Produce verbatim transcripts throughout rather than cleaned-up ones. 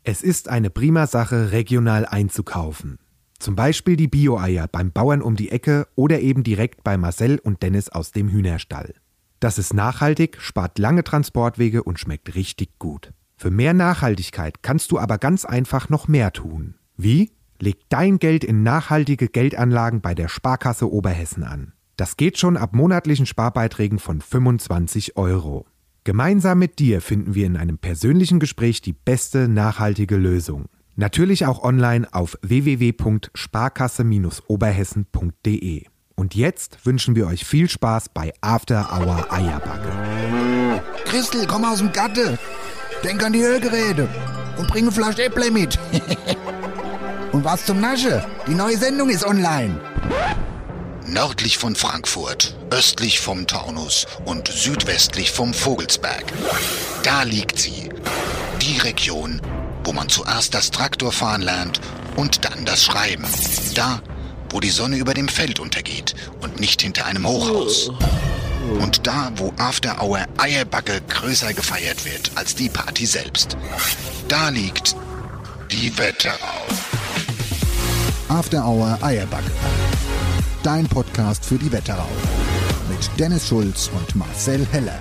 Es ist eine prima Sache, regional einzukaufen. Zum Beispiel die Bio-Eier beim Bauern um die Ecke oder eben direkt bei Marcel und Dennis aus dem Hühnerstall. Das ist nachhaltig, spart lange Transportwege und schmeckt richtig gut. Für mehr Nachhaltigkeit kannst du aber ganz einfach noch mehr tun. Wie? Leg dein Geld in nachhaltige Geldanlagen bei der Sparkasse Oberhessen an. Das geht schon ab monatlichen Sparbeiträgen von fünfundzwanzig Euro. Gemeinsam mit dir finden wir in einem persönlichen Gespräch die beste nachhaltige Lösung. Natürlich auch online auf w w w punkt sparkasse oberhessen punkt d e. Und jetzt wünschen wir euch viel Spaß bei After Hour Eierbacke. Christel, komm aus dem Gatte. Denk an die Hörgeräte und bring eine Flasche Äpple mit. Und was zum Nasche? Die neue Sendung ist online. Nördlich von Frankfurt, östlich vom Taunus und südwestlich vom Vogelsberg. Da liegt sie. Die Region, wo man zuerst das Traktorfahren lernt und dann das Schreiben. Da, wo die Sonne über dem Feld untergeht und nicht hinter einem Hochhaus. Und da, wo After Hour Eierbacke größer gefeiert wird als die Party selbst. Da liegt die Wetterau. After Hour Eierbacke. Dein Podcast für die Wetterau. Mit Dennis Schulz und Marcel Heller.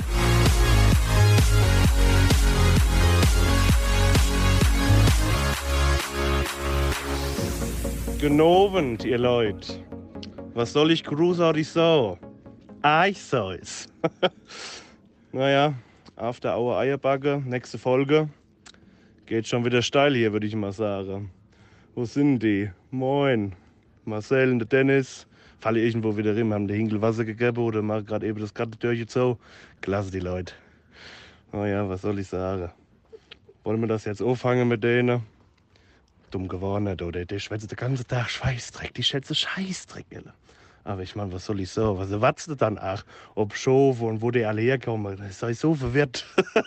Guten Abend, ihr Leute. Was soll ich großartig sagen? Ah, ich soll's. Naja, After Hour Eierbacke, nächste Folge. Geht schon wieder steil hier, würde ich mal sagen. Wo sind die? Moin. Marcel und der Dennis. Falle irgendwo wieder rein, haben den Hinkel Wasser gegeben oder machen gerade eben das Gattentürchen so. Klasse, die Leute. Naja, was soll ich sagen? Wollen wir das jetzt auffangen mit denen? Dumm geworden nicht, oder? Die schwätzt den ganzen Tag Scheißdreck, die schätze Scheißdreck. Aber ich meine, was soll ich sagen? Was erwartest du dann auch? Ob Schof und wo die alle herkommen? Da sei ich so verwirrt.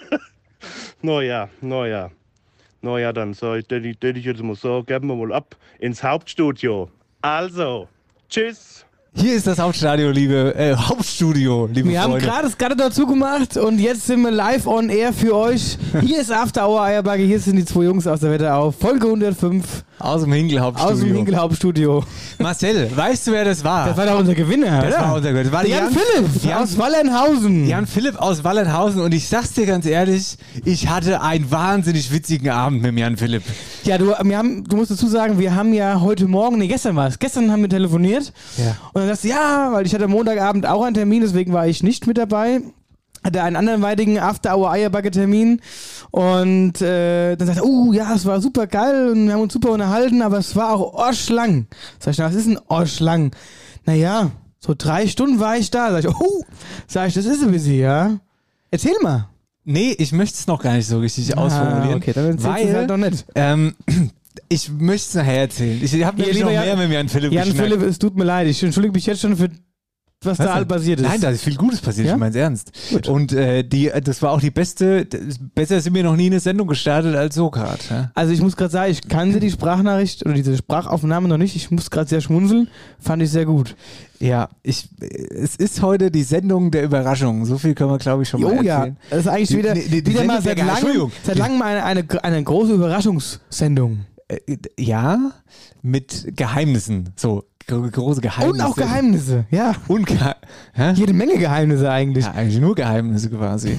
Naja, naja. Naja, dann sag ich, den ich jetzt mal sagen, geben wir mal ab ins Hauptstudio. Also, tschüss. Hier ist das Hauptstudio, liebe äh, Hauptstudio, liebe Wir Freunde. haben gerade das Gatte dazu gemacht und jetzt sind wir live on air für euch. Hier ist After Hour Eierbacke, hier sind die zwei Jungs aus der Wetterau. Folge hundertfünf. Aus dem Hinkel Hauptstudio. Aus dem Hinkel Hauptstudio. Marcel, weißt du, wer das war? Das war doch unser Gewinner, Das oder? war unser Gewinner. Das war der Jan, Jan Philipp Jan, aus Wallernhausen. Jan Philipp aus Wallernhausen und ich sag's dir ganz ehrlich, ich hatte einen wahnsinnig witzigen Abend mit dem Jan Philipp. Ja, du, wir haben, du musst dazu sagen, wir haben ja heute Morgen, nee, gestern war es, gestern haben wir telefoniert. Ja. Und dann sagst du, ja, weil ich hatte Montagabend auch einen Termin, deswegen war ich nicht mit dabei. Hatte einen anderweitigen After-Hour-Eierbacke-Termin und äh, dann sagt er, oh ja, es war super geil und wir haben uns super unterhalten, aber es war auch arschlang. Sag ich, na, was ist ein arschlang? Naja, so drei Stunden war ich da. Sag ich, oh, sag ich, das ist ein bisschen, ja. Erzähl mal. Nee, ich möchte es noch gar nicht so richtig ausformulieren. Okay, dann erzählst weil, du es halt doch nicht. Ähm, ich möchte es nachher erzählen. Ich habe nämlich noch mehr Jan, mit Jan Philipp Jan geschnackt. Philipp, es tut mir leid. Ich entschuldige mich jetzt schon für was, was da all passiert ist. Nein, da ist viel Gutes passiert, Ja? ich mein's ernst. Gut. Und äh, die, das war auch die beste, besser sind wir noch nie eine Sendung gestartet als so gerade. Ja? Also ich muss gerade sagen, ich kannte die Sprachnachricht oder diese Sprachaufnahme noch nicht. Ich muss gerade sehr schmunzeln. Fand ich sehr gut. Ja, ich, es ist heute die Sendung der Überraschung. So viel können wir, glaube ich, schon mal Oh ja, erzählen. das ist eigentlich Die- wieder, die- die wieder mal Sendung seit der- langem, Entschuldigung. seit langem eine, eine, eine große Überraschungssendung. Äh, Ja, mit Geheimnissen. So, gro- große Geheimnisse. Und auch Geheimnisse, ja. Und Ge Hä? Jede Menge Geheimnisse eigentlich. Ja, eigentlich nur Geheimnisse quasi.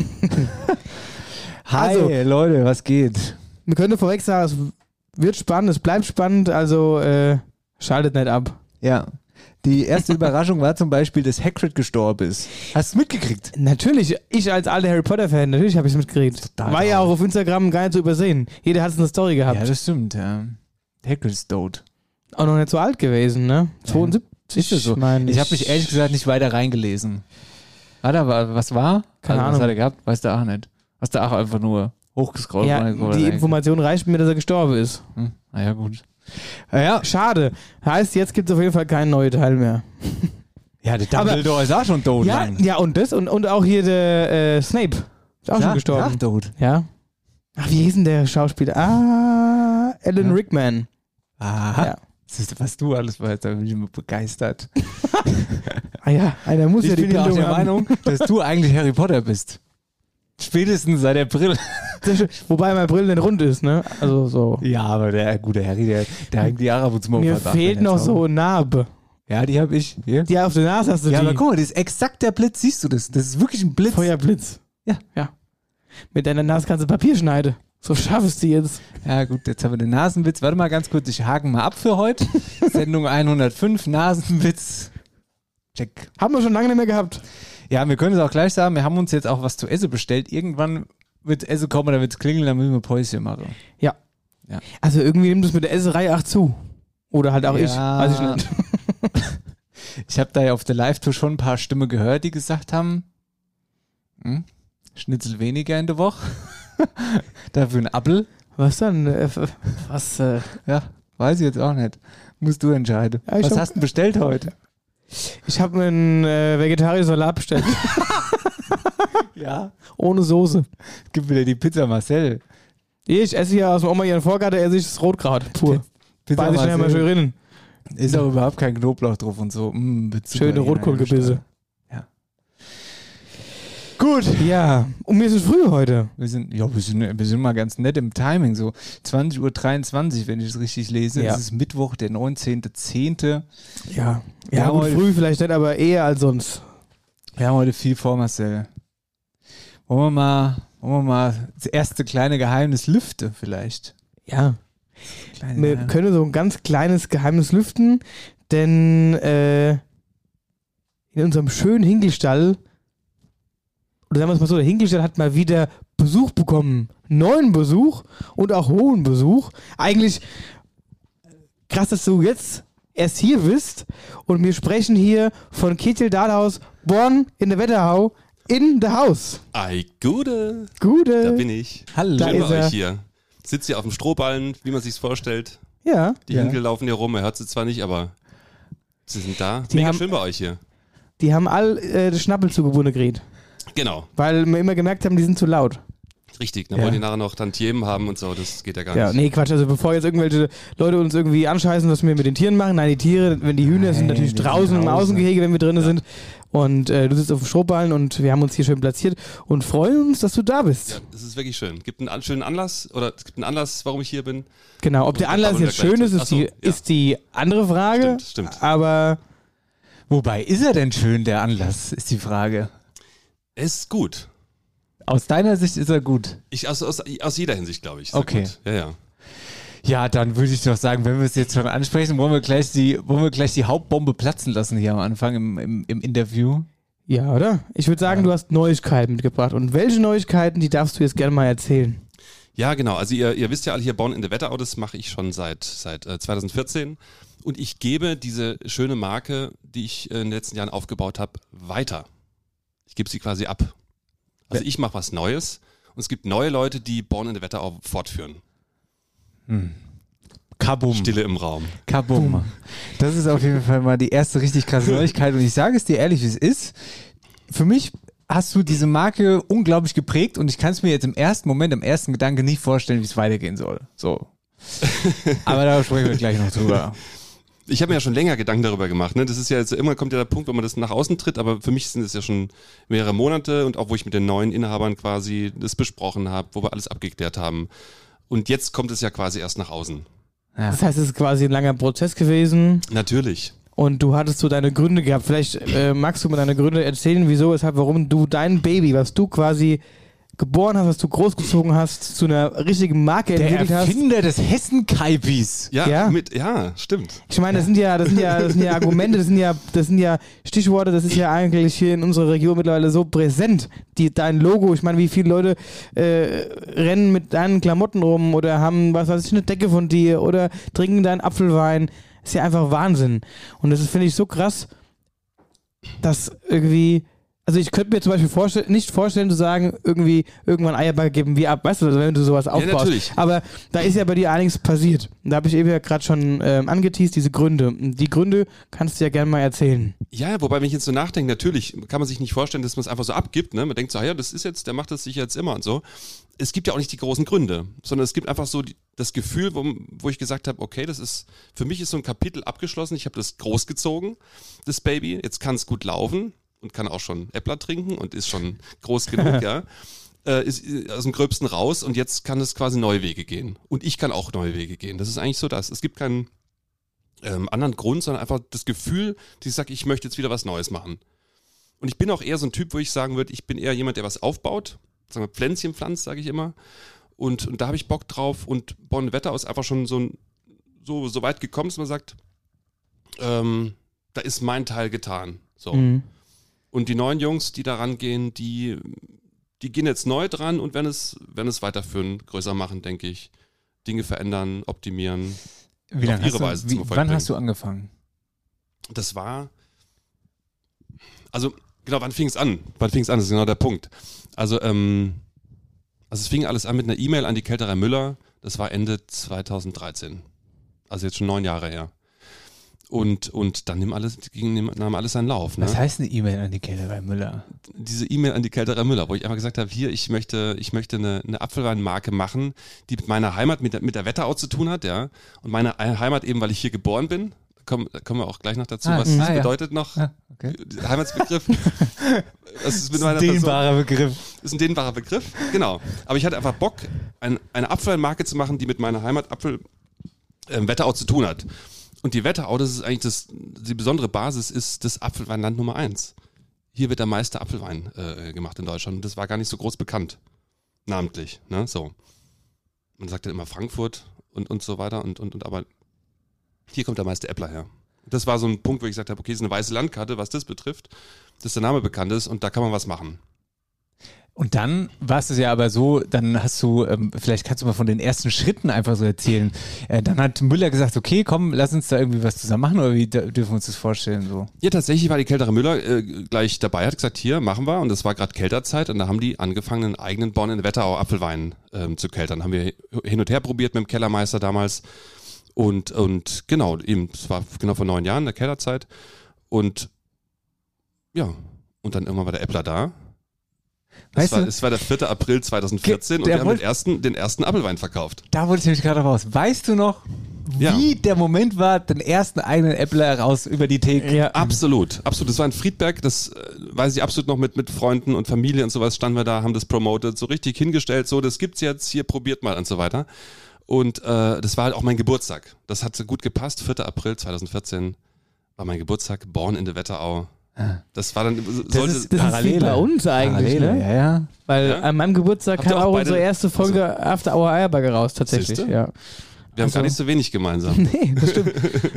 Hi, Also- Leute, was geht? Man könnte vorweg sagen, es wird spannend, es bleibt spannend, also äh, schaltet nicht ab. Ja. Die erste Überraschung war zum Beispiel, dass Hagrid gestorben ist. Hast du mitgekriegt? Natürlich, ich als alter Harry Potter-Fan, natürlich habe ich es mitgekriegt. Total War ja auch. auch auf Instagram gar nicht zu übersehen. Jeder hat eine Story gehabt. Ja, das stimmt, ja. Hagrid ist tot. Auch noch nicht so alt gewesen, ne? zweiundsiebzig. Ist das so? meine Ich habe mich ehrlich gesagt nicht weiter reingelesen. Hat er, was war? Keine also, Ahnung. Was hat er gehabt? Weißt du auch nicht. Hast du auch einfach nur hochgescrollt? Ja, oder- die Information reicht mir, dass er gestorben ist. Hm, na ja, gut. Ja, Schade. Heißt, jetzt gibt es auf jeden Fall keinen neuen Teil mehr. ja, der Dumbledore ist auch schon tot. Ja, Mann. ja, und das und, und auch hier der äh, Snape. Ist auch ja, schon gestorben. Ach, tot. Ja. Ach, wie hieß denn der Schauspieler? Ah, Alan Ja. Rickman. Aha. Ja. Das ist, was du alles weißt, da bin ich immer begeistert. Ah ja, einer muss Ich ja die bin ja auch Bildung der haben. Meinung, dass du eigentlich Harry Potter bist. Spätestens seit der Brille. Wobei mein Brillen nicht rund ist, ne? Also so. Ja, aber der gute Harry, der, der hängt die Haare wozu Mir fehlt noch so eine Narbe. Ja, die habe ich. Hier. Die auf der Nase hast du Ja, die. aber guck mal, das ist exakt der Blitz, siehst du das? Das ist wirklich ein Blitz. Feuerblitz. Ja. Ja. Mit deiner Nase kannst du Papier schneiden. So schaffst du jetzt. Ja gut, jetzt haben wir den Nasenwitz. Warte mal ganz kurz, ich haken mal ab für heute. Sendung hundertfünf, Nasenwitz. Check. Haben wir schon lange nicht mehr gehabt. Ja, wir können es auch gleich sagen, wir haben uns jetzt auch was zu essen bestellt. Irgendwann wird Essen kommen, dann wird es klingeln, dann müssen wir Päuschen machen. Ja. Ja. Also irgendwie nimmt es mit der Esserei auch zu. Oder halt auch Ja. ich. Weiß ich nicht. Ich habe da ja auf der Live-Tour schon ein paar Stimmen gehört, die gesagt haben, hm, Schnitzel weniger in der Woche. Dafür ein Appel. Was dann? Äh, Was? Äh, Ja, weiß ich jetzt auch nicht. Musst du entscheiden. Ja, ich Was hab- hast du denn bestellt heute? ich habe mir einen äh, vegetarischen Salat bestellt. Ja. Ohne Soße. Gib mir die Pizza Marcel. Ich esse hier aus dem Oma ihren Vorgarten, esse ich das Rotkraut. Pur. Pizza Beiß ich nachher mal schön rein. Ist auch überhaupt kein Knoblauch drauf und so. Mm, wird super Schöne hier Rotkohlgebisse. Ja. Gut. Ja, und wir sind früh heute. Wir sind, ja, wir sind, wir sind mal ganz nett im Timing. So zwanzig Uhr dreiundzwanzig, wenn ich es richtig lese. Ja. Es ist Mittwoch, der neunzehnten zehnten Ja, Wir ja haben gut, heute- früh vielleicht nicht, aber eher als sonst. Wir haben heute viel vor, Marcel. Wollen wir mal, wollen wir mal das erste kleine Geheimnis lüften vielleicht? Ja. Kleine, Wir können so ein ganz kleines Geheimnis lüften, denn äh, in unserem schönen Hinkelstall, oder sagen wir es mal so, der Hinkelstall hat mal wieder Besuch bekommen. Neuen Besuch und auch hohen Besuch. Eigentlich krass, dass du jetzt erst hier bist und wir sprechen hier von Ketil Dahlhaus, born in der Wetterau, in der Haus. Ei, Gude, Gute. da bin ich. Hallo. Da Schön ist bei er. euch hier. Sitzt hier auf dem Strohballen, wie man sich's vorstellt. Ja. Die Ja. Hinkel laufen hier rum, er hört sie zwar nicht, aber sie sind da. Die Mega haben- schön bei euch hier. Die haben all äh, das Schnappel zugebunden gekriegt, Genau, weil wir immer gemerkt haben, die sind zu laut. richtig. Dann Ja. wollen die nachher noch Tantiemen haben und so, das geht ja gar Ja, nicht. nee, Quatsch. Also bevor jetzt irgendwelche Leute uns irgendwie anscheißen, was wir mit den Tieren machen. Nein, die Tiere, wenn die Hühner sind Nein, natürlich die sind draußen im draußen. Außengehege, wenn wir drin sind. Und äh, du sitzt auf dem Strohballen und wir haben uns hier schön platziert und freuen uns, dass du da bist. Das ist wirklich schön. Gibt einen an- schönen Anlass, oder es gibt einen Anlass, warum ich hier bin. Genau, ob der Da Anlass kommen wir jetzt gleich schön ist, zu. ist, Ach so, die, ja. ist die andere Frage. Stimmt, stimmt. Aber Wobei, ist er denn schön, der Anlass, ist die Frage. Es ist gut. Aus deiner Sicht ist er gut. Ich, aus, aus, aus jeder Hinsicht, glaube ich. Ist er Okay. Gut. Ja, ja. Ja, dann würde ich doch sagen, wenn wir es jetzt schon ansprechen, wollen wir gleich die, wollen wir gleich die Hauptbombe platzen lassen hier am Anfang im, im, im Interview. ja, oder? Ich würde sagen, Ja. du hast Neuigkeiten mitgebracht. Und welche Neuigkeiten, die darfst du jetzt gerne mal erzählen? Ja, genau. Also ihr, ihr wisst ja alle hier, Born in the Wetterau, das mache ich schon seit, seit äh, zweitausendvierzehn. Und ich gebe diese schöne Marke, die ich äh, in den letzten Jahren aufgebaut habe, weiter. Ich gebe sie quasi ab. Also ich mache was Neues und es gibt neue Leute, die Born in the Wetterau fortführen. Kabum. Stille im Raum. Kabum. Das ist auf jeden Fall mal die erste richtig krasse Neuigkeit. Und ich sage es dir ehrlich, wie es ist. Für mich hast du diese Marke unglaublich geprägt und ich kann es mir jetzt im ersten Moment, im ersten Gedanke nicht vorstellen, wie es weitergehen soll. So. Aber da sprechen wir gleich noch drüber. Ich habe mir ja schon länger Gedanken darüber gemacht. Ne? Das ist ja jetzt immer, kommt ja der Punkt, wenn man das nach außen tritt, aber für mich sind es ja schon mehrere Monate und auch wo ich mit den neuen Inhabern quasi das besprochen habe, wo wir alles abgeklärt haben. Und jetzt kommt es ja quasi erst nach außen. Ja. Das heißt, es ist quasi ein langer Prozess gewesen. Natürlich. Und du hattest so deine Gründe gehabt. Vielleicht äh, magst du mir deine Gründe erzählen, wieso, weshalb, warum du dein Baby, was du quasi geboren hast, was du großgezogen hast, zu einer richtigen Marke Der entwickelt hast. Erfinder des Hessen-Kaipis. Ja, Ja. Mit, ja, stimmt. Ich meine, das sind ja, das sind ja, das sind ja Argumente, das sind ja, das sind ja Stichworte, das ist ja eigentlich hier in unserer Region mittlerweile so präsent. Die, dein Logo, ich meine, wie viele Leute äh, rennen mit deinen Klamotten rum oder haben, was weiß ich, eine Decke von dir oder trinken deinen Apfelwein. Ist ja einfach Wahnsinn. Und das ist, finde ich, so krass, dass irgendwie, also ich könnte mir zum Beispiel vorstellen, nicht vorstellen zu sagen, irgendwie irgendwann Eierbacke geben wir ab, weißt du, also wenn du sowas aufbaust. natürlich. Aber da ist ja bei dir einiges passiert. Da habe ich eben ja gerade schon ähm, angeteased, diese Gründe. Und die Gründe kannst du ja gerne mal erzählen. Ja, wobei, wenn ich jetzt so nachdenke, natürlich kann man sich nicht vorstellen, dass man es einfach so abgibt. Ne? Man denkt so, ah ja, das ist jetzt, der macht das sicher jetzt immer und so. Es gibt ja auch nicht die großen Gründe, sondern es gibt einfach so die, das Gefühl, wo, wo ich gesagt habe, okay, das ist, für mich ist so ein Kapitel abgeschlossen. Ich habe das großgezogen, das Baby. Jetzt kann es gut laufen und kann auch schon Äppler trinken und ist schon groß genug, ja. äh, ist aus dem Gröbsten raus und jetzt kann es quasi neue Wege gehen. Und ich kann auch neue Wege gehen. Das ist eigentlich so das. Es gibt keinen ähm, anderen Grund, sondern einfach das Gefühl, dass ich sage, ich möchte jetzt wieder was Neues machen. Und ich bin auch eher so ein Typ, wo ich sagen würde, ich bin eher jemand, der was aufbaut. Sagen wir Pflänzchen pflanzt, sage ich immer. Und, und da habe ich Bock drauf. Und Bonn-Wetterau ist einfach schon so, ein, so, so weit gekommen, dass man sagt, ähm, da ist mein Teil getan. So. Mhm. Und die neuen Jungs, die da rangehen, die, die gehen jetzt neu dran und werden es, werden es weiterführen, größer machen, denke ich. Dinge verändern, optimieren. Wie lange ihre hast, Weise du, zum wie, Erfolg wann bringen. hast du angefangen? Das war, also genau, wann fing es an? Wann fing es an? Das ist genau der Punkt. Also, ähm, also es fing alles an mit einer E-Mail an die Kälterei Müller. Das war Ende zweitausenddreizehn. Also jetzt schon neun Jahre her. Und, und dann nahm alles, ging, nahm alles seinen Lauf. Ne? Was heißt eine E-Mail an die Kälterei Müller? Diese E-Mail an die Kälterei Müller, wo ich einfach gesagt habe, hier, ich möchte, ich möchte eine, eine Apfelweinmarke machen, die mit meiner Heimat, mit der, mit der Wetterau zu tun hat, ja. Und meine Heimat eben, weil ich hier geboren bin. Da kommen, da kommen wir auch gleich noch dazu, Ah, was ah, das ja. bedeutet noch. Ah, okay. Der Heimatsbegriff. Das ist mit meiner Dehnbarer Person- Begriff. ist ein dehnbarer Begriff, genau. Aber ich hatte einfach Bock, ein, eine Apfelweinmarke zu machen, die mit meiner Heimat Apfel äh, Wetterau zu tun hat. Und die Wetterau, das ist eigentlich das, die besondere Basis, ist das Apfelweinland Nummer eins. Hier wird der meiste Apfelwein äh, gemacht in Deutschland und das war gar nicht so groß bekannt, namentlich. Ne? So. Man sagt dann immer Frankfurt und, und so weiter, und, und, und aber hier kommt der meiste Äppler her. Das war so ein Punkt, wo ich gesagt habe, okay, es ist eine weiße Landkarte, was das betrifft, dass der Name bekannt ist und da kann man was machen. Und dann war es ja aber so, dann hast du, ähm, vielleicht kannst du mal von den ersten Schritten einfach so erzählen. Äh, dann hat Müller gesagt, okay, komm, lass uns da irgendwie was zusammen machen, oder wie da, dürfen wir uns das vorstellen? So? Ja, tatsächlich war die Kälterei Müller äh, gleich dabei, hat gesagt, hier, machen wir. Und das war gerade Kälterzeit und da haben die angefangen, einen eigenen Bonn in Wetterau Apfelwein ähm, zu keltern. Haben wir hin und her probiert mit dem Kellermeister damals. Und, und genau, eben, es war genau vor neun Jahren, in der Kellerzeit. Und ja, und dann irgendwann war der Äppler da. Es Weißt war, du- es war der vierte April zweitausendvierzehn und Der wir haben wollt- den ersten, den ersten Apfelwein verkauft. Da wollte ich nämlich gerade raus. Weißt du noch, Ja. wie der Moment war, den ersten eigenen Äppler raus über die Theke? Ja. Absolut, absolut. Das war in Friedberg, das äh, weiß ich absolut noch, mit, mit Freunden und Familie und sowas standen wir da, haben das promotet, so richtig hingestellt, so, das gibt's jetzt, hier, probiert mal und so weiter. Und äh, das war halt auch mein Geburtstag. Das hat so gut gepasst. vierter April zweitausendvierzehn war mein Geburtstag, born in der Wetterau. Das war dann, sollte, Das ist, das ist wie bei uns eigentlich, Parallele, ne? ja, ja. Weil Ja? an meinem Geburtstag Habt ihr kam auch auch beide- unsere erste Folge After Hour Eierbagger raus, tatsächlich. Siehste? Ja. wir haben also- gar nicht so wenig gemeinsam. Nee, das stimmt.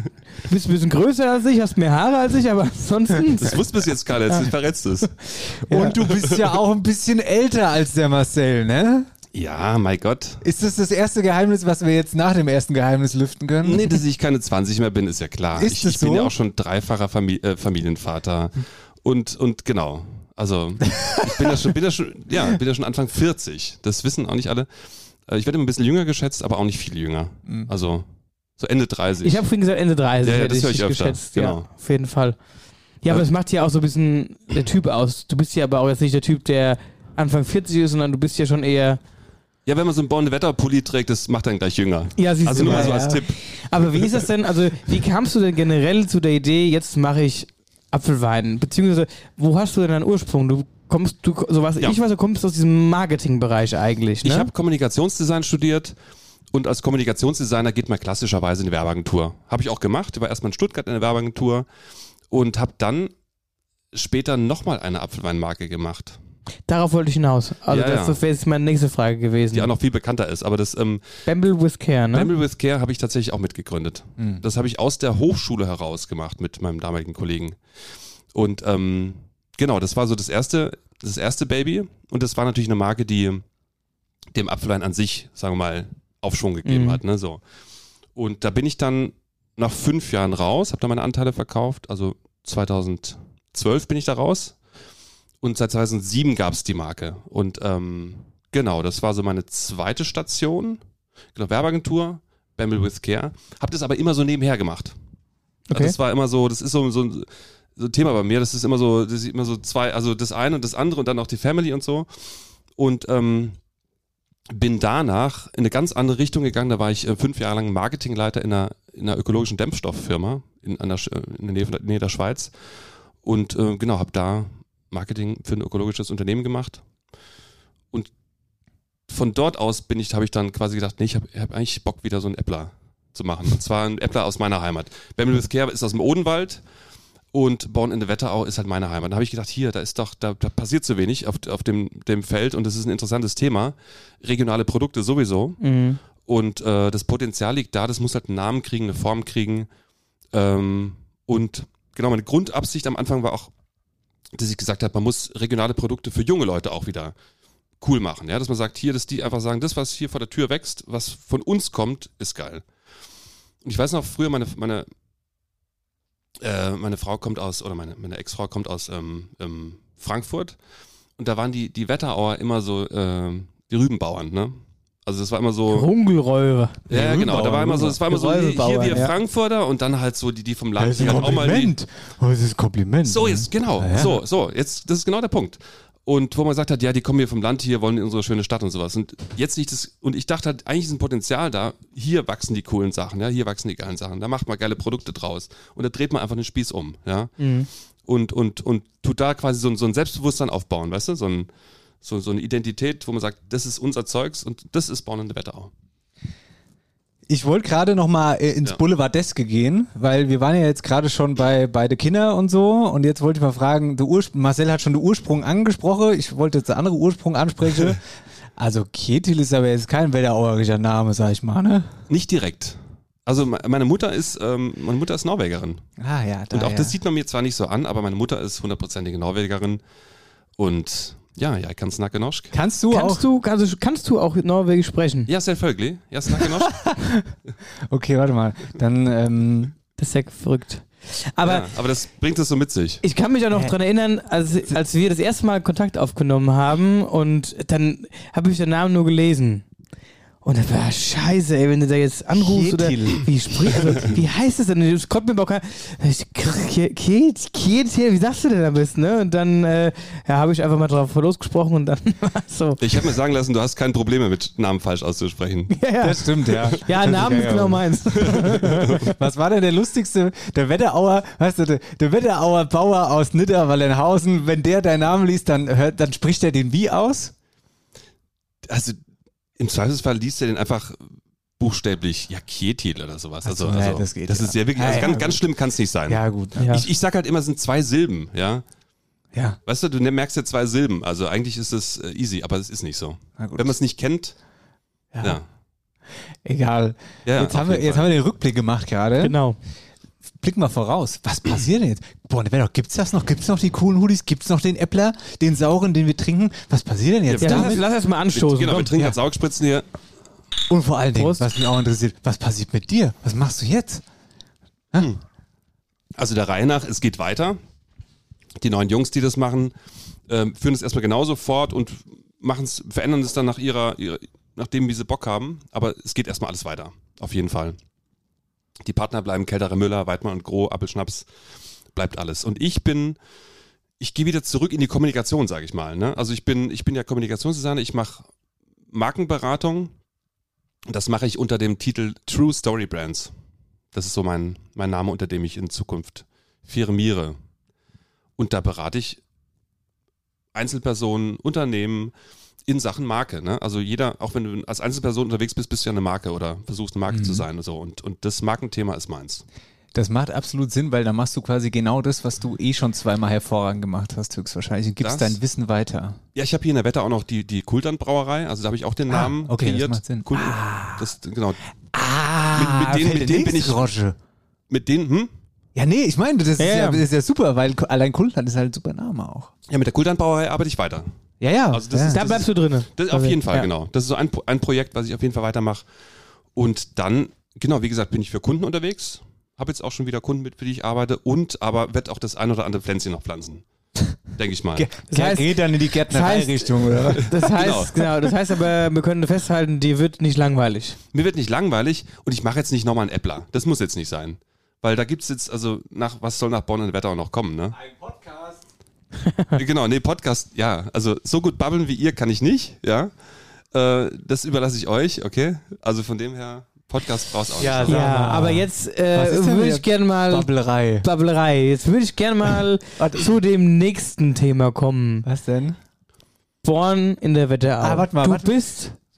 Du bist ein bisschen größer als ich, hast mehr Haare als ich, aber ansonsten. Das wusste bis jetzt keiner, jetzt verrätst du es. Und du bist ja auch ein bisschen älter als der Marcel, ne? Ja, mein Gott. Ist das das erste Geheimnis, was wir jetzt nach dem ersten Geheimnis lüften können? Nee, dass ich keine zwanzig mehr bin, ist ja klar. Ist ich das ich bin so? ja auch schon dreifacher Famili- äh, Familienvater. Und, und genau. Also, ich bin ja schon, bin ja schon, ja, bin ja schon Anfang vierzig. Das wissen auch nicht alle. Äh, Ich werde immer ein bisschen jünger geschätzt, aber auch nicht viel jünger. Also, so Ende dreißig. Ich habe vorhin gesagt Ende dreißig, Ja, ja, hätte das ich höre ich dich öfter, geschätzt. genau. Ja, auf jeden Fall. Ja, aber es macht ja auch so ein bisschen der Typ aus. Du bist ja aber auch jetzt nicht der Typ, der Anfang vierzig ist, sondern du bist ja schon eher. Ja, wenn man so einen Bonn-Wetter-Pulli trägt, das macht dann gleich jünger. Ja, siehst Also du nur mal, mal so ja. als Tipp. Aber wie ist das denn? Also, wie kamst du denn generell zu der Idee, jetzt mache ich Apfelwein? Beziehungsweise, wo hast du denn deinen Ursprung? Du kommst, du, so was Ja. ich weiß, du kommst aus diesem Marketingbereich eigentlich, ne? Ich habe Kommunikationsdesign studiert und als Kommunikationsdesigner geht man klassischerweise in die Werbeagentur. Habe ich auch gemacht. Ich war erstmal in Stuttgart in der Werbeagentur und habe dann später nochmal eine Apfelweinmarke gemacht, Darauf wollte ich hinaus. Also, Ja, das, ja. das wäre jetzt meine nächste Frage gewesen. die auch noch viel bekannter ist. Aber das ähm, Bamble with Care, ne? Bamble with Care habe ich tatsächlich auch mitgegründet. Mhm. Das habe ich aus der Hochschule heraus gemacht mit meinem damaligen Kollegen. Und ähm, genau, das war so das erste, das erste Baby. Und das war natürlich eine Marke, die dem Apfelwein an sich, sagen wir mal, Aufschwung gegeben Mhm. hat. Ne, so. Und da bin ich dann nach fünf Jahren raus, habe da meine Anteile verkauft. Also zweitausendzwölf bin ich da raus. Und seit zweitausendsieben gab es die Marke. Und ähm, genau, das war so meine zweite Station. Genau, Werbeagentur, Bamble with Care. Hab das aber immer so nebenher gemacht. Okay. Das war immer so, das ist so, so, ein- so ein Thema bei mir. Das ist immer so, das ist immer so zwei, also das eine und das andere und dann auch die Family und so. Und ähm, bin danach in eine ganz andere Richtung gegangen. Da war ich äh, fünf Jahre lang Marketingleiter in einer, in einer ökologischen Dämpfstofffirma in, an der, Sch- in der Nähe, von der, Nähe der Schweiz. Und äh, genau, habe da Marketing für ein ökologisches Unternehmen gemacht. Und von dort aus bin ich, habe ich dann quasi gedacht, nee, ich habe hab eigentlich Bock, wieder so einen Äppler zu machen. Und zwar ein Äppler aus meiner Heimat. Bamble with Care ist aus dem Odenwald und Born in the Wetterau ist halt meine Heimat. Da habe ich gedacht, hier, da ist doch, da, da passiert so wenig auf, auf dem, dem Feld und das ist ein interessantes Thema. Regionale Produkte sowieso. Mhm. Und äh, das Potenzial liegt da, das muss halt einen Namen kriegen, eine Form kriegen. Ähm, und genau, meine Grundabsicht am Anfang war auch, dass ich gesagt habe, man muss regionale Produkte für junge Leute auch wieder cool machen. Ja? Dass man sagt, hier, dass die einfach sagen, das, was hier vor der Tür wächst, was von uns kommt, ist geil. Und ich weiß noch, früher meine, meine, äh, meine Frau kommt aus, oder meine, meine Ex-Frau kommt aus ähm, ähm, Frankfurt und da waren die, die Wetterauer immer so äh, die Rübenbauern, ne? Also das war immer so... Rungelräuber. Ja, genau, da war immer so, das war immer so, hier wir ja. Frankfurter und dann halt so die, die vom Land. Das ist die ein halt auch mal die, Kompliment. Oh, das ist ein Kompliment. so jetzt, genau, Ja, ja. so, so, jetzt, das ist genau der Punkt. Und wo man gesagt hat, ja, die kommen hier vom Land, hier wollen in unsere schöne Stadt und sowas. Und jetzt nicht das, und ich dachte halt, eigentlich ist ein Potenzial da, hier wachsen die coolen Sachen, ja, hier wachsen die geilen Sachen, da macht man geile Produkte draus. Und da dreht man einfach den Spieß um, ja. Mhm. Und, und, und tut da quasi so ein, so ein Selbstbewusstsein aufbauen, weißt du, so ein, so, so eine Identität, wo man sagt, das ist unser Zeugs und das ist Born in the Wetterau. Ich wollte gerade noch mal äh, ins Ja. Boulevardeske gehen, weil wir waren ja jetzt gerade schon bei beide Kinder und so und jetzt wollte ich mal fragen, der Urspr- Marcel hat schon den Ursprung angesprochen, ich wollte jetzt den anderen Ursprung ansprechen. Also Kjetil ist aber jetzt kein wetterauerischer Name, sag ich mal, ne? Nicht direkt. Also me- meine Mutter ist, ähm, meine Mutter ist Norwegerin. Ah ja, da Und auch ja. das sieht man mir zwar nicht so an, aber meine Mutter ist hundertprozentige Norwegerin und ja, ja, ich kann snakke norsk. Kannst du Kannst auch? du, kannst, du, kannst du auch Norwegisch sprechen? Ja, selvfølgelig. Ja, snakke norsk. Okay, warte mal. Dann, ähm, Das ist ja verrückt. Aber ja, aber das bringt es so mit sich. ich kann mich auch noch dran erinnern, als, als wir das erste Mal Kontakt aufgenommen haben und dann habe ich den Namen nur gelesen. Und das war scheiße, ey, wenn du da jetzt anrufst oder Kjetil. wie spricht, also, wie heißt es denn? Ich konnte mir auch kein, Kjetil, wie sagst du denn am besten, ne? Und dann äh, ja, habe ich einfach mal drauf losgesprochen und dann war es so. Ich habe mir sagen lassen, du hast keine Probleme mit Namen falsch auszusprechen. Ja, ja. das stimmt, ja. Ja, Das Namen ja, ist ja. genau meins. Was war denn der lustigste, der Wetterauer, weißt du, der, der Wetterauer Bauer aus Nidderwallenhausen, wenn der deinen Namen liest, dann hört, dann spricht er den wie aus? Also im Zweifelsfall liest er den einfach buchstäblich, ja, Kjetil oder sowas. Also, Ach so, ja, also das geht, das ja. ist ja wirklich, Ja, also ja, ganz, gut. ganz schlimm kann es nicht sein. Ja, gut. Ja. Ich, ich sag halt immer, es sind zwei Silben, ja. Ja. Weißt du, du merkst ja zwei Silben, also eigentlich ist es äh, easy, aber es ist nicht so. Na gut. Wenn man es nicht kennt, Ja. ja. Egal. ja jetzt auf haben wir, jeden jetzt Fall. haben wir den Rückblick gemacht gerade. Genau. Blick mal voraus. Was passiert denn jetzt? Boah, gibt's das noch? Gibt's noch die coolen Hoodies? Gibt's noch den Äppler? Den sauren, den wir trinken? Was passiert denn jetzt Ja, lass, damit? lass erst mal anstoßen. Genau, wir komm. trinken Ja. jetzt Saugspritzen hier. Und vor allen Dingen, Prost. was mich auch interessiert, was passiert mit dir? Was machst du jetzt? Also der Reihe nach, es geht weiter. Die neuen Jungs, die das machen, ähm, führen es erstmal genauso fort und machen's, verändern es dann nach ihrer, ihrer, nach dem, wie sie Bock haben. Aber es geht erstmal alles weiter. Auf jeden Fall. Die Partner bleiben Kelterer Müller, Weidmann und Groh, Appelschnaps, bleibt alles. Und ich bin, ich gehe wieder zurück in die Kommunikation, sage ich mal. Ne? Also ich bin, ich bin ja Kommunikationsdesigner, ich mache Markenberatung. Das mache ich unter dem Titel True Story Brands. Das ist so mein, mein Name, unter dem ich in Zukunft firmiere. Und da berate ich Einzelpersonen, Unternehmen in Sachen Marke. Ne? Also jeder, auch wenn du als Einzelperson unterwegs bist, bist du ja eine Marke oder versuchst eine Marke Mhm. zu sein. Und, so. und, und das Markenthema ist meins. Das macht absolut Sinn, weil dann machst du quasi genau das, was du eh schon zweimal hervorragend gemacht hast, höchstwahrscheinlich. Und gibst Das- dein Wissen weiter. Ja, ich habe hier in der Wette auch noch die, die Kultern-Brauerei. Also da habe ich auch den Ah, Namen okay, das kreiert. macht Sinn. Kult- das, genau. Ah, Mit- mit denen- mit denen bin ich- Groschen. Mit denen, hm? Ja, nee, ich meine, das ist ja, Ja, ja. das ist ja super, weil Ku- allein Kultland ist halt ein super Name auch. Ja, mit der Kultern-Brauerei arbeite ich weiter. Ja, ja. Also das ja. ist- Da bleibst du drin. Das auf jeden Fall, genau. Das ist so ein, Pro- ein Projekt, was ich auf jeden Fall weitermache. Und dann, genau, wie gesagt, bin ich für Kunden unterwegs. Habe jetzt auch schon wieder Kunden, mit für die ich arbeite. Und aber werde auch das ein oder andere Pflänzchen noch pflanzen. Denke ich mal. Ge- Das heißt- geht dann in die Gärtnerei-Richtung, oder? Das heißt, genau. Das heißt aber, wir können festhalten, dir wird nicht langweilig. Mir wird nicht langweilig und ich mache jetzt nicht nochmal einen Äppler. Das muss jetzt nicht sein. Weil da gibt es jetzt, also nach, was soll nach Bonn und Wetterau noch kommen, ne? Ein Podcast. Genau, nee, Podcast, ja. Also so gut babbeln wie ihr kann ich nicht, ja. Äh, das überlasse ich euch, okay? Also von dem her, Podcast brauchst auch Ja, nicht. Sag Ja, mal. aber jetzt Was äh, ist denn würde wieder ich gerne mal Babblerei. Babblerei. Jetzt würde ich gerne mal zu dem nächsten Thema kommen. Was denn? Born in der Wetterau. Ah, warte mal, du warte. bist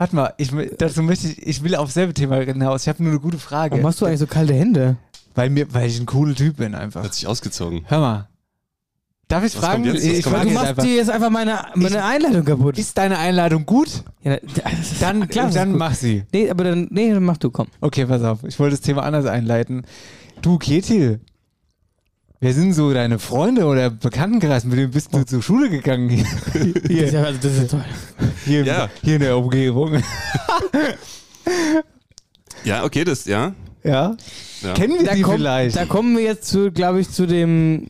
Warte mal, ich, dazu möchte ich, ich will auf selbe Thema hinaus. Ich habe nur eine gute Frage. Warum hast du eigentlich so kalte Hände? Weil, mir, weil ich ein cooler Typ bin einfach. Hat sich ausgezogen. Hör mal. Darf ich Was fragen? kommt jetzt? Was Ich kommt frage Du jetzt machst einfach. dir jetzt einfach meine, meine Ich- Einleitung kaputt. Ist deine Einladung gut? Ja, das ist Dann, klar, das ist dann gut. mach sie. Nee, aber dann, nee, dann mach du, komm. Okay, pass auf. Ich wollte das Thema anders einleiten. Du, Ketil, wer sind so deine Freunde oder Bekanntenkreis? Mit denen bist du zur Schule gegangen? Hier, Das ist ja, also das ist ja toll. hier, Ja. hier in der Umgebung. Ja, okay, das, ja. Ja? ja. Kennen wir Da, die komm, vielleicht? da kommen wir jetzt zu, glaube ich, zu dem.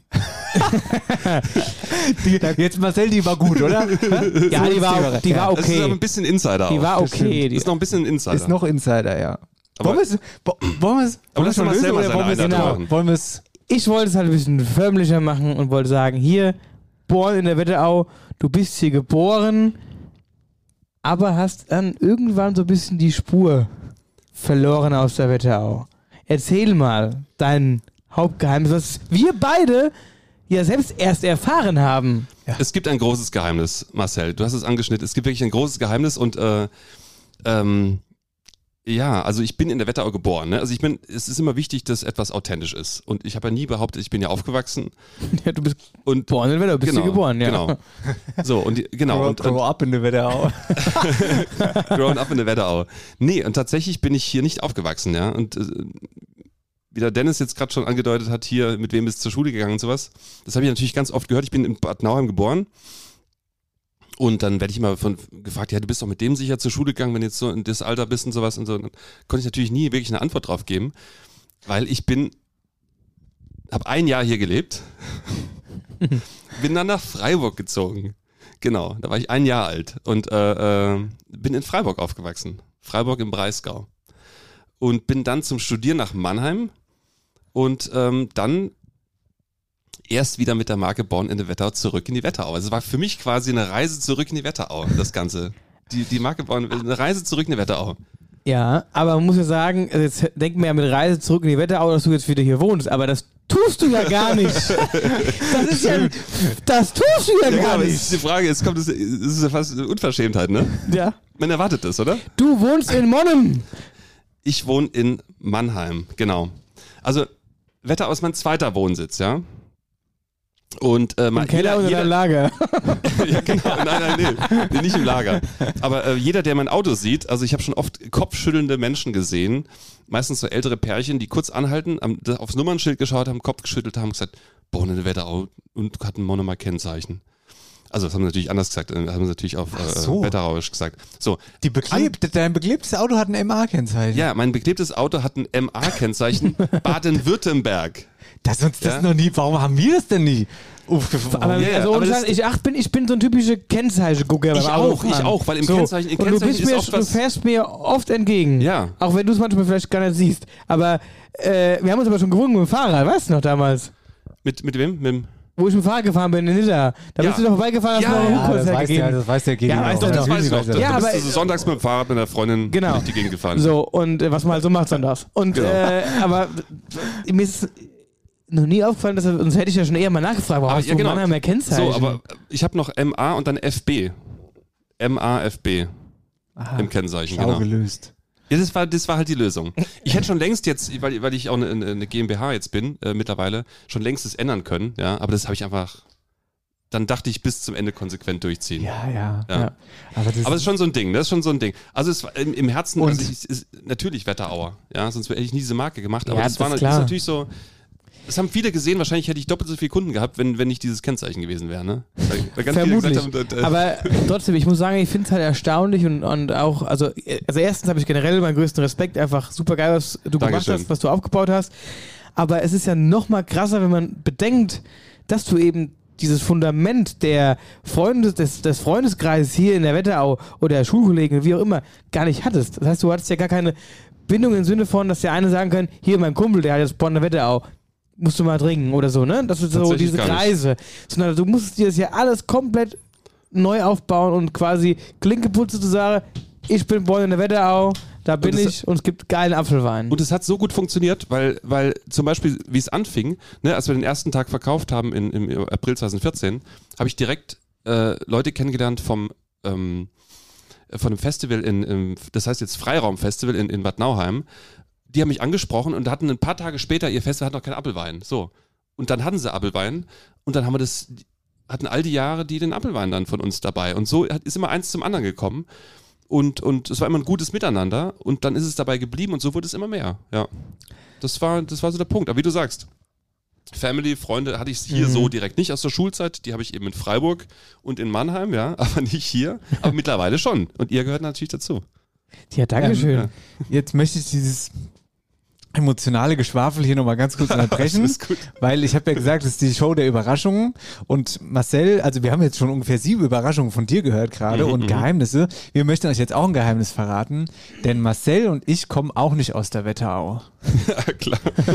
Die, jetzt Marcel, die war gut, oder? Ja, die war, die war Das ist aber okay. ein bisschen Insider Die auch. war das okay. stimmt. Die, ist noch ein bisschen Insider. Ist noch Insider, ja. Aber- wollen wir es wo- wollen wir es- Aber wollen wir lass es schon mal lösen selber oder seine wollen wir es Einleitung genau, machen. wollen wir es ich wollte es halt ein bisschen förmlicher machen und wollte sagen: Hier, Born in der Wetterau, du bist hier geboren, aber hast dann irgendwann so ein bisschen die Spur verloren aus der Wetterau. Erzähl mal dein Hauptgeheimnis, was wir beide ja selbst erst erfahren haben. Es gibt ein großes Geheimnis, Marcel. Du hast es angeschnitten. Es gibt wirklich ein großes Geheimnis und äh, ähm, ja, also ich bin in der Wetterau geboren. Ne? Also ich bin, es ist immer wichtig, dass etwas authentisch ist. Und ich habe ja nie behauptet, ich bin ja aufgewachsen. Ja, du bist Und born in der Wetterau, bist genau, du geboren, ja. Genau. So, und die, genau. grow, Und, grow und up in der Wetterau? growing up in der Wetterau. Nee, und tatsächlich bin ich hier nicht aufgewachsen, ja. Und äh, wie der Dennis jetzt gerade schon angedeutet hat, hier, mit wem ist zur Schule gegangen und sowas. Das habe ich natürlich ganz oft gehört. Ich bin in Bad Nauheim geboren. Und dann werde ich immer von gefragt, ja, du bist doch mit dem sicher zur Schule gegangen, wenn du jetzt so in das Alter bist und sowas. Und so. Dann konnte ich natürlich nie wirklich eine Antwort drauf geben, weil ich bin, habe ein Jahr hier gelebt, bin dann nach Freiburg gezogen. Genau, da war ich ein Jahr alt und äh, äh, bin in Freiburg aufgewachsen. Freiburg im Breisgau. Und bin dann zum Studieren nach Mannheim und ähm, dann erst wieder mit der Marke Born in der Wetterau zurück in die Wetterau. Also es war für mich quasi eine Reise zurück in die Wetterau, das Ganze. Die, die Marke Born, eine Reise zurück in die Wetterau. Ja, aber man muss ja sagen, also jetzt denken wir ja mit Reise zurück in die Wetterau, dass du jetzt wieder hier wohnst, aber das tust du ja gar nicht. Das ist ja, das tust du ja, Ja, gar aber es nicht. ist die Frage, es kommt, es ist ja fast eine Unverschämtheit, ne? Ja. Man erwartet das, oder? Du wohnst in Monnem. Ich wohne in Mannheim, genau. Also Wetterau ist mein zweiter Wohnsitz, ja. Und äh, Im man, Keller oder jeder, im Lager. ja, genau. Nein, nein, nee. nee. Nicht im Lager. Aber äh, jeder, der mein Auto sieht, also ich habe schon oft kopfschüttelnde Menschen gesehen, meistens so ältere Pärchen, die kurz anhalten, am, aufs Nummernschild geschaut haben, Kopf geschüttelt haben und gesagt, boah, eine Wetterau und hatten Monomer Kennzeichen. Also das haben sie natürlich anders gesagt, äh, haben sie natürlich auf äh, so. Wetterauisch gesagt. So, Die beklebt, dein beklebtes Auto hat ein M A-Kennzeichen. ja, mein beklebtes Auto hat ein M A-Kennzeichen, Baden-Württemberg. Das ist uns das Ja? noch nie, warum haben wir das denn nie aufgefallen? Aber, Ja, ja, also aber ohne das- Scheiß, ich acht bin, ich bin so ein typischer Kennzeichen-Gucker. Ich beim auch, Autofahren. ich auch, weil im Kennzeichen- im und du, Kennzeichen bist ist mir, oft du was- fährst mir oft entgegen. Ja. Auch wenn du es manchmal vielleicht gar nicht siehst. Aber äh, wir haben uns aber schon gewungen mit dem Fahrrad, weißt du noch damals? Mit, mit wem? Mit dem Wo ich mit dem Fahrrad gefahren bin in Nidda. Da Ja. bist du doch vorbeigefahren, hast Ja, mir noch ja, einen ja, das Konzert weiß der, gegeben. das weiß der Gedi Ja, weiß auch. doch, das Natürlich weiß ich noch. weiß er. Da, Ja, da bist aber- du so sonntags mit dem Fahrrad mit einer Freundin Genau. durch die Gegend gefahren. So, und äh, was man halt so macht sonntags. Und, Genau. äh, aber äh, mir ist noch nie aufgefallen, dass er, sonst hätte ich ja schon eher mal nachgefragt, warum Aber hast ja, du genau. Mannheimer Kennzeichen? So, aber ich habe noch M A und dann F B. M A F B Aha, im Kennzeichen, schlau genau. gelöst. Ja, das war, das war halt die Lösung. Ich hätte schon längst jetzt, weil, weil ich auch eine, eine GmbH jetzt bin, äh, mittlerweile, schon längst das ändern können, ja, aber das habe ich einfach, dann dachte ich, bis zum Ende konsequent durchziehen. Ja, ja. Ja. Ja. Aber das Aber es ist schon so ein Ding, das ist schon so ein Ding. Also es war im, im Herzen, Und- also ich, ist natürlich Wetterauer, ja, sonst hätte ich nie diese Marke gemacht, aber Ja, das, das war ist das klar. ist natürlich so, das haben viele gesehen, wahrscheinlich hätte ich doppelt so viele Kunden gehabt, wenn, wenn nicht dieses Kennzeichen gewesen wäre, ne? Weil, weil ganz Vermutlich. Viele gesagt haben, äh, Aber trotzdem, ich muss sagen, ich finde es halt erstaunlich und, und auch, also, also erstens habe ich generell meinen größten Respekt, einfach super geil, was du gemacht Dankeschön. hast, was du aufgebaut hast. Aber es ist ja noch mal krasser, wenn man bedenkt, dass du eben dieses Fundament der Freunde, des, des Freundeskreises hier in der Wetterau oder Schulkollegen, wie auch immer, gar nicht hattest. Das heißt, du hattest ja gar keine Bindung im Sinne von, dass der eine sagen kann, hier mein Kumpel, der hat jetzt Bonn in der Wetterau, musst du mal trinken oder so, ne? Das ist so Tatsächlich diese gar nicht. Kreise. Sondern du musstest dir das ja alles komplett neu aufbauen und quasi Klinke putzen zu sagen, ich bin Bonn in der Wetterau, da bin das- ich und es gibt geilen Apfelwein. Und es hat so gut funktioniert, weil, weil zum Beispiel, wie es anfing, ne, als wir den ersten Tag verkauft haben in, im April zwanzig vierzehn, habe ich direkt äh, Leute kennengelernt vom, ähm, von einem Festival in, in das heißt jetzt Freiraumfestival in, in Bad Nauheim. Die haben mich angesprochen und hatten ein paar Tage später, ihr Festival hat noch keinen Apfelwein. So. Und dann hatten sie Apfelwein und dann haben wir das, hatten all die Jahre die den Apfelwein dann von uns dabei. Und so ist immer eins zum anderen gekommen. Und, und es war immer ein gutes Miteinander und dann ist es dabei geblieben und so wurde es immer mehr. Ja. Das war, das war so der Punkt. Aber wie du sagst, Family, Freunde hatte ich hier mhm. so direkt nicht aus der Schulzeit. Die habe ich eben in Freiburg und in Mannheim, ja, aber nicht hier. Aber mittlerweile schon. Und ihr gehört natürlich dazu. Ja, dankeschön. Ja. Jetzt möchte ich dieses emotionale Geschwafel hier nochmal ganz kurz unterbrechen, weil ich habe ja gesagt, das ist die Show der Überraschungen und Marcel, also wir haben jetzt schon ungefähr sieben Überraschungen von dir gehört gerade mhm, und Geheimnisse. Wir möchten euch jetzt auch ein Geheimnis verraten, denn Marcel und ich kommen auch nicht aus der Wetterau. Ja, klar.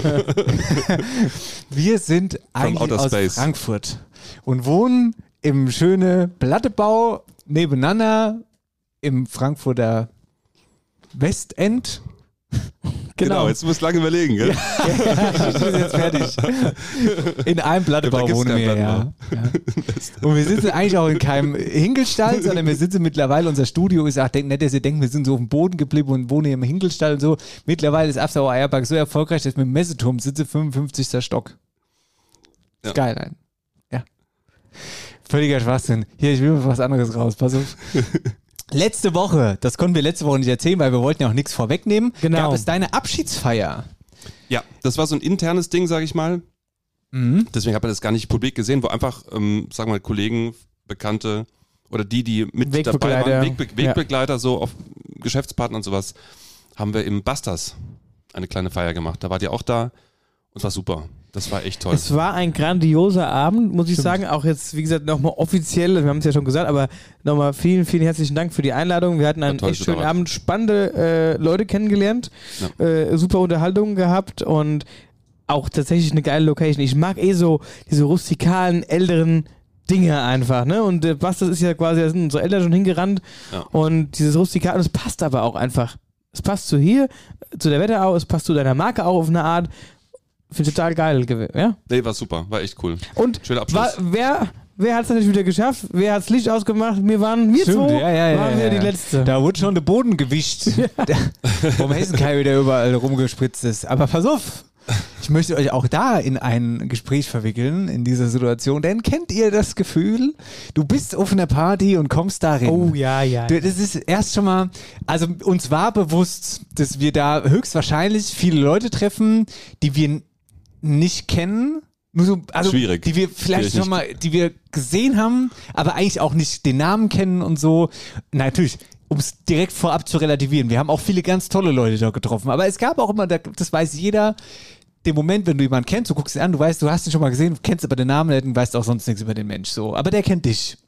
Wir sind eigentlich aus Space. Frankfurt und wohnen im schönen Plattebau nebeneinander im Frankfurter Westend. Genau. genau, jetzt musst du lange überlegen, gell? Ja, ich bin jetzt fertig. In einem Plattebau wohnen wir, ja. ja. Und wir sitzen eigentlich auch in keinem Hinkelstall, sondern wir sitzen mittlerweile, unser Studio ist, ach, denkt nicht, dass ihr denkt, wir sind so auf dem Boden geblieben und wohnen hier im Hinkelstall und so. Mittlerweile ist After Hour Eierbach so erfolgreich, dass wir im Messeturm sitzen, fünfundfünfzigster Stock. Ja. Geil, nein. Ja. Völliger Schwachsinn. Hier, ich will mal was anderes raus, pass auf. Letzte Woche, das konnten wir letzte Woche nicht erzählen, weil wir wollten ja auch nichts vorwegnehmen, genau. Gab es deine Abschiedsfeier. Ja, das war so ein internes Ding, sag ich mal. Mhm. Deswegen habe ich das gar nicht publik gesehen, wo einfach, ähm, sagen wir mal, Kollegen, Bekannte oder die, die mit dabei waren, Wegbe- Wegbegleiter, ja. so auf Geschäftspartner und sowas, haben wir im Bastas eine kleine Feier gemacht. Da wart ihr auch da und es war super. Das war echt toll. Es war ein grandioser Abend, muss ich Stimmt. sagen. Auch jetzt, wie gesagt, nochmal offiziell, wir haben es ja schon gesagt, aber nochmal vielen, vielen herzlichen Dank für die Einladung. Wir hatten einen toll, echt schönen Abend, spannende äh, Leute kennengelernt, ja. äh, super Unterhaltungen gehabt und auch tatsächlich eine geile Location. Ich mag eh so diese rustikalen, älteren Dinge einfach, ne? Und äh, Bastas ist ja quasi, da sind unsere Eltern schon hingerannt ja. und dieses Rustikal, das passt aber auch einfach. Es passt zu hier, zu der Wetterau, es passt zu deiner Marke auch auf eine Art. Finde ich total geil. Ja? Nee, war super. War echt cool. Und schöner Abschluss. War, wer wer hat es natürlich wieder geschafft? Wer hat das Licht ausgemacht? Wir waren, wir Stimmt, zwei ja, ja, waren ja, wir ja. die Letzte. Da wurde schon der Boden gewischt. Vom Hessenkai wieder überall rumgespritzt ist. Aber pass auf. Ich möchte euch auch da in ein Gespräch verwickeln, in dieser Situation, denn kennt ihr das Gefühl, du bist auf einer Party und kommst darin. Oh ja, ja. Du, das ist erst schon mal, also uns war bewusst, dass wir da höchstwahrscheinlich viele Leute treffen, die wir nicht kennen, nur so, also Schwierig. die wir vielleicht schon mal, die wir gesehen haben, aber eigentlich auch nicht den Namen kennen und so. Natürlich, um es direkt vorab zu relativieren, wir haben auch viele ganz tolle Leute dort getroffen, aber es gab auch immer, das weiß jeder, den Moment, wenn du jemanden kennst, du guckst ihn an, du weißt, du hast ihn schon mal gesehen, kennst aber den Namen nicht und weißt auch sonst nichts über den Mensch, so. Aber der kennt dich.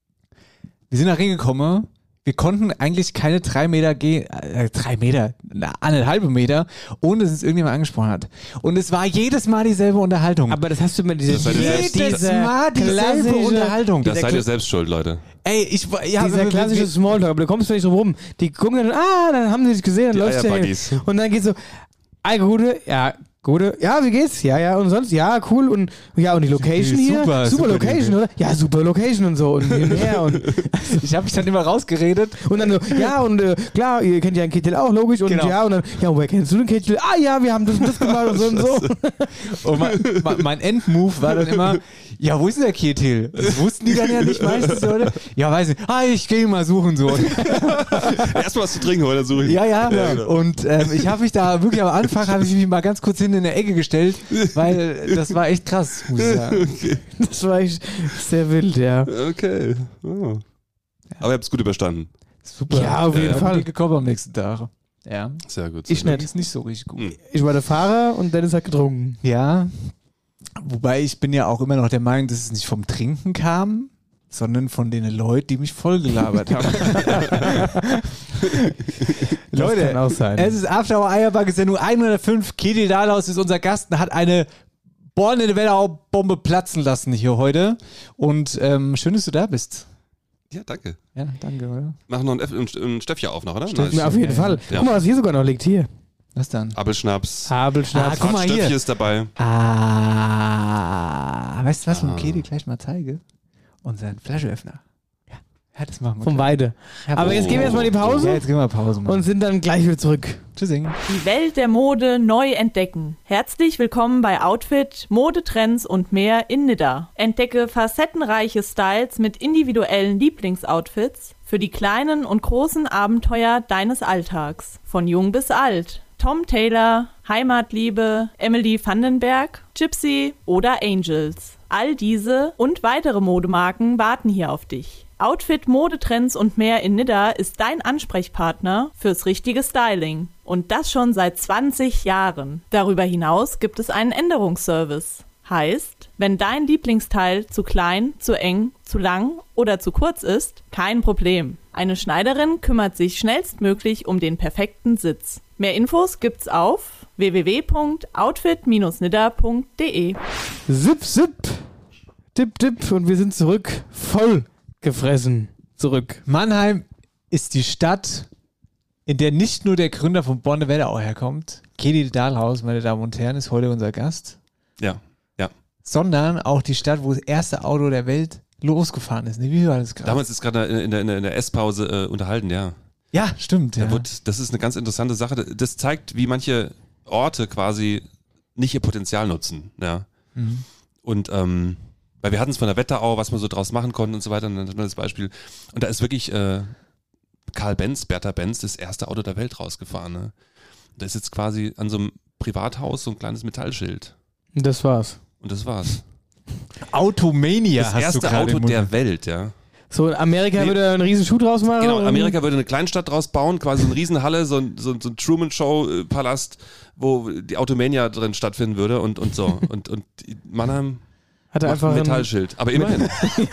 Wir sind da reingekommen, wir konnten eigentlich keine drei Meter gehen, äh, drei Meter, na, anderthalb Meter, ohne dass uns irgendjemand angesprochen hat. Und es war jedes Mal dieselbe Unterhaltung. Aber das hast du immer diese, Das seid ihr jedes selbst- Mal dieselbe Unterhaltung. Das seid ihr selbst schuld, Leute. Ey, ich ja, dieser wir- klassische wir- Smalltalk, aber da kommst du nicht drum rum. Die gucken dann, ah, dann haben sie dich gesehen, dann Die läufst du ja hin. Eierbuggies. Und dann geht's so, ey, Gute, ja, Gute, ja, wie geht's? Ja, ja, und sonst, ja, cool. Und ja, und die Location Die- hier? super, Super, super Location, Idee. oder? Ja, super Location und so. Und hin und her. Und, Ich habe mich dann immer rausgeredet. und dann so, ja, und äh, klar, ihr kennt ja einen Kittel auch, logisch. Und Genau. ja, und dann, ja, woher kennst du den Kittel? Ah, ja, wir haben das und das gemacht und so und so. Und mein, mein, mein Endmove war dann immer, ja, wo ist denn der Ketil? Das wussten die dann ja nicht meistens, Leute. Ja, weiß nicht. Ah, ich gehe ihn mal suchen, so. Erstmal was zu trinken, oder suche ich. Ja, ja. Ja, genau. Und ähm, ich habe mich da wirklich am Anfang, habe ich mich mal ganz kurz hinten in der Ecke gestellt, weil das war echt krass, muss ich sagen. Okay. Das war echt sehr wild, ja. okay. Oh. Aber ihr habt es gut überstanden. Super. Ja, auf jeden Äh, Fall. bin gekommen am nächsten Tag. Ja. Sehr gut. Ich sehr nicht. Das ist nicht so richtig gut. Hm. Ich war der Fahrer und Dennis hat getrunken. Ja. Wobei ich bin ja auch immer noch der Meinung, dass es nicht vom Trinken kam, sondern von den Leuten, die mich vollgelabert haben. Leute, kann auch sein. es ist After Hour Eierbach, Sendung hundertfünf. Ketil Dahlaus ist unser Gast und hat eine Born in der Wetterau-Bombe platzen lassen hier heute. Und ähm, schön, dass du da bist. Ja, danke. Ja, danke, oder? Machen noch ein, F- ein, ein Steffchen auf noch, oder? Stimmt mir auf jeden ja, Fall. ja. Guck mal, was hier sogar noch liegt. Hier. Was dann? Abelschnaps. Habelschnaps. Ah, guck mal hier. Stöffchen ist dabei. Ah, weißt du was, Ah. wenn Ketil gleich mal zeige? Unseren Flascheöffner. Ja, das machen wir. Vom Weide. Ja, Aber jetzt gehen wir erstmal in die Pause. Ja, jetzt gehen wir Pause machen. Und sind dann gleich wieder zurück. Tschüssing. Die Welt der Mode neu entdecken. Herzlich willkommen bei Outfit, Modetrends und mehr in Nidda. Entdecke facettenreiche Styles mit individuellen Lieblingsoutfits für die kleinen und großen Abenteuer deines Alltags. Von jung bis alt. Tom Taylor, Heimatliebe, Emily Vandenberg, Gypsy oder Angels. All diese und weitere Modemarken warten hier auf dich. Outfit, Modetrends und mehr in Nidda ist dein Ansprechpartner fürs richtige Styling. Und das schon seit zwanzig Jahren. Darüber hinaus gibt es einen Änderungsservice. Heißt, wenn dein Lieblingsteil zu klein, zu eng, zu lang oder zu kurz ist, kein Problem. Eine Schneiderin kümmert sich schnellstmöglich um den perfekten Sitz. Mehr Infos gibt's auf w w w punkt outfit Bindestrich nidda punkt de. Zip, zip. Tipp, tipp. Und wir sind zurück. Voll gefressen. Zurück. Mannheim ist die Stadt, in der nicht nur der Gründer von Born Wetterau herkommt. Kedi Dahlhaus, meine Damen und Herren, ist heute unser Gast. Ja, ja. Sondern auch die Stadt, wo das erste Auto der Welt losgefahren ist. Wie war das gerade? Damals ist gerade in der, in der, in der Esspause äh, unterhalten, ja. Ja, stimmt. Da Ja. wird, das ist eine ganz interessante Sache. Das zeigt, wie manche Orte quasi nicht ihr Potenzial nutzen. Ja. Mhm. Und ähm, weil wir hatten es von der Wetterau, was man so draus machen konnte und so weiter, und dann hat man das Beispiel. Und da ist wirklich äh, Karl Benz, Bertha Benz, das erste Auto der Welt rausgefahren. Ne? Da ist jetzt quasi an so einem Privathaus so ein kleines Metallschild. Das war's. Und das war's. Automania Das hast erste du gerade Auto im Mund. der Welt, ja. So, in Amerika Nee. würde er einen riesen Schuh draus machen. Genau, und- Amerika würde eine Kleinstadt draus bauen, quasi so eine Riesenhalle, so ein, so ein, so ein Truman-Show-Palast, wo die Automania drin stattfinden würde und, und so. Und, und Mannheim Hat er macht einfach ein ein, Metallschild. Aber immerhin.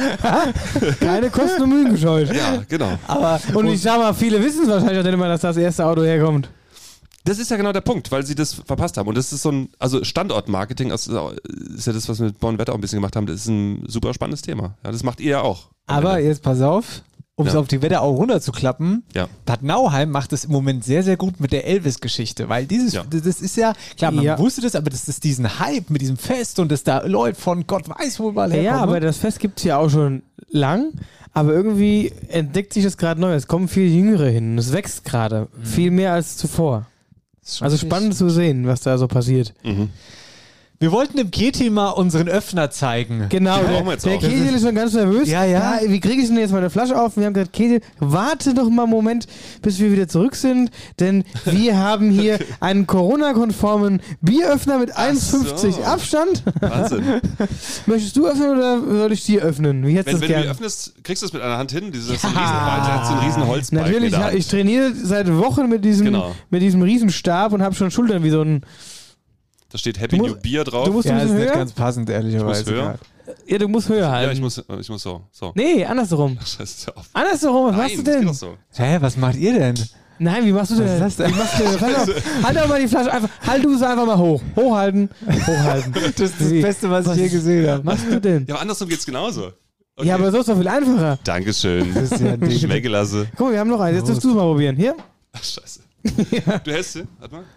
keine Kosten und Mühen gescheut. Ja, genau. Aber Und ich sag mal, viele wissen es wahrscheinlich auch nicht immer, dass das erste Auto herkommt. Das ist ja genau der Punkt, weil sie das verpasst haben. Und das ist so ein, also Standortmarketing, das ist ja das, was wir mit Born Wetter auch ein bisschen gemacht haben, das ist ein super spannendes Thema. Ja, das macht ihr ja auch. Aber jetzt pass auf, um es Ja. auf die Wetterau runterzuklappen. Ja. Bad Nauheim macht es im Moment sehr, sehr gut mit der Elvis-Geschichte, weil dieses, Ja. das ist ja, klar, man Ja. wusste das, aber das ist diesen Hype mit diesem Fest und dass da Leute von Gott weiß wo mal herkommen. Ja, aber das Fest gibt es ja auch schon lang. Aber irgendwie entdeckt sich das gerade neu. Es kommen viel Jüngere hin. Es wächst gerade. Viel mehr als zuvor. ist schon Also richtig. spannend zu sehen, was da so passiert. Mhm. Wir wollten im G-Team mal unseren Öffner zeigen. Genau, Den der, brauchen wir jetzt der auch. Kedel ist schon ganz nervös. Ja, ja. Wie kriege ich denn jetzt meine Flasche auf? Und wir haben gesagt, Kedel, warte doch mal einen Moment, bis wir wieder zurück sind, denn wir haben hier einen Corona-konformen Bieröffner mit eins Komma fünfzig so. Abstand. Wahnsinn. Möchtest du öffnen oder soll ich dir öffnen? Wie hättest Wenn, du wenn es du die gern? öffnest, kriegst du es mit einer Hand hin. Dieses ja. so ein riesen, der hat so einen riesen Holzbalken Natürlich, in der ja, Hand. ich trainiere seit Wochen mit diesem, Genau. mit diesem Riesenstab und habe schon Schultern wie so ein... Da steht Happy Du New musst- Beer drauf. du musst Ja, ein ist bisschen nicht höher? ganz passend, ehrlicherweise. Ich muss höher? gerade. Ja, du musst höher halten. ja, ich muss, ich muss so. so. Nee, andersrum. Scheiße, hör auf. Andersrum, was Nein, machst du das geht denn? doch so. Hä, was macht ihr denn? Nein, wie machst du Was denn? ist das denn? Wie machst du denn? Halt doch, halt doch mal die Flasche einfach. Halt du es einfach mal hoch. Hochhalten. Hochhalten. Das ist das Wie? Beste, was, ich je gesehen habe. Was machst du denn? Ja, aber andersrum geht's genauso. Okay. Ja, aber so ist doch viel einfacher. Dankeschön. Das ist ja ein Ding. Schmeckelasse. Guck mal, wir haben noch eins. Jetzt darfst du es mal probieren. Hier. Ach, scheiße. Du hältst sie? Warte mal.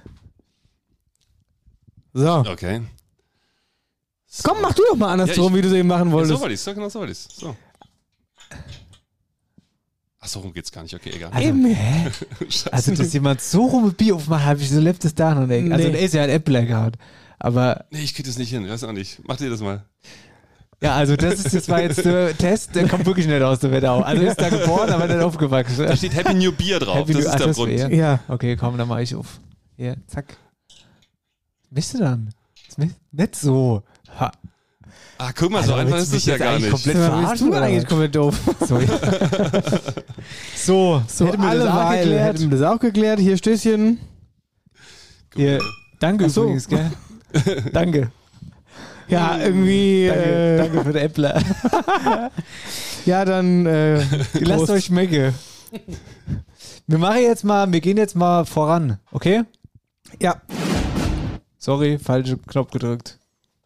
So. Okay. Komm, mach du doch mal andersrum, Ja, ich- wie du es eben machen Ja, so wolltest. war dies, so genau so war dies. So. Ach, so rum geht's gar nicht. Okay, egal. Also, Eben. hä? Scheiße. Also, dass jemand so rum mit Bier aufmacht, habe ich so lebt es da noch nicht. Also, Nee. der ist ja ein Apple gehabt. Aber, Nee, ich krieg das nicht hin. Ich weiß auch nicht. Macht ihr das mal. ja, also, das ist, das war jetzt der Test, der kommt wirklich nicht aus der Wetterau. Also, ist da geboren, aber nicht aufgewachsen. Da steht Happy New Beer drauf. Happy das New- ist ach, der das Grund. wär- Ja. Okay, komm, dann mach ich auf. Hier, zack. Was bist du dann? Das ist nicht so. Ha. Ah, guck mal, so Alter, einfach willst ist du es mich ja jetzt gar eigentlich nicht. komplett Bist verarschen, du oder eigentlich was? komplett doof. So, so, so Hätten wir alle das auch Wahl geklärt. Hätten wir das auch geklärt. Hier Stößchen. Hier, danke Ach so. übrigens, gell? Danke. Ja, irgendwie. Danke, Äh, danke für den Äppler. Ja, dann. Äh, Lasst Prost. euch schmecken. Wir machen jetzt mal, wir gehen jetzt mal voran, okay? Ja. Sorry, falscher Knopf gedrückt.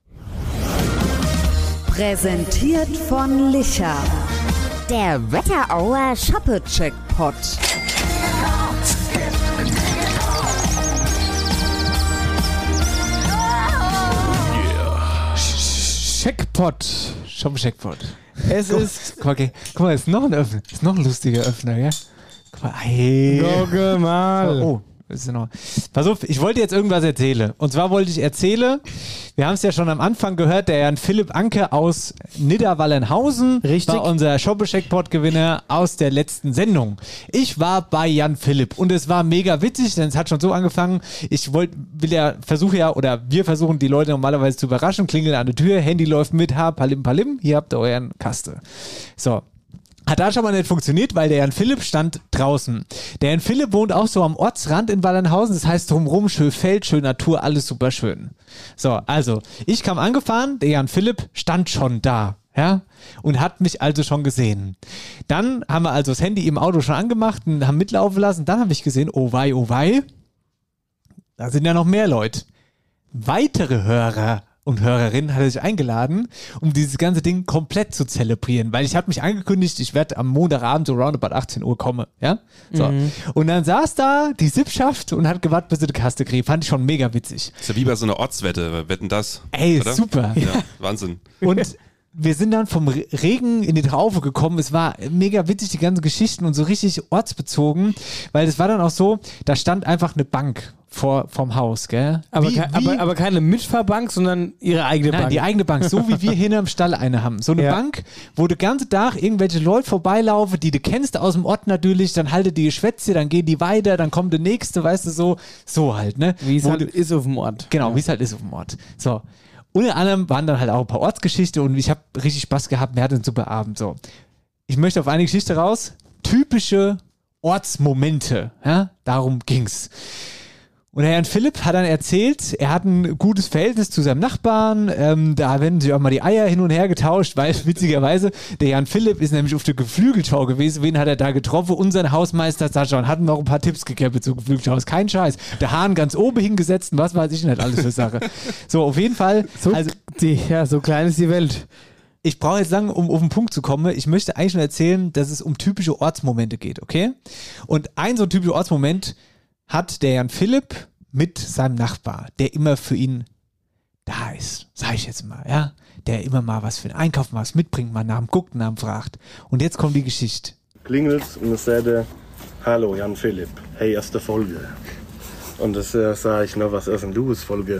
Präsentiert von Licher. Der Wetterauer Shoppe-Checkpot. Checkpot. Shop-Checkpot. Es ist... Guck mal, okay. Guck mal, ist noch ein Öffner. Ist noch ein lustiger Öffner, ja? Guck mal, hey. Guck mal. Oh. Ist noch. Pass auf, ich wollte jetzt irgendwas erzählen. Und zwar wollte ich erzählen, wir haben es ja schon am Anfang gehört, der Jan Philipp Anke aus Nidda-Wallenhausen Richtig. war unser Shoppecheck-Pod-Gewinner aus der letzten Sendung. Ich war bei Jan Philipp und es war mega witzig, denn es hat schon so angefangen, ich wollte, will ja, versuche ja, oder wir versuchen die Leute normalerweise zu überraschen, klingeln an der Tür, Handy läuft mit, ha, palim, palim, hier habt ihr euren Kaste. So. Hat da schon mal nicht funktioniert, weil der Jan Philipp stand draußen. Der Jan Philipp wohnt auch so am Ortsrand in Wallenhausen, das heißt drumherum schön Feld, schön Natur, alles super schön. So, also, ich kam angefahren, der Jan Philipp stand schon da, ja, und hat mich also schon gesehen. Dann haben wir also das Handy im Auto schon angemacht und haben mitlaufen lassen, dann habe ich gesehen, oh wei, oh wei, da sind ja noch mehr Leute. Weitere Hörer und Hörerin hat er sich eingeladen, um dieses ganze Ding komplett zu zelebrieren, weil ich habe mich angekündigt, ich werde am Montagabend so roundabout achtzehn Uhr kommen, ja, so. Mhm. Und dann saß da die Sippschaft und hat gewartet, bis sie die Kaste kriegt, fand ich schon mega witzig. Ist ja wie bei so einer Ortswette, wetten das? Ey, oder? Super. Ja, Wahnsinn. Und wir sind dann vom Regen in die Traufe gekommen. Es war mega witzig, die ganzen Geschichten und so richtig ortsbezogen, weil es war dann auch so, da stand einfach eine Bank vor vom Haus, gell? Aber, wie, ke- wie, aber, aber keine Mitfahrbank, sondern ihre eigene nein, Bank. die eigene Bank, so wie wir hinterm Stall eine haben. So eine Ja. Bank, wo den ganzen Tag irgendwelche Leute vorbeilaufen, die du kennst aus dem Ort natürlich, dann haltet die Geschwätze, dann gehen die weiter, dann kommt der nächste, weißt du, so, so halt, ne? Wie es Wo halt du- ist auf dem Ort. Genau, Ja. wie es halt ist auf dem Ort. So. Unter anderem waren dann halt auch ein paar Ortsgeschichten und ich habe richtig Spaß gehabt. Wir hatten einen super Abend. So. Ich möchte auf eine Geschichte raus. Typische Ortsmomente. Ja? Darum ging's. Und der Jan Philipp hat dann erzählt, er hat ein gutes Verhältnis zu seinem Nachbarn, ähm, da werden sich auch mal die Eier hin und her getauscht, weil witzigerweise der Jan Philipp ist nämlich auf der Geflügelschau gewesen. Wen hat er da getroffen? Unseren Hausmeister Sascha und hatten noch ein paar Tipps gegeben zur Geflügelschau. Ist kein Scheiß. Der Hahn ganz oben hingesetzt und was weiß ich nicht alles für Sache. So, auf jeden Fall. So, Also, die, ja, so klein ist die Welt. ich brauche jetzt lang, um auf den Punkt zu kommen. Ich möchte eigentlich nur erzählen, dass es um typische Ortsmomente geht, okay? Und ein so typischer Ortsmoment hat der Jan Philipp mit seinem Nachbar, der immer für ihn da ist, sag ich jetzt mal, ja? Der immer mal was für den Einkauf was mitbringt, mal nach dem guckt, nach dem fragt. Und jetzt kommt die Geschichte. Klingelt's und es sagte, hallo Jan Philipp, hey, erste Folge. Und das äh, sag ich, na was ist denn du, Folge?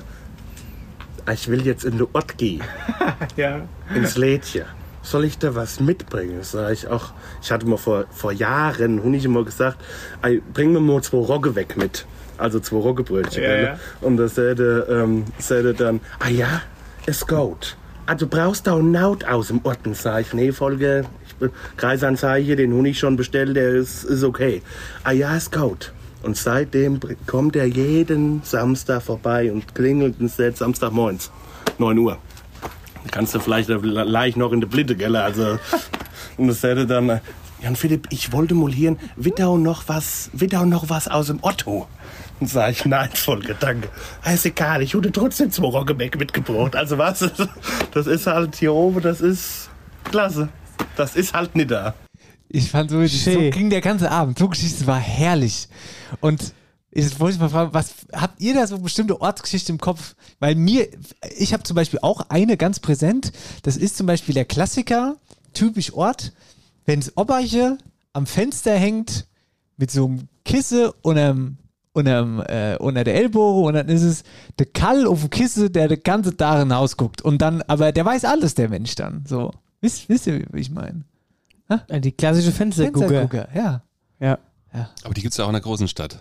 Ich will jetzt in den Ort gehen, Ja. ins Lädchen. Soll ich da was mitbringen? Sag ich auch, ich hatte mal vor, vor Jahren, hab ich immer gesagt, ey, bring mir mal zwei Rogge weg mit. Also zwei Roggebrötchen. Ja, ne? ja. Und das sagte, ähm, sagte dann, ah ja, ist gut. Also du brauchst da einen Naut aus dem Orten, sag ich. Nee, Folge, ich bin Kreisanzeige, den Hund ich schon bestellt, der ist, ist okay. Ah ja, ist gut. Und seitdem br- kommt er jeden Samstag vorbei und klingelt und sagt Samstagmorgens, neun Uhr. Kannst du vielleicht leicht noch in der Blitte, gell? Also, und das sagte dann, äh, Jan Philipp, ich wollte mal hier, wird da noch was, wird da noch was aus dem Otto? Und sag ich, nein, Folge, danke. Ist egal, ich wurde trotzdem zwei Roggebeck mitgebracht. Also was, das ist halt hier oben, das ist klasse. Das ist halt nicht da. Ich fand so, so Schön. ging der ganze Abend. So Geschichte war herrlich. Und ich wollte mal fragen, was habt ihr da so bestimmte Ortsgeschichte im Kopf? Weil mir, ich habe zum Beispiel auch eine ganz präsent. Das ist zum Beispiel der Klassiker, typisch Ort, wenn es Oberche am Fenster hängt mit so einem Kissen und einem, und einem, äh, unter der Ellbogen und dann ist es der Kall auf dem Kissen, der den ganzen Tag hinausguckt. Und dann, aber der weiß alles, der Mensch dann. So. Wisst, wisst ihr, wie ich meine? Die klassische Fenstergucker. Fenstergucker, ja. Ja. Aber die gibt es ja auch in der großen Stadt.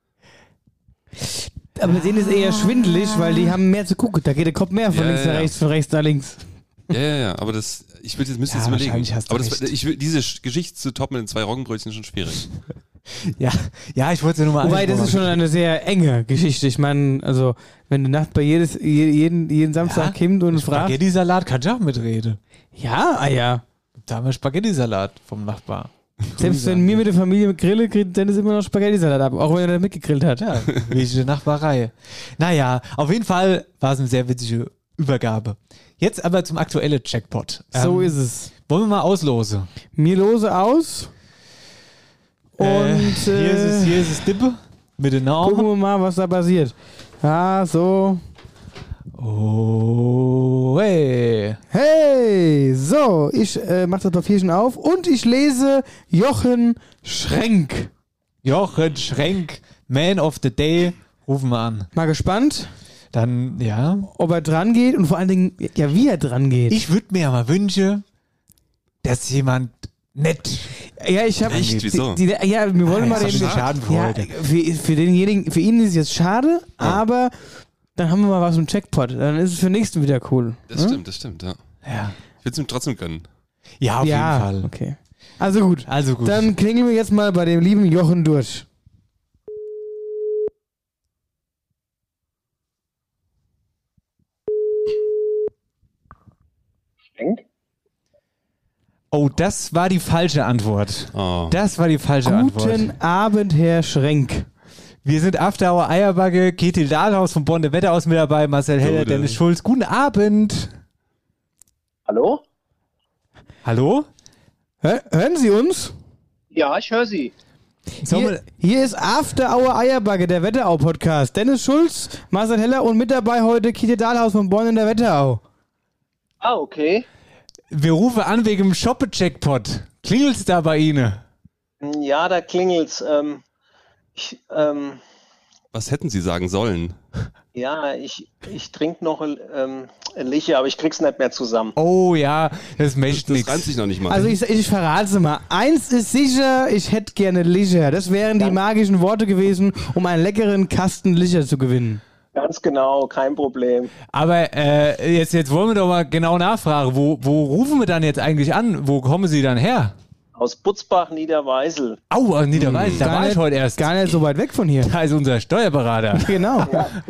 Aber mit denen ist eher schwindelig, weil die haben mehr zu gucken. Da geht der Kopf mehr von Ja, links ja, nach ja. rechts, von rechts nach links. Ja, ja, ja, aber das, ich will jetzt, müsste Ja, jetzt überlegen. wahrscheinlich hast du Aber das, recht. ich will, diese Sch- Geschichte zu toppen mit den zwei Roggenbrötchen ist schon schwierig. Ja, ja, ich wollte es nur mal Wobei, das ist schon eine sehr enge Geschichte. Ich meine, also, wenn du Nacht bei jedes, je- jeden, jeden Samstag kommt und fragt. Spaghetti-Salat kann ich auch mitreden. Ja, ah ja. Da haben wir Spaghetti-Salat vom Nachbar. Selbst wenn mir mit der Familie mit Grille kriegt, dann ist immer noch Spaghetti-Salat ab, auch wenn er da mitgegrillt hat. Ja, welche Nachbarei. Naja, auf jeden Fall war es eine sehr witzige Übergabe. Jetzt aber zum aktuellen Jackpot. So Ähm, ist es. Wollen wir mal auslosen? Mir lose aus. Und äh, hier, ist es, hier ist es Dippe mit den gucken Namen. wir mal, was da passiert. Ja, so. Oh, hey. Hey, So, ich äh, mache das Papierchen auf und ich lese Jochen Schrenk. Jochen Schrenk, Man of the Day, rufen wir an. Mal gespannt. Dann, ja. Ob er dran geht und vor allen Dingen, ja, wie er dran geht. Ich würde mir ja mal wünschen, dass jemand nett. Ja, ich habe. Echt? Wieso? Die, die, ja, wir wollen Ah, mal ja, den. Schadenfreude. Ja, für, für denjenigen, für ihn ist es jetzt schade, Ja. aber dann haben wir mal was im Jackpot. Dann ist es für den nächsten wieder cool. Das Hm? stimmt, das stimmt, ja. Ja. Ich will es ihm trotzdem gönnen. Ja, auf ja, jeden Fall. Okay. Also gut. Also gut. Dann klingeln wir jetzt mal bei dem lieben Jochen durch. Oh, das war die falsche Antwort. Oh. Das war die falsche Antwort. Guten Abend, Herr Schrenk. Wir sind After Hour Eierbagge, Ketil Dahlhaus vom Bonn der Wetter aus mit dabei, Marcel Heller, Gute. Dennis Schulz. Guten Abend. Hallo? Hallo? Hör, hören Sie uns? Ja, ich höre Sie. Hier, hier ist After Hour Eierbagge, der Wetterau-Podcast. Dennis Schulz, Marcel Heller und mit dabei heute Ketil Dahlhaus von Bonn in der Wetterau. Ah, okay. Wir rufen an wegen dem Shoppe-Jackpot. Klingelt's da bei Ihnen? Ja, da klingelt's. Ähm, ich, ähm, Was hätten Sie sagen sollen? ja, ich, ich trinke noch ähm, ein Liche, aber ich krieg's nicht mehr zusammen. Oh ja, das möchte Das nichts. reimt sich noch nicht mal. Also ich, ich verrate es mal. Eins ist sicher, ich hätte gerne Licher. Das wären die magischen Worte gewesen, um einen leckeren Kasten Licher zu gewinnen. Ganz genau, kein Problem. Aber äh, jetzt, jetzt wollen wir doch mal genau nachfragen. Wo, wo rufen wir dann jetzt eigentlich an? Wo kommen Sie dann her? Aus Butzbach, Niederweisel. Au, aus Niederweisel, da Gar war ich nicht- heute erst. Gar nicht so weit weg von hier. Da ist unser Steuerberater. Genau.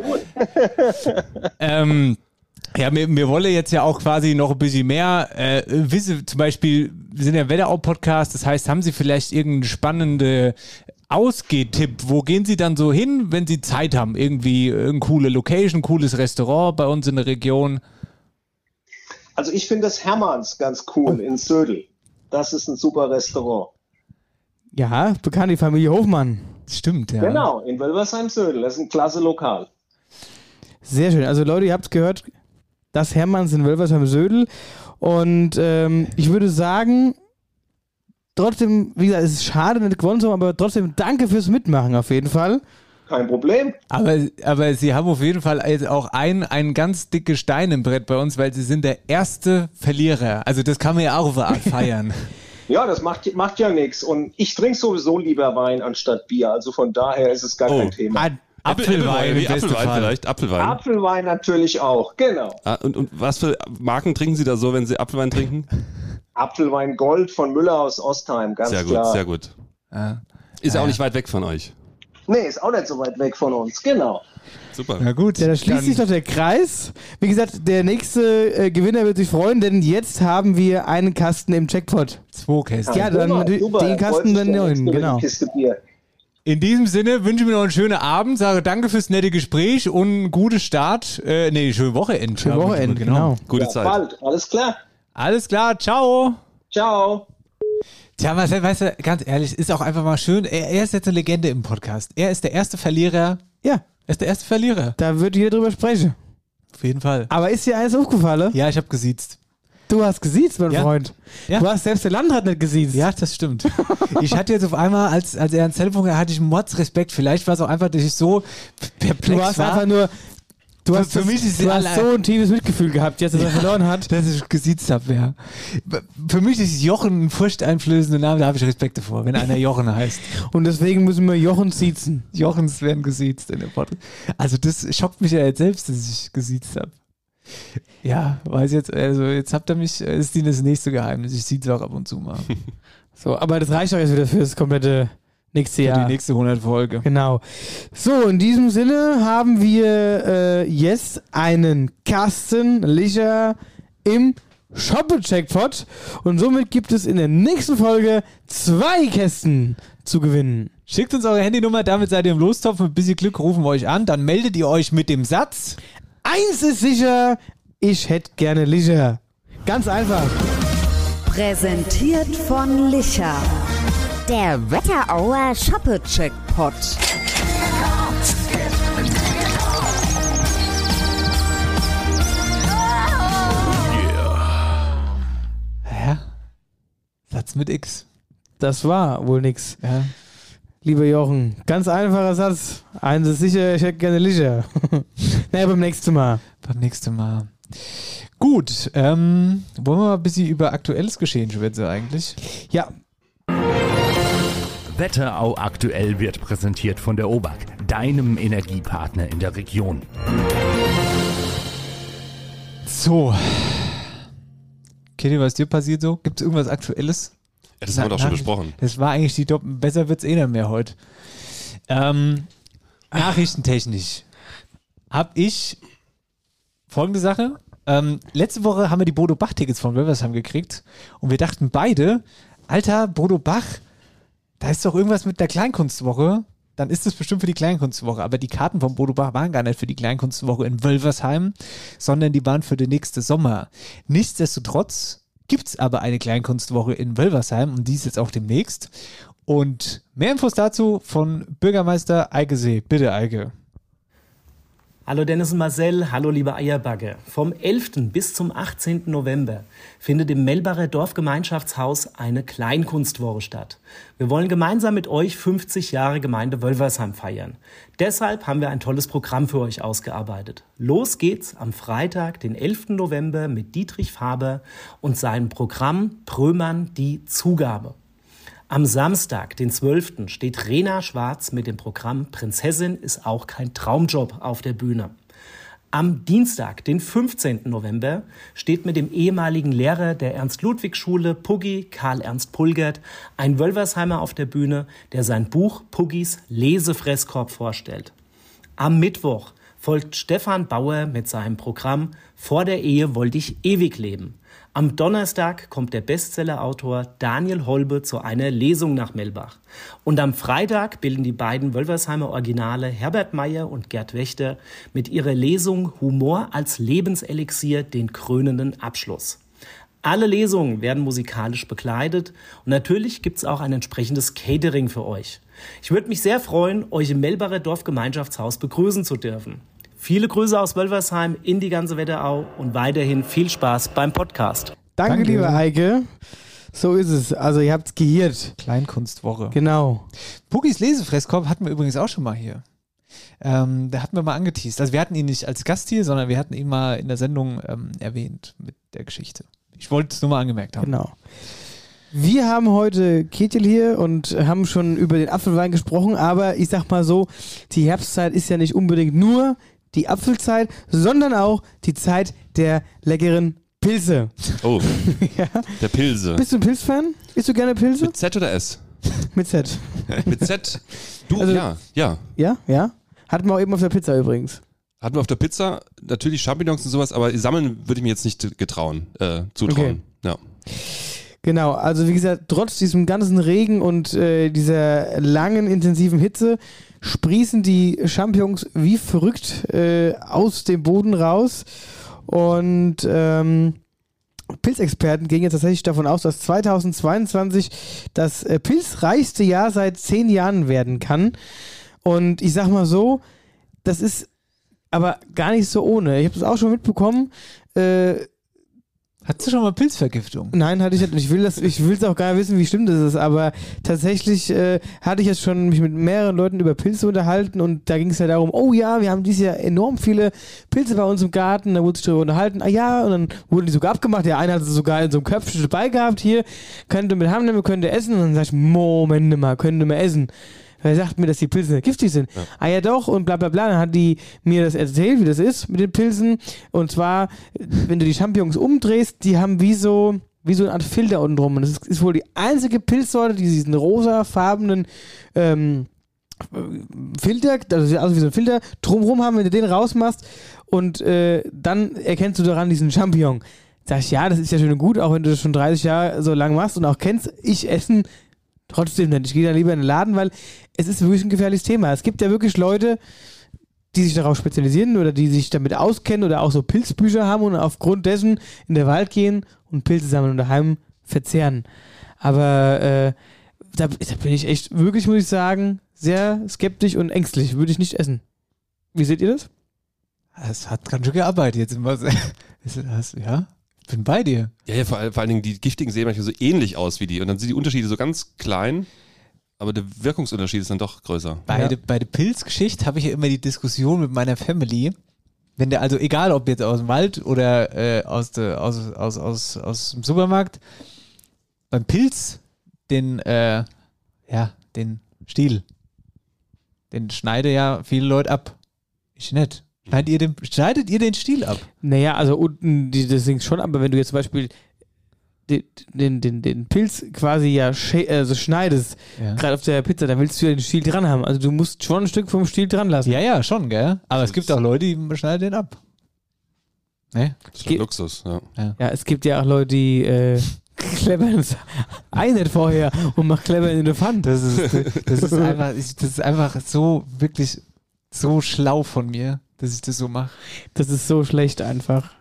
ähm, ja, wir, wir wollen jetzt ja auch quasi noch ein bisschen mehr äh, wissen. Zum Beispiel, wir sind ja Wetterau-Podcast, das heißt, haben Sie vielleicht irgendeinen spannenden Ausgehtipp? Wo gehen Sie dann so hin, wenn Sie Zeit haben? Irgendwie eine coole Location, cooles Restaurant bei uns in der Region? Also ich finde das Hermanns ganz cool in Södel. Das ist ein super Restaurant. Ja, bekannt die Familie Hofmann. Stimmt, ja. Genau, in Wölversheim-Södel. Das ist ein klasse Lokal. Sehr schön. Also Leute, ihr habt es gehört, das Hermanns in Wölversheim-Södel. Und ähm, ich würde sagen, trotzdem, wie gesagt, es ist schade, nicht gewonnen zu haben, aber trotzdem danke fürs Mitmachen auf jeden Fall. Kein Problem. Aber, aber Sie haben auf jeden Fall jetzt auch ein, ein ganz dickes Stein im Brett bei uns, weil Sie sind der erste Verlierer. Also das kann man ja auch auf eine Art feiern. Ja, das macht, macht ja nichts. Und ich trinke sowieso lieber Wein anstatt Bier. Also von daher ist es gar Oh. kein Thema. Ah, Apfelwein im wie besten Apfelwein Fall. vielleicht, Apfelwein. Apfelwein natürlich auch, genau. Ah, und, und was für Marken trinken Sie da so, wenn Sie Apfelwein trinken? Apfelwein Gold von Müller aus Ostheim, ganz Sehr gut, klar. sehr gut. Ja. Ist Ja, auch ja. nicht weit weg von euch. Nee, ist auch nicht so weit weg von uns, genau. Super. Na gut. Ja, da schließt dann- sich doch der Kreis. Wie gesagt, der nächste äh, Gewinner wird sich freuen, denn jetzt haben wir einen Kasten im Jackpot. Zwei Kästen. Ja, dann super, natürlich super. den Er freut Kasten sich dann der neuen, Nächste mit genau. der Kiste Bier. In diesem Sinne wünsche ich mir noch einen schönen Abend, sage danke fürs nette Gespräch und einen guten Start. Äh, nee, schönen Wochenende. Für Ja, Wochenende, genau. Gute Ja, Zeit. bald, alles klar. Alles klar, ciao. Ciao. Tja, Marcel, weißt du, ganz ehrlich, ist auch einfach mal schön. Er, er ist jetzt eine Legende im Podcast. Er ist der erste Verlierer. Ja, Er ist der erste Verlierer. da wird jeder drüber sprechen. Auf jeden Fall. Aber ist dir eines aufgefallen? Ja, ich habe gesiezt. Du hast gesiezt, mein Ja. Freund. Ja. Du hast selbst der Landrat nicht gesiezt. Ja, das stimmt. Ich hatte jetzt auf einmal, als, als er ans Telefon ging, hatte ich Mordsrespekt. Vielleicht war es auch einfach, dass ich so perplex Du hast war. einfach nur. Du Für- hast, für das, mich ist du die hast alle- so ein tiefes Mitgefühl gehabt, jetzt, dass er verloren hat. dass ich gesiezt habe, ja. Für mich ist Jochen ein furchteinflößender Name, da habe ich Respekt davor, wenn einer Jochen heißt. Und deswegen müssen wir Jochen siezen. Jochens werden gesiezt in dem Podcast. Also das schockt mich ja jetzt selbst, dass ich gesiezt habe. Ja, weiß jetzt, also jetzt habt ihr mich, äh, ist die das nächste Geheimnis. Ich sieze auch ab und zu mal. So, aber das reicht doch jetzt wieder für das komplette nächste Für Jahr. die nächste hundert Folge. Genau. So, in diesem Sinne haben wir äh, jetzt einen Kasten Licher im Shoppe-Jackpot und somit gibt es in der nächsten Folge zwei Kästen zu gewinnen. Schickt uns eure Handynummer, damit seid ihr im Lostopf. Mit ein bisschen Glück rufen wir euch an. Dann meldet ihr euch mit dem Satz: Eins ist sicher, ich hätte gerne Licher. Ganz einfach. Präsentiert von Licher. Der Wetterauer Shoppe-Jackpot. mit X. Das war wohl nix. Ja. Lieber Jochen, ganz einfacher Satz. Eins ist sicher, ich hätte gerne Licher. Naja, beim nächsten Mal. Beim nächsten Mal. Gut, ähm, wollen wir mal ein bisschen über aktuelles Geschehen schwätzen eigentlich? Ja. Wetterau aktuell wird präsentiert von der O B A K, deinem Energiepartner in der Region. So. Kitty, was dir passiert so? Gibt es irgendwas Aktuelles? Ja, das haben wir doch schon besprochen. Das war eigentlich die Dopp- besser wird's eh nicht mehr heute. Ähm, nachrichtentechnisch habe ich folgende Sache. Ähm, letzte Woche haben wir die Bodo Bach-Tickets von Wölversheim gekriegt und wir dachten beide, Alter, Bodo Bach, da ist doch irgendwas mit der Kleinkunstwoche. Dann ist es bestimmt für die Kleinkunstwoche. Aber die Karten von Bodo Bach waren gar nicht für die Kleinkunstwoche in Wölversheim, sondern die waren für den nächsten Sommer. Nichtsdestotrotz gibt es aber eine Kleinkunstwoche in Wölversheim und die ist jetzt auch demnächst. Und mehr Infos dazu von Bürgermeister Eike See. Bitte, Eike. Hallo Dennis und Marcel, hallo liebe Eierbagge. Vom elften bis zum achtzehnten November findet im Melbacher Dorfgemeinschaftshaus eine Kleinkunstwoche statt. Wir wollen gemeinsam mit euch fünfzig Jahre Gemeinde Wölversheim feiern. Deshalb haben wir ein tolles Programm für euch ausgearbeitet. Los geht's am Freitag, den elften November mit Dietrich Faber und seinem Programm Prömern die Zugabe. Am Samstag, den zwölften steht Rena Schwarz mit dem Programm Prinzessin ist auch kein Traumjob auf der Bühne. Am Dienstag, den fünfzehnten November, steht mit dem ehemaligen Lehrer der Ernst-Ludwig-Schule Puggi, Karl-Ernst Pulgert, ein Wölversheimer auf der Bühne, der sein Buch Puggis Lesefresskorb vorstellt. Am Mittwoch folgt Stefan Bauer mit seinem Programm Vor der Ehe wollte ich ewig leben. Am Donnerstag kommt der Bestsellerautor Daniel Holbe zu einer Lesung nach Melbach. Und am Freitag bilden die beiden Wölversheimer Originale Herbert Meyer und Gerd Wächter mit ihrer Lesung Humor als Lebenselixier den krönenden Abschluss. Alle Lesungen werden musikalisch begleitet und natürlich gibt es auch ein entsprechendes Catering für euch. Ich würde mich sehr freuen, euch im Melbacher Dorfgemeinschaftshaus begrüßen zu dürfen. Viele Grüße aus Wölversheim in die ganze Wetterau und weiterhin viel Spaß beim Podcast. Danke, Danke. Lieber Eike. So ist es. Also ihr habt es gehiert. Kleinkunstwoche. Genau. Puggis Lesefresskorb hatten wir übrigens auch schon mal hier. Ähm, da hatten wir mal angeteased. Also wir hatten ihn nicht als Gast hier, sondern wir hatten ihn mal in der Sendung ähm, erwähnt mit der Geschichte. Ich wollte es nur mal angemerkt haben. Genau. Wir haben heute Ketil hier und haben schon über den Apfelwein gesprochen, aber ich sag mal so, die Herbstzeit ist ja nicht unbedingt nur die Apfelzeit, sondern auch die Zeit der leckeren Pilze. Oh, ja. Der Pilze. Bist du ein Pilz-Fan? Isst du gerne Pilze? Mit Z oder S? Mit Z. Mit Z? Du, also, ja, ja. Ja, ja. Hatten wir auch eben auf der Pizza übrigens. Hatten wir auf der Pizza, natürlich Champignons und sowas, aber sammeln würde ich mir jetzt nicht getrauen, äh, zutrauen. Okay. Ja. Genau, also wie gesagt, trotz diesem ganzen Regen und äh, dieser langen, intensiven Hitze sprießen die Champignons wie verrückt äh, aus dem Boden raus und ähm, Pilzexperten gehen jetzt tatsächlich davon aus, dass zweitausendzweiundzwanzig das äh, pilzreichste Jahr seit zehn Jahren werden kann und ich sag mal so, das ist aber gar nicht so ohne. Ich habe das auch schon mitbekommen, äh, Hattest du schon mal Pilzvergiftung? Nein, hatte ich nicht. Ich will das, ich will es auch gar nicht wissen, wie schlimm das ist, aber tatsächlich äh, hatte ich jetzt schon mich mit mehreren Leuten über Pilze unterhalten und da ging es ja darum, oh ja, wir haben dieses Jahr enorm viele Pilze bei uns im Garten, da wurde sich darüber unterhalten, ah ja, und dann wurden die sogar abgemacht, der eine hat sie sogar in so einem Köpfchen dabei gehabt, hier, könnte mit haben, wir könnte essen und dann sag ich, Moment mal, könnte man essen. Wer sagt mir, dass die Pilze nicht giftig sind? Ja. Ah ja doch und bla bla bla. Dann hat die mir das erzählt, wie das ist mit den Pilzen. Und zwar, wenn du die Champignons umdrehst, die haben wie so, wie so eine Art Filter unten drum. Und das ist, ist wohl die einzige Pilzsorte, die diesen rosafarbenen ähm, Filter, also sieht aus wie so ein Filter, drumherum haben, wenn du den rausmachst und äh, dann erkennst du daran diesen Champignon. Sag ich, ja, das ist ja schön und gut, auch wenn du das schon dreißig Jahre so lang machst und auch kennst, ich essen trotzdem nicht. Ich gehe da lieber in den Laden, weil es ist wirklich ein gefährliches Thema. Es gibt ja wirklich Leute, die sich darauf spezialisieren oder die sich damit auskennen oder auch so Pilzbücher haben und aufgrund dessen in den Wald gehen und Pilze sammeln und daheim verzehren. Aber äh, da, da bin ich echt wirklich, muss ich sagen, sehr skeptisch und ängstlich. Würde ich nicht essen. Wie seht ihr das? Es hat ganz schön gearbeitet jetzt immer. Ja? Bin bei dir. Ja, ja, vor, vor allen Dingen die giftigen sehen manchmal so ähnlich aus wie die und dann sind die Unterschiede so ganz klein, aber der Wirkungsunterschied ist dann doch größer. Bei, ja. de, bei der Pilzgeschichte habe ich ja immer die Diskussion mit meiner Family, wenn der, also egal ob jetzt aus dem Wald oder äh, aus, de, aus, aus, aus, aus dem Supermarkt, beim Pilz den, äh, ja, den Stiel, den schneide ja viele Leute ab. Ich nicht. Schneidet ihr den, schneidet ihr den Stiel ab? Naja, also unten die, das Ding schon, aber wenn du jetzt zum Beispiel den, den, den, den Pilz quasi ja also schneidest, ja. gerade auf der Pizza, dann willst du ja den Stiel dran haben. Also du musst schon ein Stück vom Stiel dran lassen. Ja, ja, schon, gell? Aber das es gibt auch Leute, die schneiden den ab. Ne? Das ist schon Luxus, ja. ja. Ja, es gibt ja auch Leute, die äh, clever ins Ei nicht vorher und macht clever in den Pfanne. Das ist, das ist einfach, das ist einfach so wirklich so schlau von mir, dass ich das so mache. Das ist so schlecht einfach.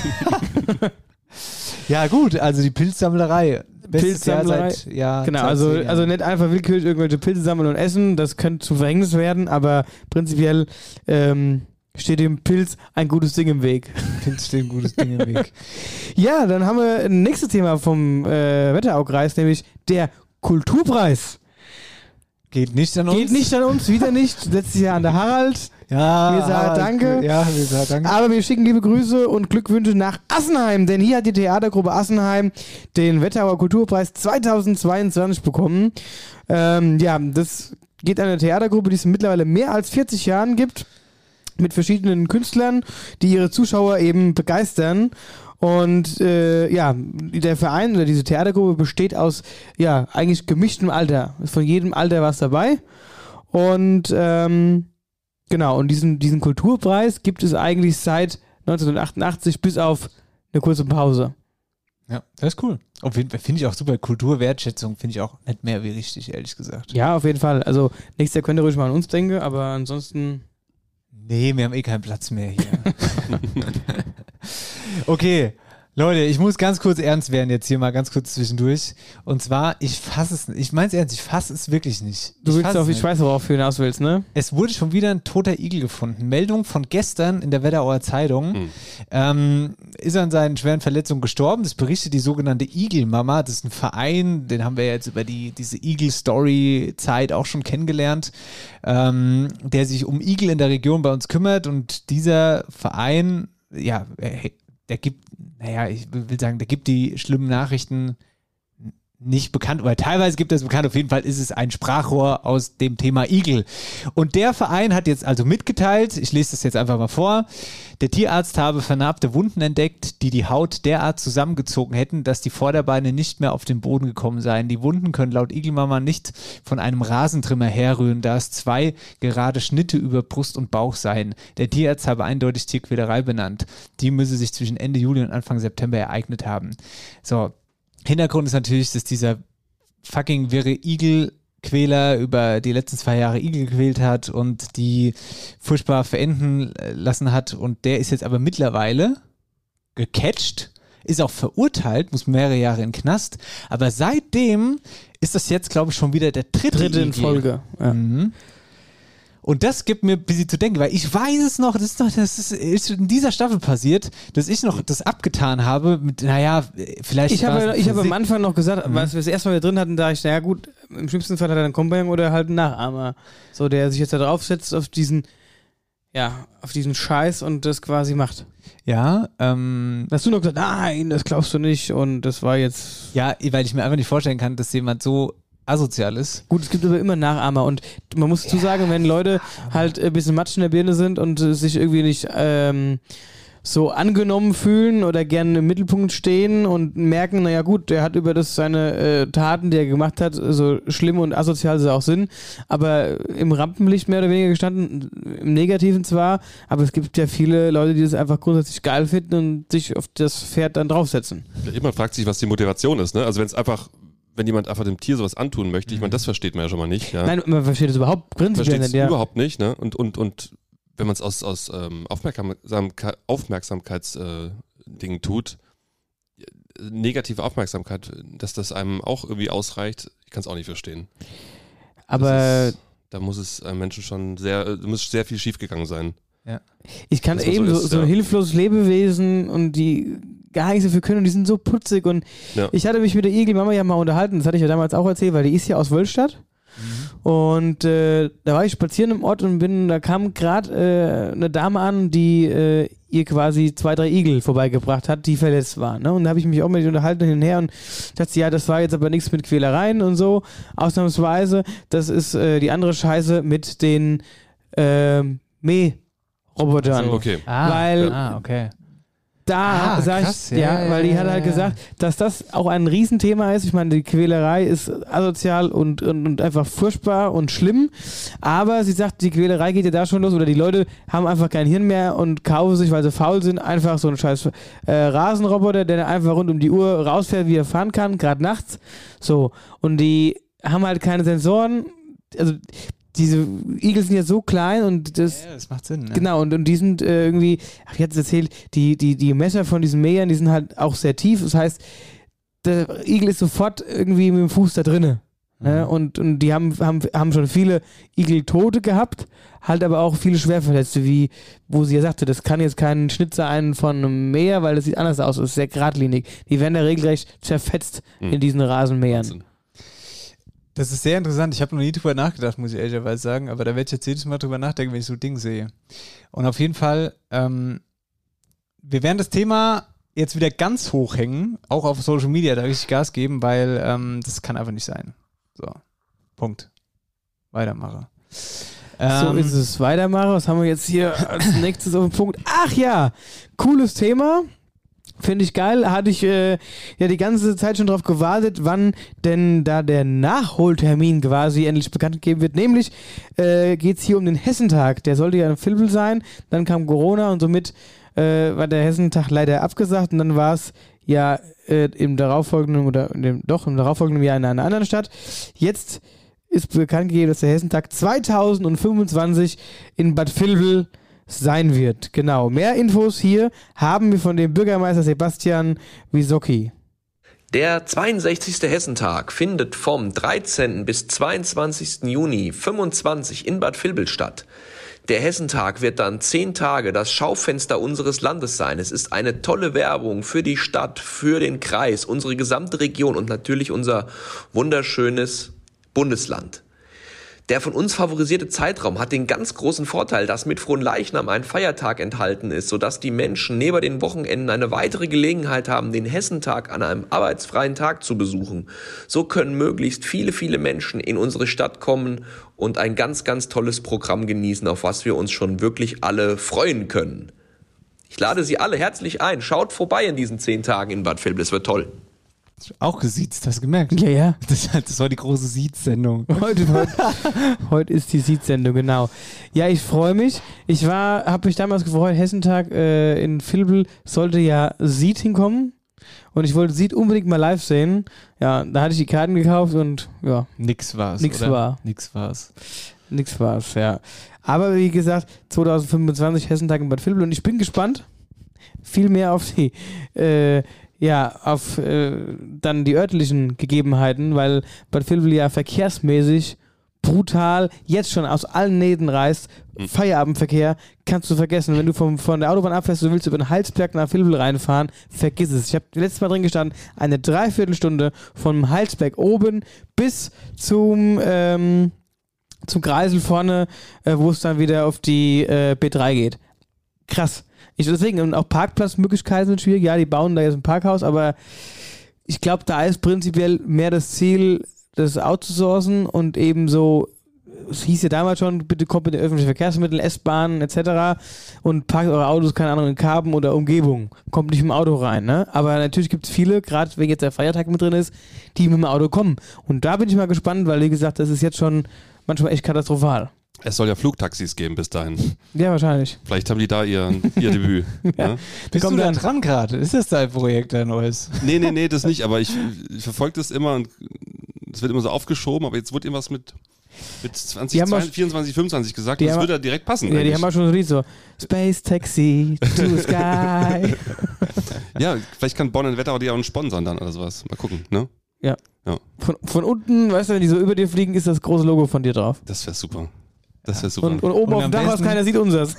Ja gut, also die Pilzsammlerei. Pilzsammlerei. Seit, ja, genau, also, also nicht einfach willkürlich irgendwelche Pilze sammeln und essen, das könnte zum Verhängnis werden, aber prinzipiell ähm, steht dem Pilz ein gutes Ding im Weg. Pilz steht ein gutes Ding im Weg. Ja, dann haben wir ein nächstes Thema vom äh, Wetteraukreis, nämlich der Kulturpreis. Geht nicht an uns. Geht nicht an uns, wieder nicht. Letztes Jahr an der Harald. Ja, wir sagen danke. Ja, wir sagen danke. Aber wir schicken liebe Grüße und Glückwünsche nach Assenheim, denn hier hat die Theatergruppe Assenheim den Wetterauer Kulturpreis zweitausendzweiundzwanzig bekommen. Ähm, ja, das geht an eine Theatergruppe, die es mittlerweile mehr als vierzig Jahren gibt, mit verschiedenen Künstlern, die ihre Zuschauer eben begeistern. Und äh, ja, der Verein oder diese Theatergruppe besteht aus ja eigentlich gemischtem Alter. Ist von jedem Alter was dabei. Und ähm, genau, und diesen, diesen Kulturpreis gibt es eigentlich seit neunzehnhundertachtundachtzig bis auf eine kurze Pause. Ja, das ist cool. Auf jeden Fall finde ich auch super. Kulturwertschätzung finde ich auch nicht mehr wie richtig, ehrlich gesagt. Ja, auf jeden Fall. Also nächstes Jahr könnt ihr ruhig mal an uns denken, aber ansonsten... Nee, wir haben eh keinen Platz mehr hier. Okay, Leute, ich muss ganz kurz ernst werden jetzt hier mal ganz kurz zwischendurch. Und zwar, ich fasse es nicht. Ich meine es ernst, ich fasse es wirklich nicht. Du ich willst auf, ich weiß, worauf du hinaus willst, ne? Es wurde schon wieder ein toter Igel gefunden. Meldung von gestern in der Wetterauer Zeitung. Mhm. Ähm, ist an seinen schweren Verletzungen gestorben. Das berichtet die sogenannte Igelmama. Das ist ein Verein, den haben wir jetzt über die, diese Igel-Story-Zeit auch schon kennengelernt, ähm, der sich um Igel in der Region bei uns kümmert. Und dieser Verein, ja, der gibt, naja, ich will sagen, der gibt die schlimmen Nachrichten nicht bekannt, oder teilweise gibt er es bekannt, auf jeden Fall ist es ein Sprachrohr aus dem Thema Igel. Und der Verein hat jetzt also mitgeteilt, ich lese das jetzt einfach mal vor, der Tierarzt habe vernarbte Wunden entdeckt, die die Haut derart zusammengezogen hätten, dass die Vorderbeine nicht mehr auf den Boden gekommen seien. Die Wunden können laut Igelmama nicht von einem Rasentrimmer herrühren, da es zwei gerade Schnitte über Brust und Bauch seien. Der Tierarzt habe eindeutig Tierquälerei benannt. Die müsse sich zwischen Ende Juli und Anfang September ereignet haben. So, Hintergrund ist natürlich, dass dieser fucking wirre Igelquäler über die letzten zwei Jahre Igel gequält hat und die furchtbar verenden lassen hat, und der ist jetzt aber mittlerweile gecatcht, ist auch verurteilt, muss mehrere Jahre in den Knast, aber seitdem ist das jetzt, glaube ich, schon wieder der dritte, dritte in Igel. Folge. Ja. Mhm. Und das gibt mir ein bisschen zu denken, weil ich weiß es noch, das ist noch, das ist, ist in dieser Staffel passiert, dass ich noch das abgetan habe mit, naja, vielleicht. Ich habe, ich habe am Anfang noch gesagt, Mhm. als wir das erste Mal wieder drin hatten, da ich, naja gut, im schlimmsten Fall hat er einen Kompagnon oder halt einen Nachahmer. So, der sich jetzt da draufsetzt auf diesen, ja, auf diesen Scheiß und das quasi macht. Ja, ähm. Hast du noch gesagt, nein, das glaubst du nicht, und das war jetzt. Ja, weil ich mir einfach nicht vorstellen kann, dass jemand so asozial ist. Gut, es gibt aber immer Nachahmer, und man muss dazu sagen, wenn Leute halt ein bisschen Matsch in der Birne sind und äh, sich irgendwie nicht ähm, so angenommen fühlen oder gerne im Mittelpunkt stehen und merken, naja gut, der hat über das seine äh, Taten, die er gemacht hat, so schlimm und asozial sie auch sind, aber im Rampenlicht mehr oder weniger gestanden, im Negativen zwar, aber es gibt ja viele Leute, die das einfach grundsätzlich geil finden und sich auf das Pferd dann draufsetzen. Ja, man fragt sich, was die Motivation ist, ne? Also wenn es einfach wenn jemand einfach dem Tier sowas antun möchte, ich meine, das versteht man ja schon mal nicht. Ja. Nein, man versteht es überhaupt prinzipiell nicht. Ja. Überhaupt nicht, ne? Und, und, und wenn man es aus, aus ähm, Aufmerksamkeit, Aufmerksamkeitsdingen äh, tut, negative Aufmerksamkeit, dass das einem auch irgendwie ausreicht, ich kann es auch nicht verstehen. Aber ist, da muss es einem Menschen schon sehr, da muss sehr viel schiefgegangen sein. Ja. Ich kann dass eben so, so, ist, so ein ja. hilfloses Lebewesen und die gar nichts dafür können und die sind so putzig und Ja. ich hatte mich mit der Igelmama ja mal unterhalten, das hatte ich ja damals auch erzählt, weil die ist ja aus Wölstadt. Und äh, da war ich spazieren im Ort und bin, da kam gerade äh, eine Dame an, die äh, ihr quasi zwei, drei Igel vorbeigebracht hat, die verletzt waren. Ne? Und da habe ich mich auch mit ihr unterhalten hin und her und dachte, sie, ja, das war jetzt aber nichts mit Quälereien und so, ausnahmsweise. Das ist äh, die andere Scheiße mit den äh, Mährobotern. Also, okay. Ah, Weil ah, okay. da Ah, sag krass, ich, ja, ja, weil die ja, hat halt ja. gesagt, dass das auch ein Riesenthema ist. Ich meine, die Quälerei ist asozial und, und, und einfach furchtbar und schlimm. Aber sie sagt, die Quälerei geht ja da schon los oder die Leute haben einfach kein Hirn mehr und kaufen sich, weil sie faul sind, einfach so einen scheiß äh, Rasenroboter, der einfach rund um die Uhr rausfährt, wie er fahren kann, gerade nachts. So. Und die haben halt keine Sensoren. Also diese Igel sind ja so klein und das, Ja, das macht Sinn. Ne? genau, und, und die sind äh, irgendwie, ach, ich hatte es erzählt, die, die, die Messer von diesen Mähern, die sind halt auch sehr tief. Das heißt, der Igel ist sofort irgendwie mit dem Fuß da drinne. Ne? Und, und die haben, haben, haben schon viele Igeltote gehabt, halt aber auch viele Schwerverletzte, wie, wo sie ja sagte, das kann jetzt kein Schnitt sein von einem Mäher, weil das sieht anders aus, das ist sehr geradlinig. Die werden da regelrecht zerfetzt Mhm. in diesen Rasenmähern. Wahnsinn. Das ist sehr interessant. Ich habe noch nie drüber nachgedacht, muss ich ehrlicherweise sagen, aber da werde ich jetzt jedes Mal drüber nachdenken, wenn ich so ein Ding sehe. Und auf jeden Fall, ähm, wir werden das Thema jetzt wieder ganz hoch hängen, auch auf Social Media, da richtig Gas geben, weil ähm, das kann einfach nicht sein. So, Punkt. Weitermache. So Ähm, ist es. Weitermachen. Was haben wir jetzt hier als nächstes auf dem Punkt? Ach ja, cooles Thema. Finde ich geil. Hatte ich äh, ja die ganze Zeit schon drauf gewartet, wann denn da der Nachholtermin quasi endlich bekannt gegeben wird. Nämlich äh, geht es hier um den Hessentag. Der sollte ja in Vilbel sein. Dann kam Corona und somit äh, war der Hessentag leider abgesagt. Und dann war es ja äh, im darauffolgenden oder in dem, doch im darauffolgenden Jahr in einer anderen Stadt. Jetzt ist bekannt gegeben, dass der Hessentag zweitausendfünfundzwanzig in Bad Vilbel sein wird. Genau. Mehr Infos hier haben wir von dem Bürgermeister Sebastian Wisocki. Der zweiundsechzigste Hessentag findet vom dreizehnten bis zweiundzwanzigsten Juni fünfundzwanzig in Bad Vilbel statt. Der Hessentag wird dann zehn Tage das Schaufenster unseres Landes sein. Es ist eine tolle Werbung für die Stadt, für den Kreis, unsere gesamte Region und natürlich unser wunderschönes Bundesland. Der von uns favorisierte Zeitraum hat den ganz großen Vorteil, dass mit Fronleichnam ein Feiertag enthalten ist, sodass die Menschen neben den Wochenenden eine weitere Gelegenheit haben, den Hessentag an einem arbeitsfreien Tag zu besuchen. So können möglichst viele, viele Menschen in unsere Stadt kommen und ein ganz, ganz tolles Programm genießen, auf was wir uns schon wirklich alle freuen können. Ich lade Sie alle herzlich ein. Schaut vorbei in diesen zehn Tagen in Bad Vilbel. Es wird toll. auch gesiezt, hast du gemerkt? Ja, ja. Das, das war die große Siez-Sendung. Heute, heute, heute ist die Siez-Sendung, genau. Ja, ich freue mich. Ich war, habe mich damals gefreut, Hessentag äh, in Vilbel sollte ja Siet hinkommen. Und ich wollte Siet unbedingt mal live sehen. Ja, da hatte ich die Karten gekauft und ja. Nix war's. Nix oder? war. Nix war's. Nix war's, ja. Aber wie gesagt, zweitausendfünfundzwanzig Hessentag in Bad Vilbel und ich bin gespannt. Viel mehr auf die, äh, ja, auf äh, dann die örtlichen Gegebenheiten, weil Bad Vilbel ja verkehrsmäßig brutal jetzt schon aus allen Nähten reißt. Mhm. Feierabendverkehr kannst du vergessen. Wenn du vom, von der Autobahn abfährst, du willst über den Heilsberg nach Vilbel reinfahren, vergiss es. Ich habe letztes Mal drin gestanden, eine Dreiviertelstunde vom Heilsberg oben bis zum, ähm, zum Kreisel vorne, äh, wo es dann wieder auf die äh, B drei geht. Krass. Ich, deswegen, und auch Parkplatzmöglichkeiten sind schwierig. Ja, die bauen da jetzt ein Parkhaus, aber ich glaube, da ist prinzipiell mehr das Ziel, das outzusourcen und eben so, es hieß ja damals schon, bitte kommt mit den öffentlichen Verkehrsmitteln, S-Bahnen et cetera und parkt eure Autos, keine Ahnung, in Karben oder Umgebung. Kommt nicht mit dem Auto rein, ne? Aber natürlich gibt es viele, gerade wenn jetzt der Feiertag mit drin ist, die mit dem Auto kommen. Und da bin ich mal gespannt, weil, wie gesagt, das ist jetzt schon manchmal echt katastrophal. Es soll ja Flugtaxis geben bis dahin. Ja, wahrscheinlich. Vielleicht haben die da ihr, ihr Debüt. Ja. Ne? Bist du da dran gerade? Ist das dein Projekt, dein neues? Nee, nee, nee, das nicht. Aber ich, ich verfolge das immer und es wird immer so aufgeschoben. Aber jetzt wurde irgendwas mit, mit zwanzig, vierundzwanzig, fünfundzwanzig gesagt. Das würde ja direkt passen. Ja, eigentlich. die haben auch schon so ein Lied so Space Taxi to the Sky. Ja, vielleicht kann Bonn und Wetterau die auch einen sponsern dann oder sowas. Mal gucken, ne? Ja. ja. Von, von unten, weißt du, wenn die so über dir fliegen, ist das große Logo von dir drauf. Das wäre super. Das wäre super. Und, und oben Und auf dem am Dach, was besten- keiner sieht, unseres.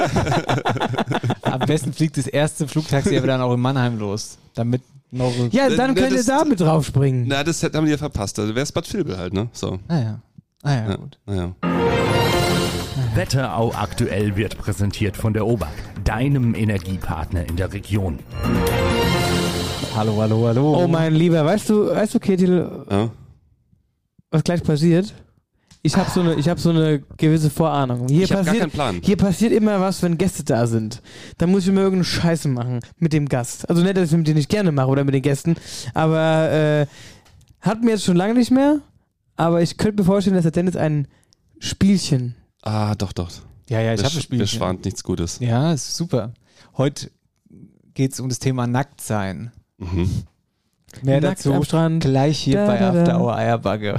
Am besten fliegt das erste Flugtaxi aber dann auch in Mannheim los. Damit noch. Ja, dann Ne, könnt ihr das- da mit draufspringen. Na, das haben die ja verpasst. Also wäre es Bad Vilbel halt, ne? So. Ah ja. Ah ja, Ja, gut. naja. Wetterau aktuell wird präsentiert von der O B A K, deinem Energiepartner in der Region. Hallo, hallo, hallo. Oh mein Lieber, weißt du, weißt du, Ketil, Ja. was gleich passiert? Ich habe so eine, ich habe so eine gewisse Vorahnung. Hier Ich hab gar passiert, keinen Plan. hier passiert immer was, wenn Gäste da sind. Dann muss ich immer irgendeine Scheiße machen mit dem Gast. Also nicht, dass ich mit dem nicht gerne mache oder mit den Gästen, aber äh, hat mir jetzt schon lange nicht mehr. Aber ich könnte mir vorstellen, dass der Dennis ein Spielchen. Ah, doch, doch. Ja, ja, ich Mir habe ein sch- Spiel. Mir schwant nichts Gutes. Ja, ist super. Heute geht es um das Thema Nacktsein. Mhm. Mehr Nackt dazu am Strand. gleich hier Da, bei da, da. After Hour Eierbagge.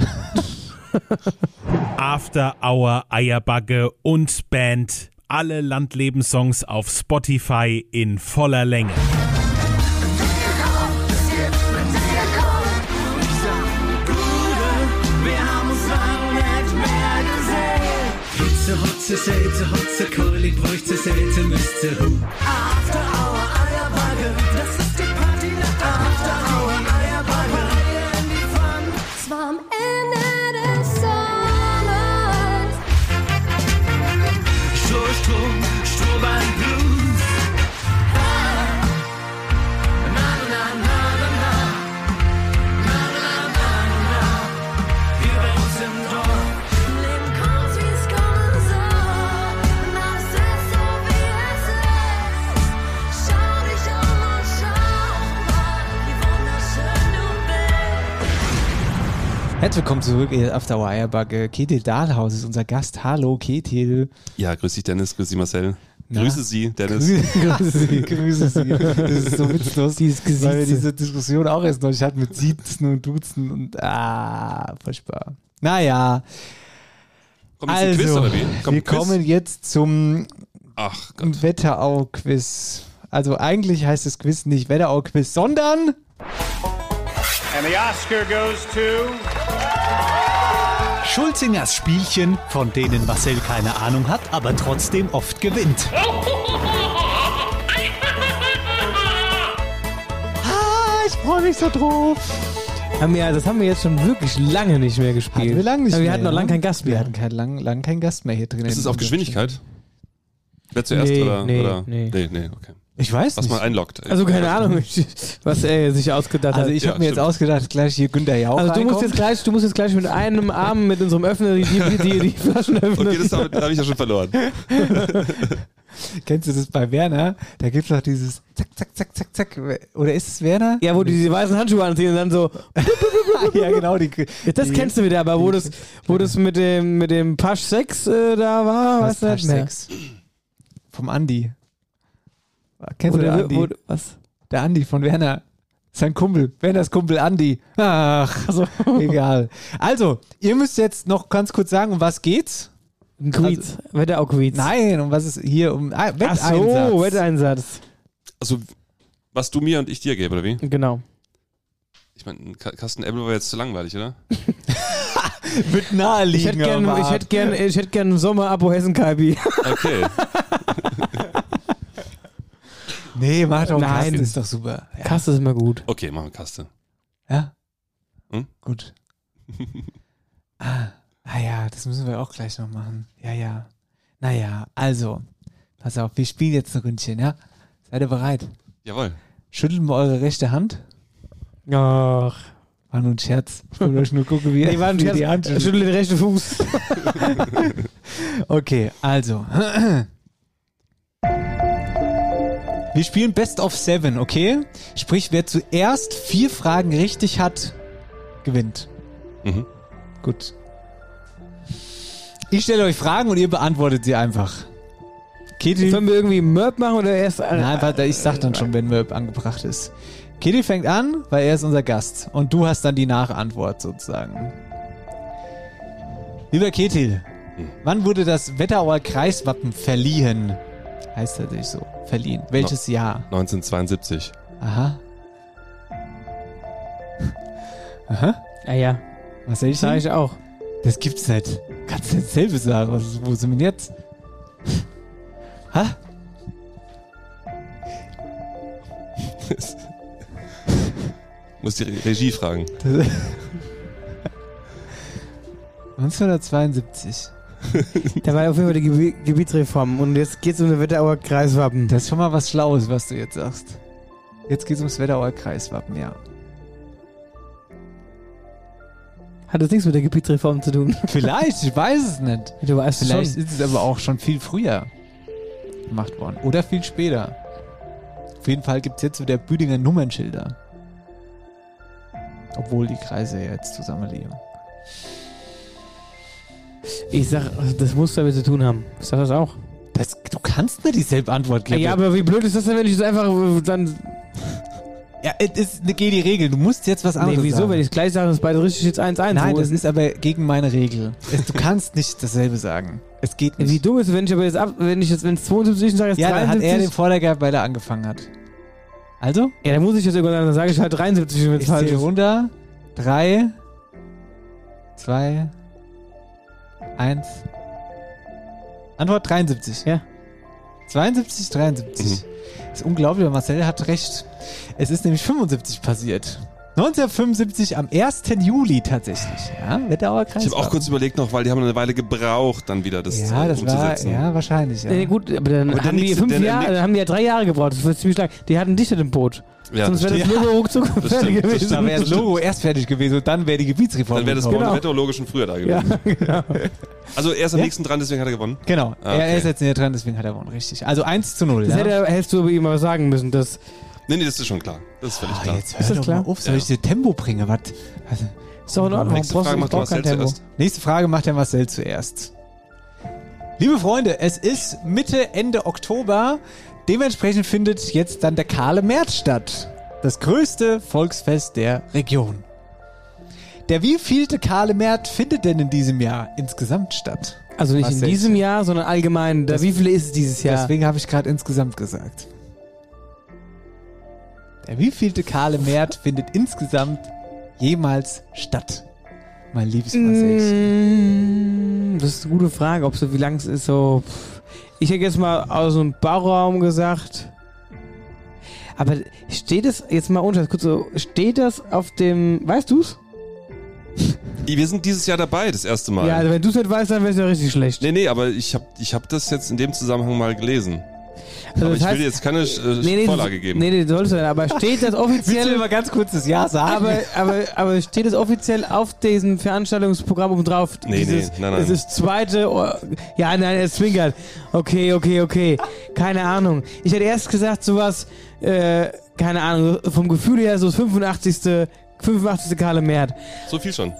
After Hour Eierbagge und Band. Alle Landlebenssongs auf Spotify in voller Länge. Hitze, Hotze, Selze, Hotze, Keulig, bräuchte, Selze, müsste, hu. After Hour Eierbagge, das ist die Party nach After Hour Eierbagge. Reihe in die Pfanne. Zwar am Ende des Sommers. Stroh, Stroh, Strohballen Blues. Na, na, na, na, na, na. Na, na, na, na, na. Hier bei uns im Dorf. Leben kommt, wie es kommen soll. Und alles ist so, wie es ist. Schau dich um und schau mal, wie wunderschön du bist. Herzlich willkommen zurück in After Hour Eierbagge. Ketil Dahlhaus ist unser Gast. Hallo, Ketil. Ja, grüß dich, Dennis. Grüß dich, Marcel. Na? Grüße Sie, Dennis. Grüße Sie, grüße Sie. Das ist so witzlos, Dieses Gesicht. weil wir diese Diskussion auch erst neulich hatten mit Siezen und Duzen und ah, furchtbar. Naja, Kommt jetzt ein Quiz, also, oder wie? Kommt wir ein Quiz? kommen jetzt zum Ach Gott. Wetterau-Quiz. Also eigentlich heißt das Quiz nicht Wetterau-Quiz, sondern And the Oscar goes to Schulzingers Spielchen, von denen Marcel keine Ahnung hat, aber trotzdem oft gewinnt. ah, ich freue mich so drauf. Haben wir, das haben wir jetzt schon wirklich lange nicht mehr gespielt. Hatten wir lange nicht Aber wir mehr, hatten noch ja. lange keinen Gast Wir mehr. hatten kein, lang, lang keinen Gast mehr hier drin. Ist es auf Geschwindigkeit? Wer zuerst Nee, oder? nee, oder? nee. nee, nee, okay. Ich weiß Was nicht. man einloggt. Also keine Ahnung, was er sich ausgedacht hat. Also ich Ja, habe mir jetzt stimmt. ausgedacht, gleich hier Günther Jauch Also du musst reinkommt. jetzt gleich, du musst jetzt gleich mit einem Arm mit unserem Öffner die, die, die, die Flaschen öffnen. Okay, das habe hab ich ja schon verloren. Kennst du das bei Werner? Da gibt es doch dieses zack, zack, zack, zack, zack. Oder ist es Werner? Ja, wo die diese weißen Handschuhe anziehen und dann so. ja, genau. Die, Das die, kennst du wieder, aber wo das, wo das mit dem, mit dem Pasch sechs äh, da war, was weißt du nicht mehr. Sechs? Vom Andi. Kennst Oder, du den Andi? wo, was? Der Andi von Werner. Sein Kumpel. Werners Kumpel Andi. Ach, Also, egal. Also, ihr müsst jetzt noch ganz kurz sagen, um was geht's? ein Quiz. Wetterau-Quiz. Nein, um was ist hier? Um ah, Ach Wetteinsatz. so, Wetteinsatz. Also, was du mir und ich dir gebe, oder wie? Genau. Ich meine, ein Ka- Kasten Apple war jetzt zu langweilig, oder? Wird naheliegen. Ich hätte gern, aber- ich hätte gern, ich hätte gern ein Sommer-Abo Hessen-Kalbi. Okay. Nee, mach doch Nein. Kasten, ist doch super. Ja. Kasse ist immer gut. Okay, machen wir Kaste. Ja? Hm? Gut. ah, ah ja, das müssen wir auch gleich noch machen. Ja, ja. Naja, also, pass auf, wir spielen jetzt ein Ründchen, ja? Seid ihr bereit? Jawohl. Schüttelt mal eure rechte Hand. Ach. War nur ein Scherz. Ich wollte euch nur gucken, wie Nee, war ein wie Scherz. die Hand schüttelt. Schüttel den rechten Fuß. Okay, also. Wir spielen Best of Seven, okay? Sprich, wer zuerst vier Fragen richtig hat, gewinnt. Mhm. Gut. Ich stelle euch Fragen und ihr beantwortet sie einfach. Ketil, Sollen wir irgendwie Mörb machen oder erst. nein, warte, ich sag dann schon, wenn Mörb angebracht ist. Ketil fängt an, weil er ist unser Gast. Und du hast dann die Nachantwort sozusagen. Lieber Ketil, wann wurde das Wetterauer Kreiswappen verliehen? Heißt natürlich so. Verliehen. Welches Jahr? neunzehnhundertzweiundsiebzig. Aha. Aha. Ja, ja. Was soll ich Sag sagen? ich auch. Das gibt's nicht. Kannst du dasselbe sagen? Was, wo sind wir jetzt? Ha? Muss die Regie fragen. neunzehnhundertzweiundsiebzig. Da war auf jeden Fall die Gebi- Gebietsreform und jetzt geht es um das Wetterauer Kreiswappen. Das ist schon mal was Schlaues, was du jetzt sagst. Jetzt geht es ums Wetterauer Kreiswappen, ja. Hat das nichts mit der Gebietsreform zu tun? Vielleicht, ich weiß es nicht. Du weißt es Vielleicht schon. ist es aber auch schon viel früher gemacht worden. Oder viel später. Auf jeden Fall gibt es jetzt wieder Büdinger Nummernschilder. Obwohl die Kreise ja jetzt zusammenliegen. Ich sag, das muss damit zu tun haben. Ich sag das auch. Das, du kannst mir dieselbe Antwort geben. Ja, aber wie blöd ist das denn, wenn ich das einfach äh, dann... Ja, es ist eine gegen die Regel. Du musst jetzt was anderes Nee, wieso? sagen. Wenn ich gleich sage, ist beide richtig jetzt eins eins. Nein, Wo das ist aber gegen meine Regel. Es, du kannst nicht dasselbe sagen. Es geht nicht. Wie dumm ist es, wenn ich aber jetzt ab, wenn ich jetzt, wenn es zweiundsiebzig ist, sage ich jetzt Ja, dann hat dreiundsiebzig. er den Vorteil gehabt, weil er angefangen hat. Also? Ja, dann muss ich jetzt irgendwann, dann sage ich halt dreiundsiebzig, wenn es Ich falsch zähle ist. runter. Drei, zwei, eins. Antwort dreiundsiebzig. Ja. zweiundsiebzig, dreiundsiebzig. Mhm. Das ist unglaublich, aber Marcel hat recht. Es ist nämlich fünfundsiebzig passiert. neunzehnhundertfünfundsiebzig am ersten Juli tatsächlich. Ja, Wetterauer Kreis. Ich habe auch kurz überlegt noch, weil die haben eine Weile gebraucht, dann wieder das Ja, äh, das war, umzusetzen. ja, wahrscheinlich. Ja. Nee, gut, aber dann Aber der haben die nächste- fünf der- der Jahre, nächste- dann haben die ja drei Jahre gebraucht. Das wird ziemlich lang. Die hatten dich im Boot. Ja, Sonst das wäre das stimmt. Logo ruckzuck Das fertig stimmt, das gewesen. Da wäre das Logo erst fertig gewesen und dann wäre die Gebietsreform Dann wäre das gekommen. Born-Wetterlogo schon früher da gewesen. Ja, genau. Also er ist am Ja? nächsten dran, deswegen hat er gewonnen. Genau, Ah, er, er okay. ist jetzt näher dran, deswegen hat er gewonnen, richtig. Also eins zu null. Das Ja? hätte, hättest du aber ihm mal sagen müssen. Das, Nee, nee, das ist schon klar. Das ist völlig Ah, klar. jetzt hör Ist das doch klar? mal auf, soll Ja. ich dir Tempo bringen? Was? Also, ist doch in Ordnung. Nächste Brauchst Frage du- macht brauch kein Marcel Tempo. zuerst. nächste Frage macht der Marcel zuerst. Liebe Freunde, es ist Mitte, Ende Oktober. Dementsprechend findet jetzt dann der Kahle März statt. Das größte Volksfest der Region. Der wievielte Kahle März findet denn in diesem Jahr insgesamt statt? Also nicht Marcel. in diesem Jahr, sondern allgemein. Da, Das- wie viele ist es dieses Jahr? Deswegen habe ich gerade insgesamt gesagt. Der wievielte Kahle März findet insgesamt jemals statt? Mein liebes Marcel. Mm, Das ist eine gute Frage, ob so wie lang es ist. So, pff. Ich hätte jetzt mal aus dem Bauraum gesagt. Aber steht es jetzt mal unter, kurz so, steht das auf dem, weißt du's? Wir sind dieses Jahr dabei, das erste Mal. Ja, also wenn du es nicht weißt, dann wäre es ja richtig schlecht. Nee, nee, aber ich habe ich hab das jetzt in dem Zusammenhang mal gelesen. Also aber das ich will heißt- dir jetzt keine äh, Nee, nee, Vorlage das- geben. Nee, nee, sollst du nicht, aber steht das Willst du offiziell, mal ganz kurz das Ja sagen? aber, aber, aber steht es offiziell auf diesem Veranstaltungsprogramm oben drauf? Nee, Dieses, nee, nein, nein. Das ist zweite, oh, ja, nein, er zwinkert. Okay, okay, okay. Keine Ahnung. Ich hätte erst gesagt, sowas, äh, keine Ahnung, vom Gefühl her so das fünfundachtzigste fünfundachtzigste Kahle März. So viel schon.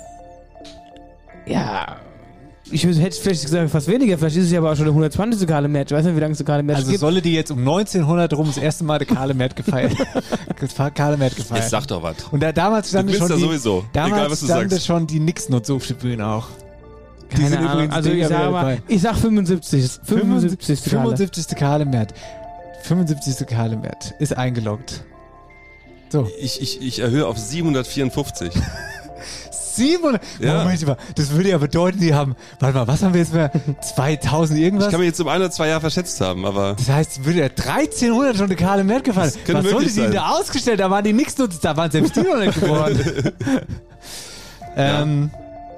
Ja, ich hätte vielleicht gesagt, fast weniger. Vielleicht ist es ja aber auch schon der hundertzwanzigste Kahle März. Ich weiß nicht, wie lange es der Kahle März Also gibt. solle die jetzt um neunzehnhundert rum das erste Mal der Kahle März gefeiert. Kahle März gefeiert. Jetzt sag doch was. Und da, damals stand Du schon gewinnst die, ja sowieso, damals egal, was du stand sagst. schon die Nix-Not so auf der Bühne auch. Die Keine sind Ahnung. übrigens Also ich mega sag wieder mal, dabei. ich sag fünfundsiebzig. fünfundsiebzigste Kahle. fünfundsiebzigste Kahle März. fünfundsiebzigste Kahle März ist eingeloggt. So. Ich, ich, ich erhöhe auf siebenhundertvierundfünfzig. siebenhundert Ja. Moment mal, das würde ja bedeuten, die haben, warte mal, was haben wir jetzt mehr? zweitausend irgendwas? Ich kann mich jetzt um ein oder zwei Jahre verschätzt haben, aber Das heißt, würde ja dreizehnhundert schon eine Kahle März gefallen. Das könnte Was sollte möglich die denn sein. da ausgestellt? Da waren die nix nutzt, da waren selbst die noch nicht geworden. ähm,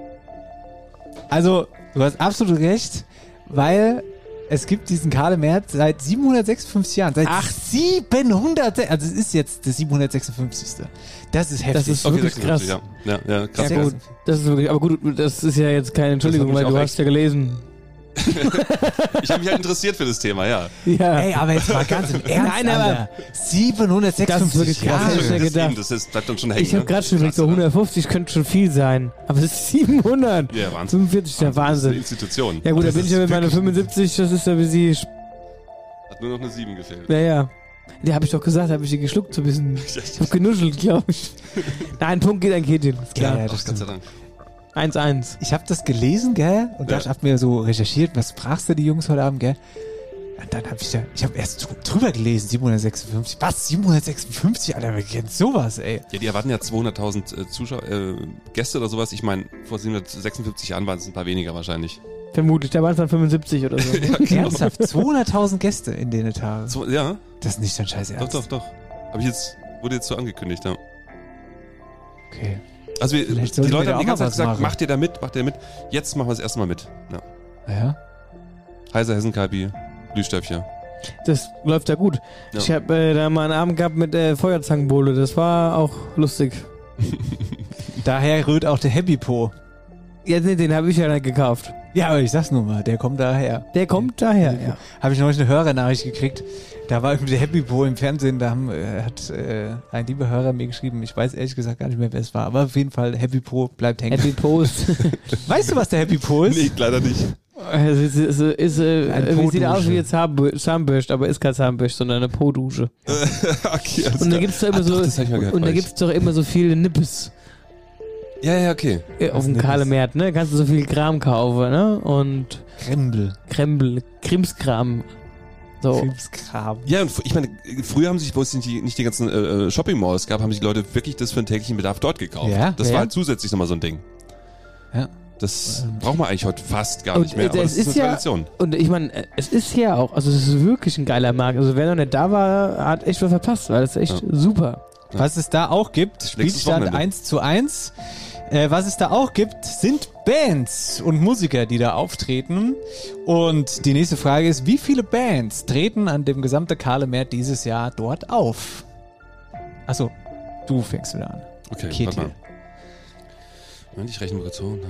also, du hast absolut recht, weil es gibt diesen Kahle März seit siebenhundertsechsundfünfzig Jahren. Seit Ach. siebenhundert, also es ist jetzt der siebenhundertsechsundfünfzigste. Das ist heftig. Das ist okay, wirklich sechsundfünfzig, krass. ja. Ja, ja, krass. Ja, gut. Das ist wirklich, aber gut, das ist ja jetzt keine Entschuldigung, mich weil auch du echt- hast ja gelesen. Ich habe mich halt interessiert für das Thema, ja. Ja. Ey, aber jetzt mal ganz im Ernst, Nein, aber- Alter. siebenhundertsechsundfünfzig Das ist wirklich krass. Jahre. Hätte ich ja das, gedacht. eben, das ist, bleibt dann schon hängen. Ich habe ne? gerade schon überlegt, so Krass, oder? hundertfünfzig könnte schon viel sein. Aber es ist siebenhundert. Ja, Wahnsinn. fünfundvierzig ist ja Das ist eine Wahnsinn. Institution. Ja gut, da Das bin ich ist ja mit meiner wirklich- fünfundsiebzig, das ist ja wie sie... Hat nur noch eine sieben gefehlt. Ja, ja. Die habe ich doch gesagt, habe ich die geschluckt so ein bisschen. Ich habe genuschelt, glaube ich. Nein, Punkt geht an Ketin, ist klar. Ja, ja, Ach, Gott sei Dank. eins eins. Ich habe das gelesen, gell? Und Ja. ich habe mir so recherchiert, was fragst du die Jungs heute Abend, gell? Und dann habe ich da, ich habe erst drü- drüber gelesen, siebenhundertsechsundfünfzig. Was? siebenhundertsechsundfünfzig? Alter, wer kennt sowas, ey? Ja, die erwarten ja zweihunderttausend äh, Zuschauer, äh, Gäste oder sowas. Ich meine, vor siebenhundertsechsundfünfzig Jahren waren es ein paar weniger wahrscheinlich. Vermutlich, da waren es dann fünfundsiebzig oder so. Ja, genau. Ernsthaft? zweihunderttausend Gäste in den Tagen. So, ja. Das ist nicht dein Scheiß Ernst. Doch, doch, doch. Hab ich jetzt, wurde jetzt so angekündigt, ja. Okay. Also wir, Vielleicht die sollten wir Leute da haben die auch ganze mal Zeit gesagt, was machen. macht ihr da mit, macht ihr mit. Jetzt machen wir es erstmal mit. Ja. Ja. Heiser Hessenkalbi, Glühstöpfchen. Das läuft ja gut. Ja. Ich habe äh, da mal einen Abend gehabt mit äh, Feuerzangenbowle. Das war auch lustig. Daher rührt auch der Happy Po. Ja, nee, den habe ich ja nicht gekauft. Ja, aber ich sag's nur mal, der kommt daher. Der kommt daher, ja. Habe ich neulich eine Hörernachricht gekriegt. Da war irgendwie der Happy Po im Fernsehen, da haben, äh, hat äh, ein lieber Hörer mir geschrieben, ich weiß ehrlich gesagt gar nicht mehr, wer es war, aber auf jeden Fall Happy Po bleibt hängen. Happy Post. Weißt du, was der Happy Po ist? Nee, leider nicht. Es ist, ist, ist, äh, Eine irgendwie sieht Po-Dusche. aus wie jetzt Zahnbürste, Zahnbürste, aber ist kein Zahnbürste, sondern eine Po-Dusche. Okay, alles Und da klar. gibt's doch immer Ah, so, doch, das hab ich mal gehört und da bei euch. gibt's doch immer so viele Nippes. Ja, ja, okay. Ja, auf dem Kahlemarkt, ne? Kannst du so viel Kram kaufen, ne? Und Krempel. Krempel, Krimskram. So. Krimskram. Ja, und ich meine, früher haben sich, wo es nicht die, nicht die ganzen äh, Shopping-Malls gab, haben sich die Leute wirklich das für den täglichen Bedarf dort gekauft. Ja, das ja. war halt zusätzlich nochmal so ein Ding. Ja. Das braucht man eigentlich heute fast gar Und, nicht mehr, äh, aber das es ist, ist eine ja- Tradition. Und ich meine, es ist ja auch, also es ist wirklich ein geiler Markt. Also wer noch nicht da war, hat echt was verpasst, weil das ist echt Ja. super. Was es da auch gibt, Spielstand Wochenende. eins zu eins. Äh, was es da auch gibt, sind Bands und Musiker, die da auftreten. Und die nächste Frage ist, wie viele Bands treten an dem gesamten Kahlemarkt dieses Jahr dort auf? Achso, du fängst wieder an. Okay, Ketil. warte mal. Moment, ich rechne mal kurz hoch.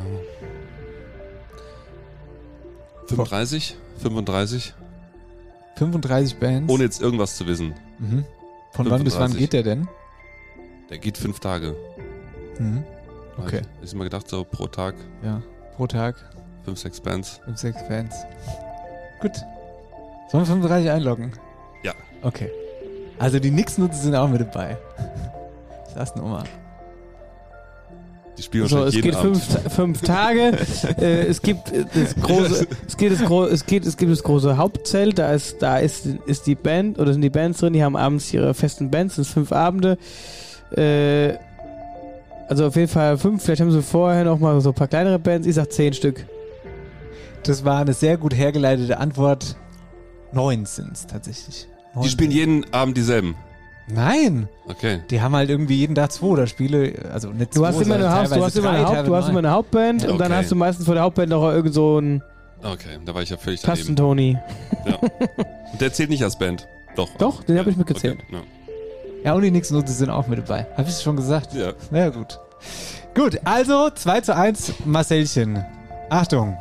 fünfunddreißig? fünfunddreißig? fünfunddreißig Bands. Ohne jetzt irgendwas zu wissen. Mhm. Von wann bis wann fünfunddreißig. geht der denn? Der geht fünf Tage. Mhm. Okay. Hab ich mir gedacht, so pro Tag Ja, pro Tag fünf, sechs Bands. fünf, sechs Bands. Gut. Sollen wir fünfunddreißig einloggen? Ja. Okay. Also die Nix-Nutzer sind auch mit dabei. Ich sag's nur mal. Die spielen So, wahrscheinlich es jeden geht Abend. fünf, fünf Tage. äh, es gibt äh, das große, es geht das gro es geht, es gibt das große Hauptzelt. Da ist, da ist, ist die Band oder sind die Bands drin. Die haben abends ihre festen Bands. Das sind fünf Abende. Äh, also auf jeden Fall fünf. Vielleicht haben sie vorher noch mal so ein paar kleinere Bands. Ich sag zehn Stück. Das war eine sehr gut hergeleitete Antwort. Neun sind's tatsächlich. Neun Die spielen jeden Abend dieselben. Nein! Okay. Die haben halt irgendwie jeden Tag zwei oder Spiele, also nicht Du zwei, hast immer sondern eine, Haupt, du teilweise hast immer drei, eine, Haupt, du teilweise hast immer neun. eine Hauptband und dann Okay. hast du meistens vor der Hauptband noch irgend so ein Okay, da war ich ja völlig daneben. Tastentoni. Ja. Und der zählt nicht als Band. Doch. Doch, den habe ich mitgezählt. Okay, ja. Ja, und die Nix-Nutzer sind auch mit dabei. Hab ich schon gesagt? Ja. Na ja, gut. Gut, also zwei zu eins Marcelchen. Achtung.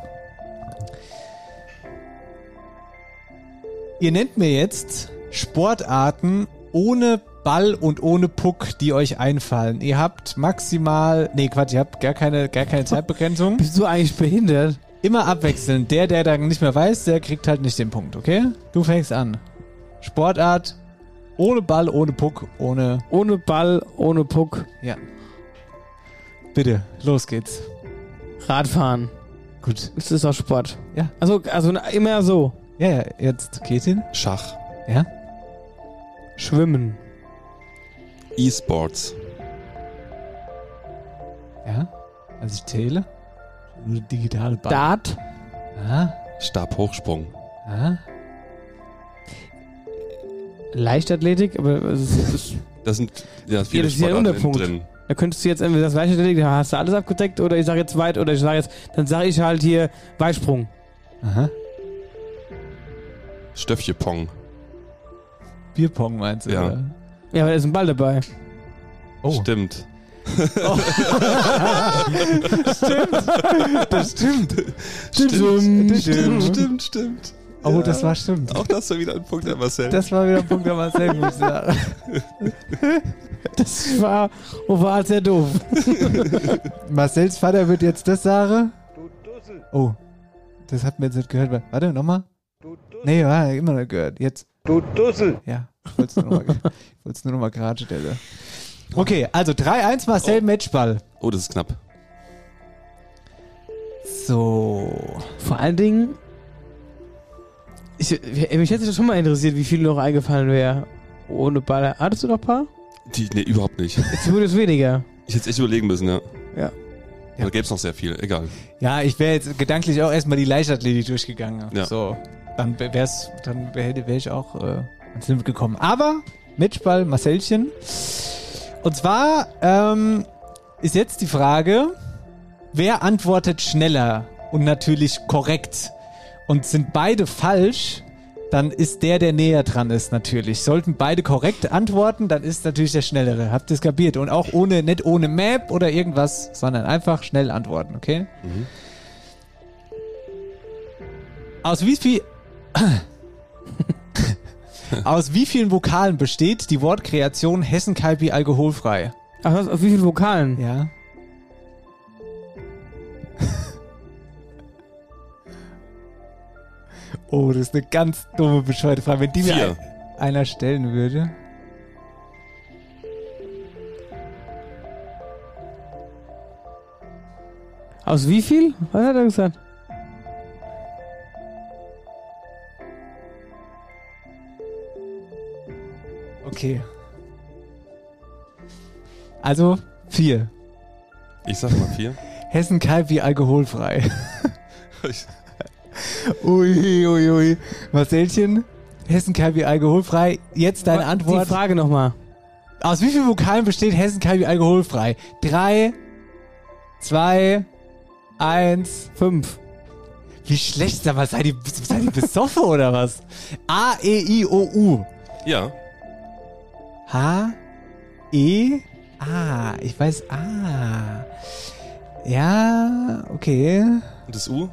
Ihr nennt mir jetzt Sportarten ohne Ball und ohne Puck, die euch einfallen. Ihr habt maximal, nee Quatsch, ihr habt gar keine, gar keine Zeitbegrenzung. Bist du eigentlich behindert? Immer abwechselnd. Der, der dann nicht mehr weiß, der kriegt halt nicht den Punkt, okay? Du fängst an. Sportart ohne Ball, ohne Puck, ohne... Ohne Ball, ohne Puck. Ja. Bitte, los geht's. Radfahren. Gut. Das ist auch Sport. Ja. Also, also immer so. Ja, ja, jetzt Ketin. Schach. Ja. Schwimmen. E-Sports. Ja. Also ich zähle. Nur digitale Ball. Dart. Ja. Stabhochsprung. Ja. Leichtathletik, aber es ist, es ist, Das sind ja ja, viele das ist ja ein Sportarten Unterpunkt. drin. Da könntest du jetzt entweder das Leichtathletik, da hast du alles abgedeckt, oder ich sage jetzt weit, oder ich sage jetzt, dann sage ich halt hier Weitsprung. Aha. Stöffchepong. Bierpong meinst du, Ja. oder? Ja, aber da ist ein Ball dabei. Oh. Stimmt. Stimmt. Das stimmt. Stimmt. Stimmt, stimmt, stimmt. Oh, das war stimmt. Auch das war wieder ein Punkt, der Marcel. Das war wieder ein Punkt, der Marcel gut sagt. Das war, oh, war sehr doof. Marcells Vater wird jetzt das sagen. Oh, das hat mir jetzt nicht gehört. Warte, nochmal. Nee, ja, immer noch gehört. Jetzt. Du Dussel. Ja, ich wollte es nur nochmal nur noch mal gerade stellen. Okay, also drei eins Marcel, Oh. Matchball. Oh, das ist knapp. So. Vor allen Dingen, Ich, mich hätte das schon mal interessiert, wie viel noch eingefallen wäre. Ohne Ball. Hattest du noch ein paar? Die, nee, überhaupt nicht. Jetzt wurde es weniger. Ich hätte es echt überlegen müssen, ja. Ja. Da gäbe es noch sehr viel, egal. Ja, ich wäre jetzt gedanklich auch erstmal die Leichtathletik durchgegangen. Ja. So, dann wär's, dann wäre wär ich auch äh, ans Limit gekommen. Aber Matchball, Marcelchen. Und zwar ähm, ist jetzt die Frage, wer antwortet schneller und natürlich korrekt? Und sind beide falsch, dann ist der, der näher dran ist, natürlich. Sollten beide korrekt antworten, dann ist natürlich der Schnellere. Habt ihr es kapiert? Und auch ohne, nicht ohne Map oder irgendwas, sondern einfach schnell antworten, okay? Mhm. Aus wie viel... Aus wie vielen Vokalen besteht die Wortkreation Hessen-Kalbi alkoholfrei? Ach, was, auf wie viele Vokalen? Ja. Oh, das ist eine ganz dumme, bescheuerte Frage. Wenn die mir Vier. ein, einer stellen würde. Aus wie viel? Was hat er gesagt? Okay. Also, vier. Ich sag mal vier. Hessen-Kalbi alkoholfrei. Ui, ui, ui. Marcelchen, Hessen-Kalbi alkoholfrei. Jetzt deine Antwort. Die Frage nochmal. Aus wie vielen Vokalen besteht Hessen-Kalbi alkoholfrei? Drei, zwei, eins, fünf. Wie schlecht, sag mal, seid ihr, seid ihr besoffen oder was? A, E, I, O, U. Ja. H, E, A. Ich weiß, A. Ja, okay. Und das U?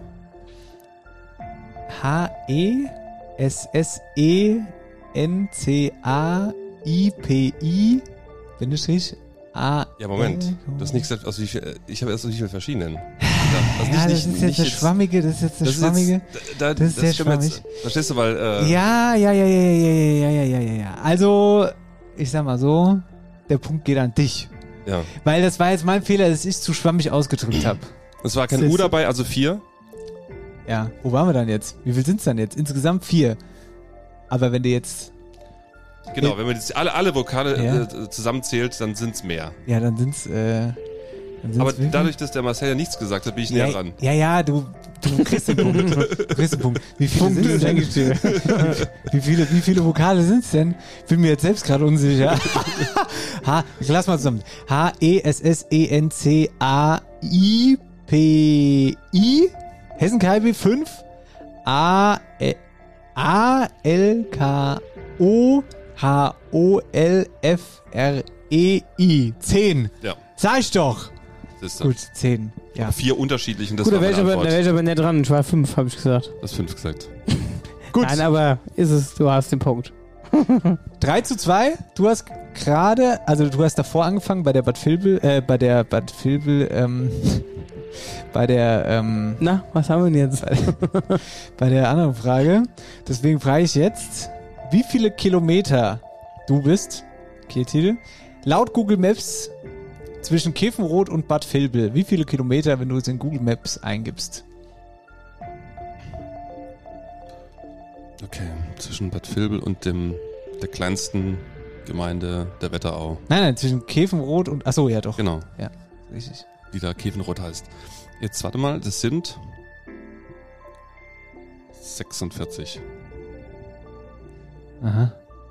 H, E, S, S, E, N, C, A, I, P, I, Bindestrich, A. Ja, Moment. L, Du hast nicht gesagt, aus wie viel, ich habe erst aus wie viel verschiedenen. Also Ja, nicht- das nicht- ist jetzt nicht das Schwammige, das ist jetzt das, das ist Schwammige. jetzt- da- das ist das sehr können wir jetzt- schwammig. Verstehst du, weil, äh, Ja, ja, ja, ja, ja, ja, ja, ja, ja, ja. Also, ich sag mal so, der Punkt geht an dich. Ja. Weil das war jetzt mein Fehler, dass ich zu schwammig ausgedrückt habe. Es war kein U dabei, also vier. Ja, wo waren wir dann jetzt? Wie viel sind es dann jetzt? Insgesamt vier. Aber wenn du jetzt... Genau, wenn man jetzt alle, alle Vokale Ja. äh, zusammenzählt, dann sind es mehr. Ja, dann sind's... Äh, dann sind's Aber wie viel? dadurch, dass der Marcel ja nichts gesagt hat, bin ich näher ja, dran. Ja, ja, du, du kriegst den Punkt. Du kriegst den Punkt. Wie viele Punkte sind schenke denn? ich dir. Wie viele, wie viele Vokale sind es denn? Bin mir jetzt selbst gerade unsicher. H, ich lass mal zusammen. H, E, S, S, E, N, C, A, I, P, I. Hessen-Kalbi fünf. A, E, A, L, K, O, H, O, L, F, R, E, I. zehn. Ja. Sag ich doch. Das ist Gut, zehn. Ja. Vier unterschiedlichen, das Gut, da war wäre ich, meine aber- da Antwort. wär ich aber nicht dran. Ich war fünf, habe ich gesagt. Du hast fünf gesagt. Gut. Nein, aber ist es, du hast den Punkt. drei zu zwei. Du hast gerade, also du hast davor angefangen bei der Bad Vilbel, äh, bei der Bad Vilbel, ähm, bei der, ähm, Na, was haben wir denn jetzt? bei der anderen Frage. Deswegen frage ich jetzt, wie viele Kilometer du bist, Kieltide, laut Google Maps zwischen Kefenrot und Bad Vilbel. Wie viele Kilometer, wenn du es in Google Maps eingibst? Okay, zwischen Bad Vilbel und dem der kleinsten Gemeinde der Wetterau. Nein, nein, zwischen Kefenrot und, achso, ja doch. Genau. Ja, richtig. Die da Kefenrot heißt. Jetzt warte mal, das sind sechsundvierzig. Aha.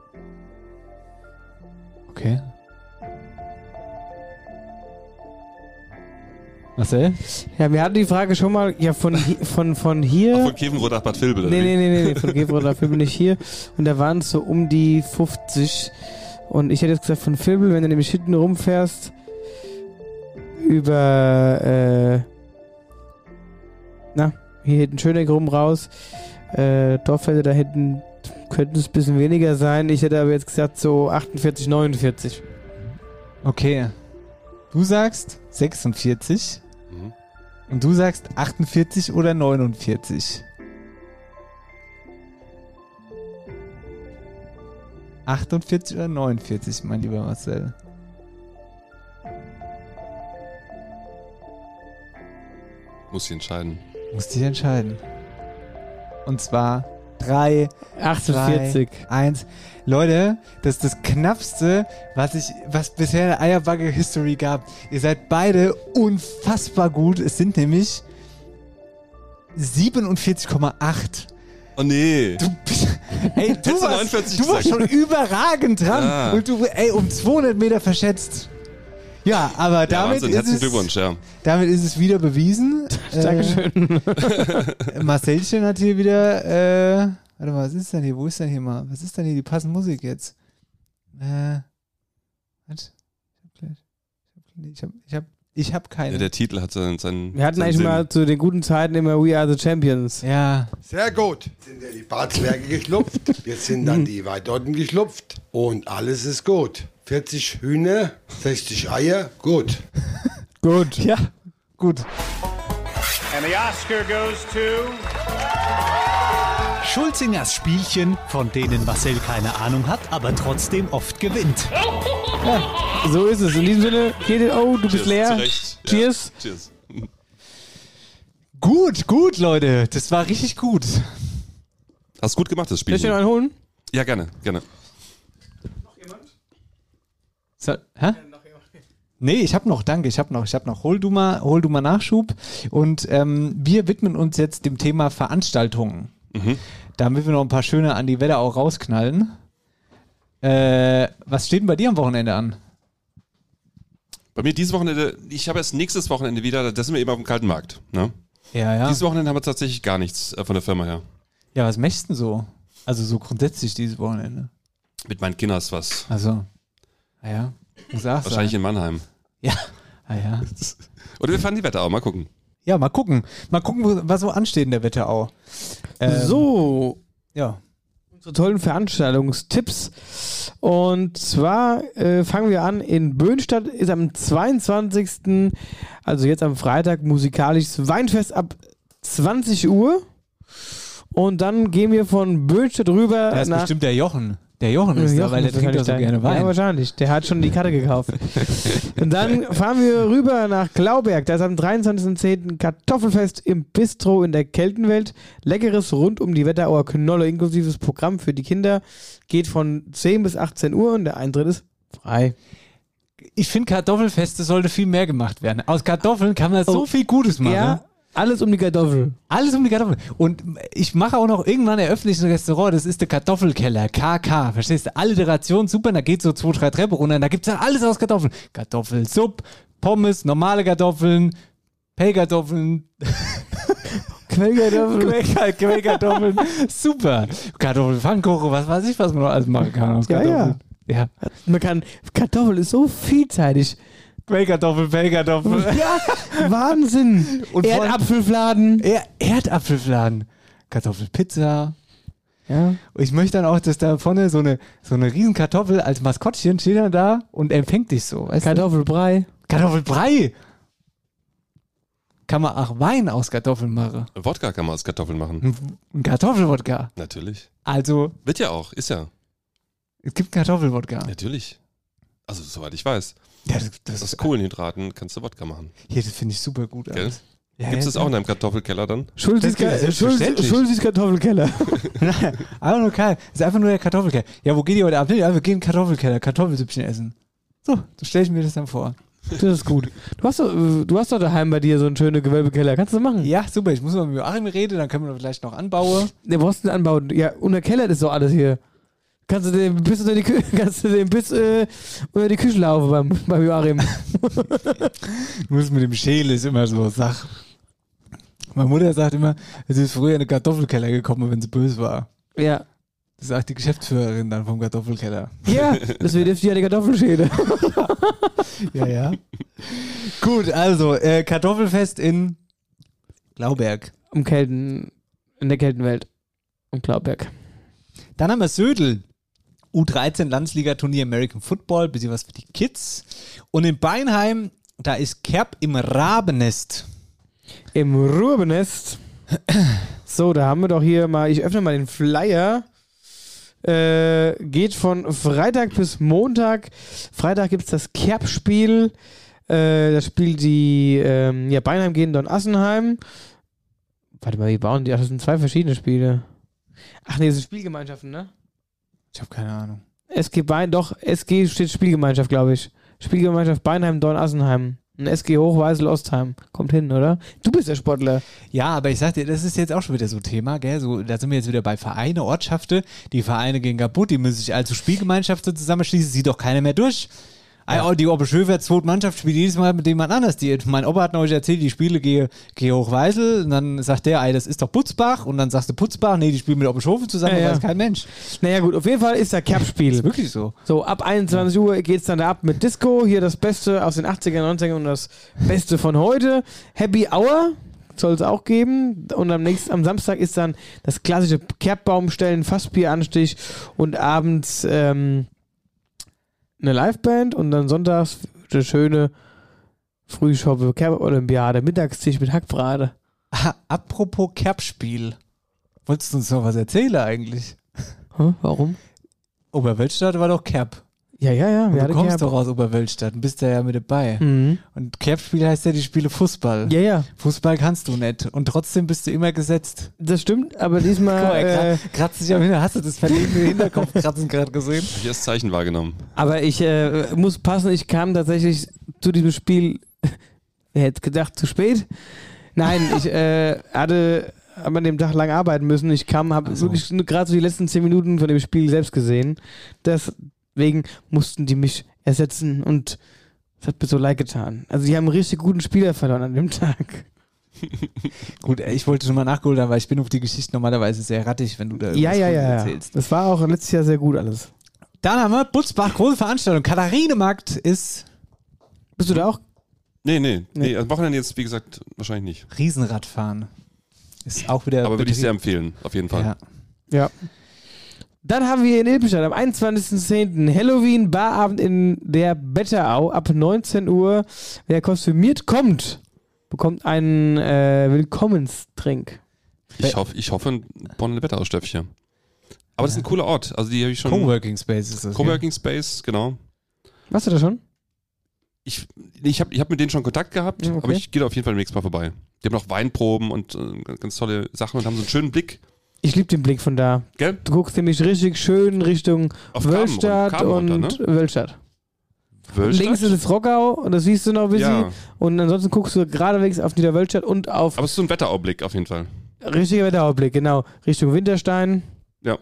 Okay. Marcel? Ja, wir hatten die Frage schon mal, ja, von, hi- von, von hier. Ach, von Kefenrot nach Bad Vilbel, oder Nee, wie? nee, nee, nee, nee, von Kefenrot nach Vilbel nicht hier. Und da waren es so um die fünfzig. Und ich hätte jetzt gesagt, von Vilbel, wenn du nämlich hinten rumfährst, über, äh, na, hier hinten Schöneck rum raus, äh, Dorffelder da hinten könnten es ein bisschen weniger sein. Ich hätte aber jetzt gesagt so achtundvierzig, neunundvierzig. Okay. Du sagst sechsundvierzig. Mhm. Und du sagst achtundvierzig oder neunundvierzig? achtundvierzig oder neunundvierzig, mein lieber Marcel? Muss ich entscheiden. Musst dich entscheiden. Und zwar drei, achtundvierzig. zwei, eins. Leute, das ist das Knappste, was ich, was bisher in der Eierbagge-History gab. Ihr seid beide unfassbar gut. Es sind nämlich siebenundvierzig Komma acht. Oh nee. Du bist, ey, du warst, neunundvierzig du warst schon gesagt. überragend dran. Ja. Und du, ey, um zweihundert Meter verschätzt. Ja, aber Ja, damit, Wahnsinn. ist Herzlichen es, Glückwunsch, ja. damit ist es wieder bewiesen. Dankeschön. Äh, Marcelchen hat hier wieder, äh, warte mal, was ist denn hier? Wo ist denn hier mal? Was ist denn hier die passende Musik jetzt? Äh, was? Ich hab, ich hab, ich hab keine. Ja, der Titel hat seinen, seinen Wir hatten seinen eigentlich Sinn. mal zu den guten Zeiten immer We Are the Champions. Ja. Sehr gut. Jetzt sind ja die Barzwerge geschlupft. Jetzt sind dann die Weidotten geschlupft. Und alles ist gut. vierzig Hühner, sechzig Eier, gut. Gut. Ja, gut. And the Oscar goes to... Schulzingers Spielchen, von denen Marcel keine Ahnung hat, aber trotzdem oft gewinnt. Ja, so ist es. In diesem Sinne, K D O, du bist Cheers, leer. zu Recht. Ja. Cheers. Cheers. Gut, gut, Leute. Das war richtig gut. Hast gut gemacht, das Spiel. Soll ich dir noch einen holen? Ja, gerne, gerne. So, hä? Nee, ich hab noch, danke, ich hab noch, ich hab noch. Hol du mal, hol du mal Nachschub. Und ähm, wir widmen uns jetzt dem Thema Veranstaltungen. Mhm. Damit wir noch ein paar schöne an die Wetterau rausknallen. Äh, was steht denn bei dir am Wochenende an? Bei mir dieses Wochenende, ich habe erst nächstes Wochenende wieder, das sind wir eben auf dem kalten Markt. Ne? Ja, ja. Dieses Wochenende haben wir tatsächlich gar nichts äh, von der Firma her. Ja, was möchtest du so? Also so grundsätzlich dieses Wochenende. Mit meinen Kinders was. Also, naja, du sagst Wahrscheinlich in Mannheim. Ja, ah ja. Oder wir fahren die Wetterau, mal gucken. Ja, mal gucken. Mal gucken, wo, was so ansteht in der Wetterau. Ähm, So. Ja. Unsere tollen Veranstaltungstipps. Und zwar äh, fangen wir an. In Böhnstadt ist am zweiundzwanzigsten, also jetzt am Freitag, musikalisches Weinfest ab zwanzig Uhr. Und dann gehen wir von Böhnstadt rüber Da ist nach... bestimmt der Jochen. Der Jochen ist da, weil der trinkt doch so gerne Wein. Ja, wahrscheinlich. Der hat schon die Karte gekauft. Und dann fahren wir rüber nach Glauberg. Da ist am dreiundzwanzigsten zehnten Kartoffelfest im Bistro in der Keltenwelt. Leckeres rund um die Wetterauer Knolle, inklusives Programm für die Kinder. Geht von zehn bis achtzehn Uhr und der Eintritt ist frei. Ich finde, Kartoffelfeste sollte viel mehr gemacht werden. Aus Kartoffeln kann man so viel Gutes machen. Ja, alles um die Kartoffel. Alles um die Kartoffel. Und ich mache auch noch irgendwann eröffne ich ein Restaurant, das ist der Kartoffelkeller, K K, verstehst du? Alliteration, super, da geht so zwei, drei Treppen runter und da gibt es dann alles aus Kartoffeln. Kartoffelsupp, Pommes, normale Kartoffeln, Pellkartoffeln, Quellkartoffeln, Quell- Quellkartoffeln, super. Kartoffelpfannkuchen, was weiß ich, was man noch alles machen kann aus Ja, Kartoffeln. ja. Ja. Man kann, Kartoffel ist so vielseitig. Quellkartoffel, Pellkartoffel. Ja, Wahnsinn. Und vor allem- Erdapfelfladen. Er Erdapfelfladen. Kartoffelpizza. Ja. Und ich möchte dann auch, dass da vorne so eine, so eine riesen Kartoffel als Maskottchen steht dann da und empfängt dich so. Weißt Kartoffelbrei. Du? Kartoffelbrei. Kann man auch Wein aus Kartoffeln machen. Wodka kann man aus Kartoffeln machen. Ein, ein Kartoffelwodka. Natürlich. Also, Wird ja auch, ist ja. es gibt Kartoffelwodka. Natürlich. Also, soweit ich weiß. Ja, das, das Aus Kohlenhydraten kannst du Wodka machen. Hier, das finde ich super gut. Gell? alles. Ja, Gibt es ja, das auch in deinem Kartoffelkeller dann? Schulzis, Das geht Ka- Schulz, selbstverständlich. Schulzis Kartoffelkeller. Nein, einfach nur kalt. Das ist einfach nur der Kartoffelkeller. Ja, wo geht ihr heute Abend hin? Ja, wir gehen in den Kartoffelkeller, Kartoffelsüppchen essen. So, so stelle ich mir das dann vor. Das ist gut. Du hast, doch, äh, du hast doch daheim bei dir so einen schönen Gewölbekeller. Kannst du das machen? Ja, super. Ich muss mal mit Joachim reden, dann können wir vielleicht noch anbauen. Der brauchst du einen anbauen. Ja, unter Keller ist doch alles hier. Kannst du den bis unter die, Kü- kannst du den bis äh, unter die Küche laufen beim, beim Joachim. Du musst mit dem Schäle ist immer so eine Sache. Meine Mutter sagt immer, sie ist früher in den Kartoffelkeller gekommen, wenn sie böse war. Ja. Das sagt die Geschäftsführerin dann vom Kartoffelkeller. Ja, deswegen hilft ja die Kartoffelschäde. Ja, ja. Gut, also äh, Kartoffelfest in Glauberg. Um Kelten, in der Keltenwelt. Um Glauberg. Dann haben wir Södel. U dreizehn Landsliga-Turnier American Football, bisschen was für die Kids. Und in Beinheim, da ist Kerb im Rabennest. Im Rubenest. So, da haben wir doch hier mal, ich öffne mal den Flyer. Äh, geht von Freitag bis Montag. Freitag gibt es das Kerb-Spiel. Äh, das spielt die ähm, ja, Beinheim gegen Don Assenheim. Warte mal, wie bauen die? Ach, das sind zwei verschiedene Spiele. Ach nee, das sind Spielgemeinschaften, ne? Ich habe keine Ahnung. S G Bein, doch, S G steht Spielgemeinschaft, glaube ich. Spielgemeinschaft Beinheim, Dorn-Assenheim. Ein S G Hochweisel-Ostheim. Kommt hin, oder? Du bist der Sportler. Ja, aber ich sag dir, das ist jetzt auch schon wieder so ein Thema, gell? So, da sind wir jetzt wieder bei Vereine, Ortschaften. Die Vereine gehen kaputt, die müssen sich also Spielgemeinschaften zusammenschließen, sieht doch keiner mehr durch. Ja. Oh, die Oberschöfer, zweite Mannschaft, spielt jedes Mal mit jemand anders. Die, mein Opa hat neulich erzählt, die Spiele gehe, gehe Hochweisel und dann sagt der, ey, das ist doch Putzbach und dann sagst du Putzbach, nee, die spielen mit Oberschofen zusammen, Ja, ja. weiß kein Mensch. Naja gut, auf jeden Fall ist da Cup-Spiel. Ist wirklich so. So, ab einundzwanzig Uhr geht's dann da ab mit Disco. Hier das Beste aus den achtziger, neunziger und das Beste von heute. Happy Hour soll es auch geben. Und am nächsten, am Samstag ist dann das klassische Kerbbaumstellen, Fassbieranstich und abends ähm, eine Liveband und dann sonntags eine schöne Frühschoppe, Kerb-Olympiade, Mittagstisch mit Hackbrate. Ah, apropos Kerbspiel. Wolltest du uns noch was erzählen eigentlich? Hm, warum? Oberwölstadt war doch Kerb. Ja, ja, ja. Und wir du hatten kommst Kerb. doch aus Oberwölstadt und bist da ja mit dabei. Mhm. Und Kerbspiel heißt ja, die spiele Fußball. Ja, ja. Fußball kannst du nicht. Und trotzdem bist du immer gesetzt. Das stimmt, aber diesmal... Guck mal, er äh, krat- kratzt sich am Hinterkopf. Hast du das verlegene Hinterkopfkratzen gerade gesehen? Hab ich das Zeichen wahrgenommen. Aber ich äh, muss passen, ich kam tatsächlich zu diesem Spiel, wer hätte gedacht, zu spät? Nein, ich äh, hatte aber an dem Tag lang arbeiten müssen. Ich kam, habe Also. wirklich nur gerade so die letzten zehn Minuten von dem Spiel selbst gesehen. Deswegen mussten die mich ersetzen und das hat mir so leid getan. Also die haben einen richtig guten Spieler verloren an dem Tag. Gut, ich wollte schon mal nachgeholt haben, weil ich bin auf die Geschichte normalerweise sehr rattig, wenn du da Ja, irgendwas ja, Gutes ja, ja. erzählst. Das war auch letztes Jahr sehr gut alles. Dann haben wir Butzbach, große Veranstaltung. Katharinemarkt ist Bist du da auch? Nee, nee, nee. Am Wochenende jetzt, wie gesagt, wahrscheinlich nicht. Riesenradfahren. Ist auch wieder. Aber würde ich betrieben. sehr empfehlen, auf jeden Fall. Ja. Ja. Dann haben wir in Ilpenstadt am einundzwanzigsten zehnten Halloween Barabend in der Betterau ab neunzehn Uhr. Wer kostümiert kommt, bekommt einen äh, Willkommenstrink. Ich hoffe, ich hoffe ein Bonn-Wetter-Stöffchen. Aber das ist ein cooler Ort. Also die habe ich schon. Coworking Space ist das. Coworking Space, genau. Warst du da schon? Ich, ich habe ich hab mit denen schon Kontakt gehabt, Ja, okay. aber ich gehe da auf jeden Fall nächstes Mal vorbei. Die haben noch Weinproben und äh, ganz tolle Sachen und haben so einen schönen Blick. Ich liebe den Blick von da. Gell? Du guckst nämlich richtig schön Richtung Auf Wölstadt Kamen- Kamen und runter, Wölstadt. Wölstadt? Links ist es Rockau und das siehst du noch ein bisschen. Ja. Und ansonsten guckst du geradewegs auf Niederwölstadt und auf Aber es ist so ein Wetteraufblick auf jeden Fall. richtiger Wetteraufblick, genau. Richtung Winterstein. Ja.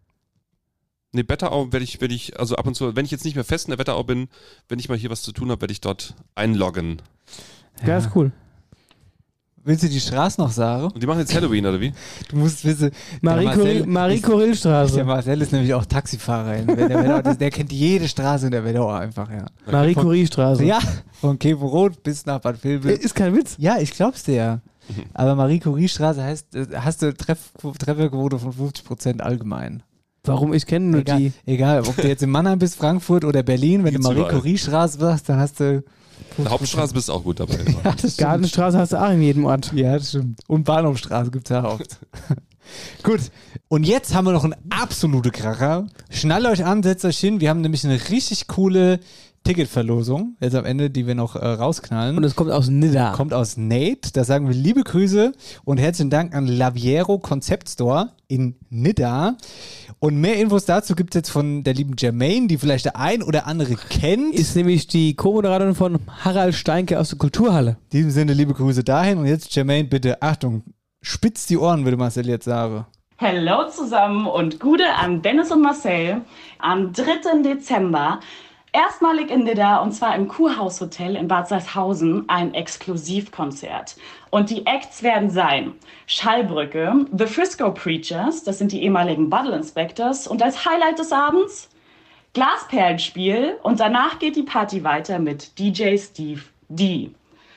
Nee, Wetterau werde ich, werde ich, also ab und zu, wenn ich jetzt nicht mehr fest in der Wetterau bin, wenn ich mal hier was zu tun habe, werde ich dort einloggen. Ja, ist cool. Willst du die Straße noch sagen? Und die machen jetzt Halloween, oder wie? Du musst wissen, Marie der Marcel Curie- Marie ist- Curie-Straße. Der Marcel ist nämlich auch Taxifahrer. In der, Wetterau. Der, der kennt jede Straße in der Wetterau einfach, ja. Marie Von- Curie-Straße. Ja, von Kevenroth bis nach Bad Vilbel. Ist kein Witz. Ja, ich glaub's dir ja. Aber Marie Curie Straße heißt, äh, hast du Treff, Trefferquote von fünfzig Prozent allgemein. Warum? Ich kenne nur egal, die. Egal, ob du jetzt in Mannheim bist, Frankfurt oder Berlin, wenn Gibt's du Marie überall. Curie Straße sagst, dann hast du... In der Hauptstraße bist du auch gut dabei. Ja, das stimmt. Gartenstraße hast du auch in jedem Ort. Ja, das stimmt. Und Bahnhofstraße gibt's ja oft. Gut. Und jetzt haben wir noch einen absolute Kracher. Schnallt euch an, setzt euch hin. Wir haben nämlich eine richtig coole Ticketverlosung, jetzt am Ende, die wir noch äh, rausknallen. Und es kommt aus Nidda. Kommt aus Nate. Da sagen wir liebe Grüße und herzlichen Dank an Laviero Concept Store in Nidda. Und mehr Infos dazu gibt es jetzt von der lieben Jermaine, die vielleicht der ein oder andere kennt. Ist nämlich die Co-Moderatorin von Harald Steinke aus der Kulturhalle. In diesem Sinne liebe Grüße dahin. Und jetzt Jermaine, bitte, Achtung, spitz die Ohren, würde Marcel jetzt sagen. Hallo zusammen und Gute an Dennis und Marcel. Am dritten Dezember erstmalig in Nidda und zwar im Kurhaus-Hotel in Bad Salzhausen ein Exklusivkonzert. Und die Acts werden sein Schallbrücke, The Frisco Preachers, das sind die ehemaligen Bottle Inspectors und als Highlight des Abends Glasperlenspiel und danach geht die Party weiter mit D J Steve D.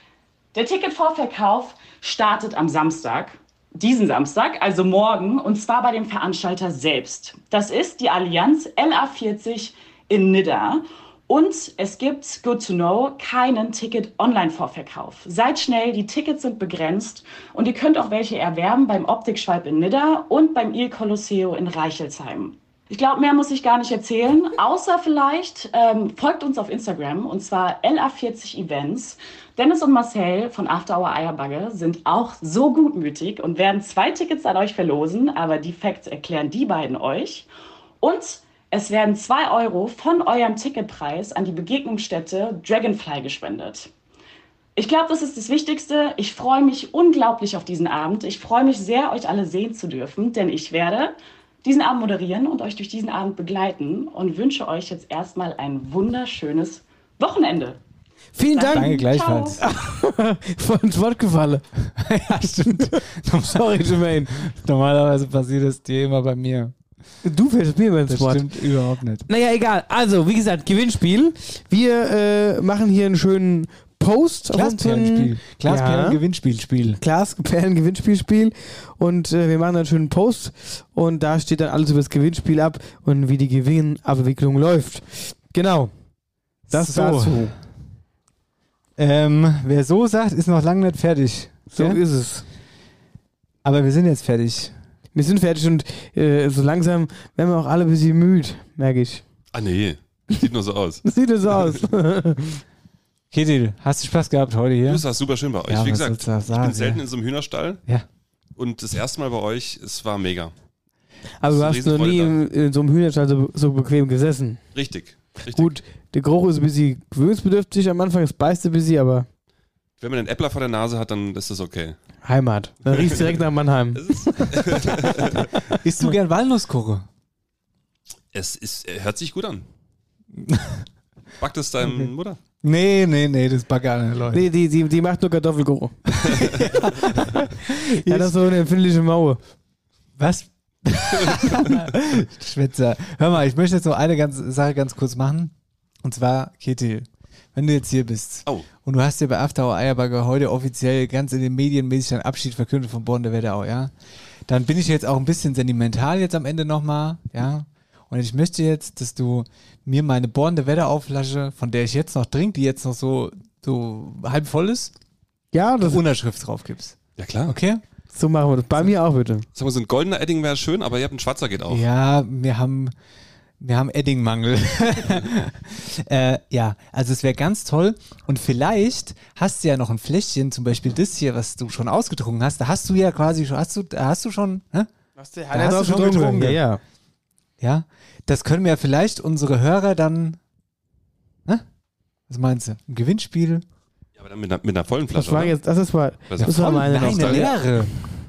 Der Ticketvorverkauf startet am Samstag. Diesen Samstag, also morgen, und zwar bei dem Veranstalter selbst. Das ist die Allianz L A vierzig in Nidda. Und es gibt, good to know, keinen Ticket-Online-Vorverkauf. Seid schnell, die Tickets sind begrenzt und ihr könnt auch welche erwerben beim Optikschwalb in Nidda und beim Il Colosseo in Reichelsheim. Ich glaube, mehr muss ich gar nicht erzählen, außer vielleicht ähm, folgt uns auf Instagram und zwar L A vierzig Events. Dennis und Marcel von After Hour Eierbagge sind auch so gutmütig und werden zwei Tickets an euch verlosen, aber die Facts erklären die beiden euch. Und es werden zwei Euro von eurem Ticketpreis an die Begegnungsstätte Dragonfly gespendet. Ich glaube, das ist das Wichtigste. Ich freue mich unglaublich auf diesen Abend. Ich freue mich sehr, euch alle sehen zu dürfen, denn ich werde diesen Abend moderieren und euch durch diesen Abend begleiten und wünsche euch jetzt erstmal ein wunderschönes Wochenende. Vielen Dank. Danke gleichfalls. Voll ins Wort gefallen. Ja, stimmt. Sorry, Jermaine. Normalerweise passiert das dir immer bei mir. Du fällst mir immer ins Das Wort. stimmt überhaupt nicht. Naja, egal. Also, wie gesagt, Gewinnspiel. Wir äh, machen hier einen schönen Post. auf Glasperlenspiel. unseren- Glasperlen-Gewinnspielspiel. Glasperlen-Gewinnspielspiel. Und äh, wir machen einen schönen Post. Und da steht dann alles über das Gewinnspiel ab und wie die Gewinnabwicklung läuft. Genau. Das So. dazu. Ähm, wer so sagt, ist noch lange nicht fertig. So Gell? ist es. Aber wir sind jetzt fertig. Wir sind fertig und äh, so langsam werden wir auch alle ein bisschen müde, merke ich. Ah nee, sieht nur so aus. Das sieht so aus. Ketil, hast du Spaß gehabt heute hier? Du, es war super schön bei euch. Ja, Wie was gesagt, sollst du da ich sagen, bin selten ja. in so einem Hühnerstall. Ja. Und das erste Mal bei euch, es war mega. Aber du Es hast ist noch eine nie in, in so einem Hühnerstall so, so bequem gesessen. Richtig, richtig. Gut, der Geruch ist ein bisschen gewöhnungsbedürftig am Anfang, es beißt ein bisschen, aber Wenn man einen Äppler vor der Nase hat, dann ist das okay. Heimat. Dann riecht es direkt nach Mannheim. Isst du gern Walnusskuche? Es ist, äh, hört sich gut an. Backt es deine Okay. Mutter? Nee, nee, nee, das backen andere Leute. Nee, die, die, die macht nur Kartoffelgeruch. Ja, das ist so eine empfindliche Maue. Was? Schwätzer. Hör mal, ich möchte jetzt noch eine ganz, Sache ganz kurz machen. Und zwar, Ketil, wenn du jetzt hier bist oh. und du hast dir bei After Hour Eierbagge heute offiziell ganz in den Medien mäßig deinen Abschied verkündet von Born der Wetterau, ja, dann bin ich jetzt auch ein bisschen sentimental jetzt am Ende nochmal, ja. Und ich möchte jetzt, dass du mir meine Born der Wetterau Flasche, von der ich jetzt noch trinke, die jetzt noch so, so halb voll ist, ja, das Unterschrift drauf gibst. Ja, klar. Okay? So machen wir das. Bei mir auch, bitte. Sag mal, so ein goldener Edding wäre schön, aber ihr habt einen schwarzer geht auch. Ja, wir haben, wir haben Eddingmangel. äh, ja, also es wäre ganz toll. Und vielleicht hast du ja noch ein Fläschchen, zum Beispiel das hier, was du schon ausgetrunken hast. Da hast du ja quasi schon, hast du, da hast du schon, hä? Hast du, da hast du schon getrunken? getrunken. Ja, ja. Ja, das können wir vielleicht unsere Hörer dann, ne? Was meinst du? Ein Gewinnspiel? Ja, aber dann mit einer, mit einer vollen Flasche. Das war oder? jetzt, das ist war, Was das ist war voll? meine Nein, noch. eine leere.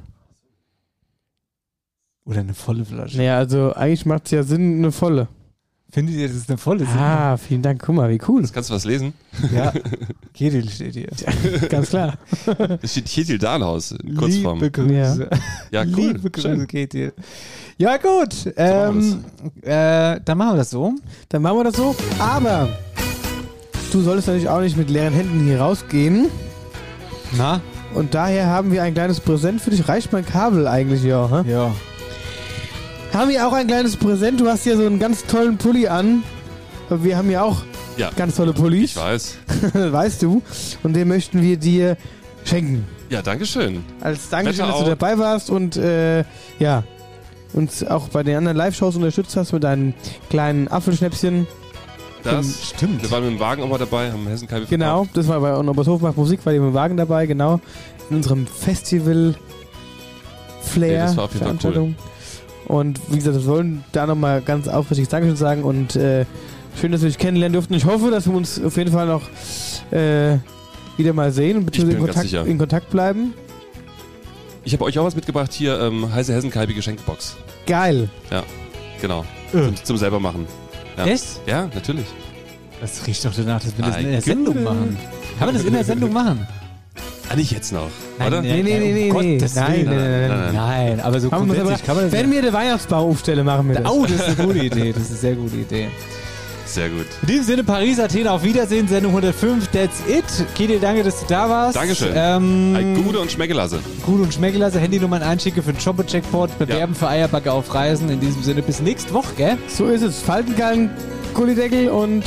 Oder eine volle Flasche. Naja, also eigentlich macht es ja Sinn, eine volle. Findet ihr, das ist eine volle? Ah, vielen Dank. Guck mal, wie cool. Jetzt kannst du was lesen. Ja, Ketil steht hier. Ganz klar. Es steht Ketil Dahlhaus in Kurzform. Liebe Grüße. Ja, cool. Liebe Grüße, Schön. Ketil. Ja, gut. Ähm, äh, dann machen wir das so. Dann machen wir das so. Aber du solltest natürlich auch nicht mit leeren Händen hier rausgehen. Na? Und daher haben wir ein kleines Präsent für dich. Reicht mein Kabel eigentlich ja? Hä? Ja. Haben wir auch ein kleines Präsent. Du hast hier so einen ganz tollen Pulli an. Wir haben ja auch Ja. ganz tolle Pullis. Ich weiß. Weißt du. Und den möchten wir dir schenken. Ja, dankeschön. Als Dankeschön, dass du Wetterau. dabei warst und äh, ja, uns auch bei den anderen Live-Shows unterstützt hast mit deinen kleinen Apfelschnäpschen. Das stimmt. Wir waren mit dem Wagen auch mal dabei, haben Hessen-Kalbe Genau, das war bei Obershof macht Musik, war die mit dem Wagen dabei, genau. In unserem Festival Flair Nee, das war auf jeden Fall Veranstaltung. Und wie gesagt, wir wollen da nochmal ganz aufrichtiges Dankeschön sagen und äh, schön, dass wir dich kennenlernen durften. Ich hoffe, dass wir uns auf jeden Fall noch äh, wieder mal sehen und beziehungsweise in bin ganz Kontakt, sicher. in Kontakt bleiben. Ich habe euch auch was mitgebracht hier, ähm, heiße Hessen-Kalbe Geschenkbox. Geil. Ja, genau. Äh. Zum, zum selber machen. Ja. Echt? Ja, natürlich. Das riecht doch danach, dass wir das Ah, in der Güte. Sendung machen. Kann man das in der Sendung machen? Ah, nicht jetzt noch, Nein, oder? Nee, nee, nee, nee, um nee. Gottes Nein, Willen. nein, nein, nein, nein. Nein, aber so Haben wir grundsätzlich das kann man das Wenn wir den Weihnachtsbaum aufstellen, machen wir das. Oh, das ist eine gute Idee. Das ist eine sehr gute Idee. Sehr gut. In diesem Sinne, Paris, Athen, auf Wiedersehen, Sendung hundertfünf, that's it. Ketil, danke, dass du da warst. Dankeschön. Ähm, Ein Gute und Schmeckelasse. Gut und Schmeckelasse, Handynummern einschicke für den Shopper-Checkpot, bewerben für Eierbacke auf Reisen. In diesem Sinne, bis nächste Woche, gell? So ist es. Faltengallen, Gullideckel und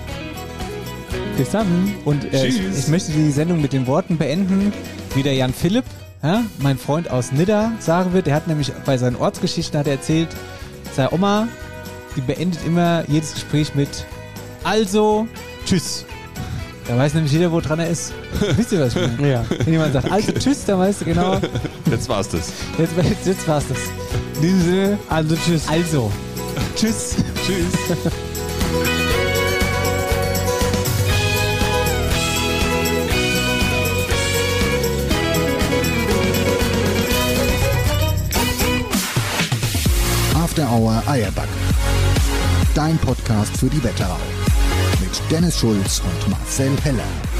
bis dann. Und äh, ich, Tschüss. ich möchte die Sendung mit den Worten beenden, wie der Jan Philipp, ja, mein Freund aus Nidda, sagen wird. Der hat nämlich bei seinen Ortsgeschichten hat er erzählt, seine Oma die beendet immer jedes Gespräch mit also, tschüss. Da weiß nämlich jeder, wo dran er ist. Wisst ihr, was ich meine? Ja. Wenn jemand sagt, also tschüss, dann weißt du genau. Jetzt war's das. Jetzt, jetzt, jetzt war's das. In diesem Sinne, also tschüss. Also, tschüss. Tschüss. After Hour Eierback. Dein Podcast für die Wetterau. Mit Dennis Schulz und Marcel Heller.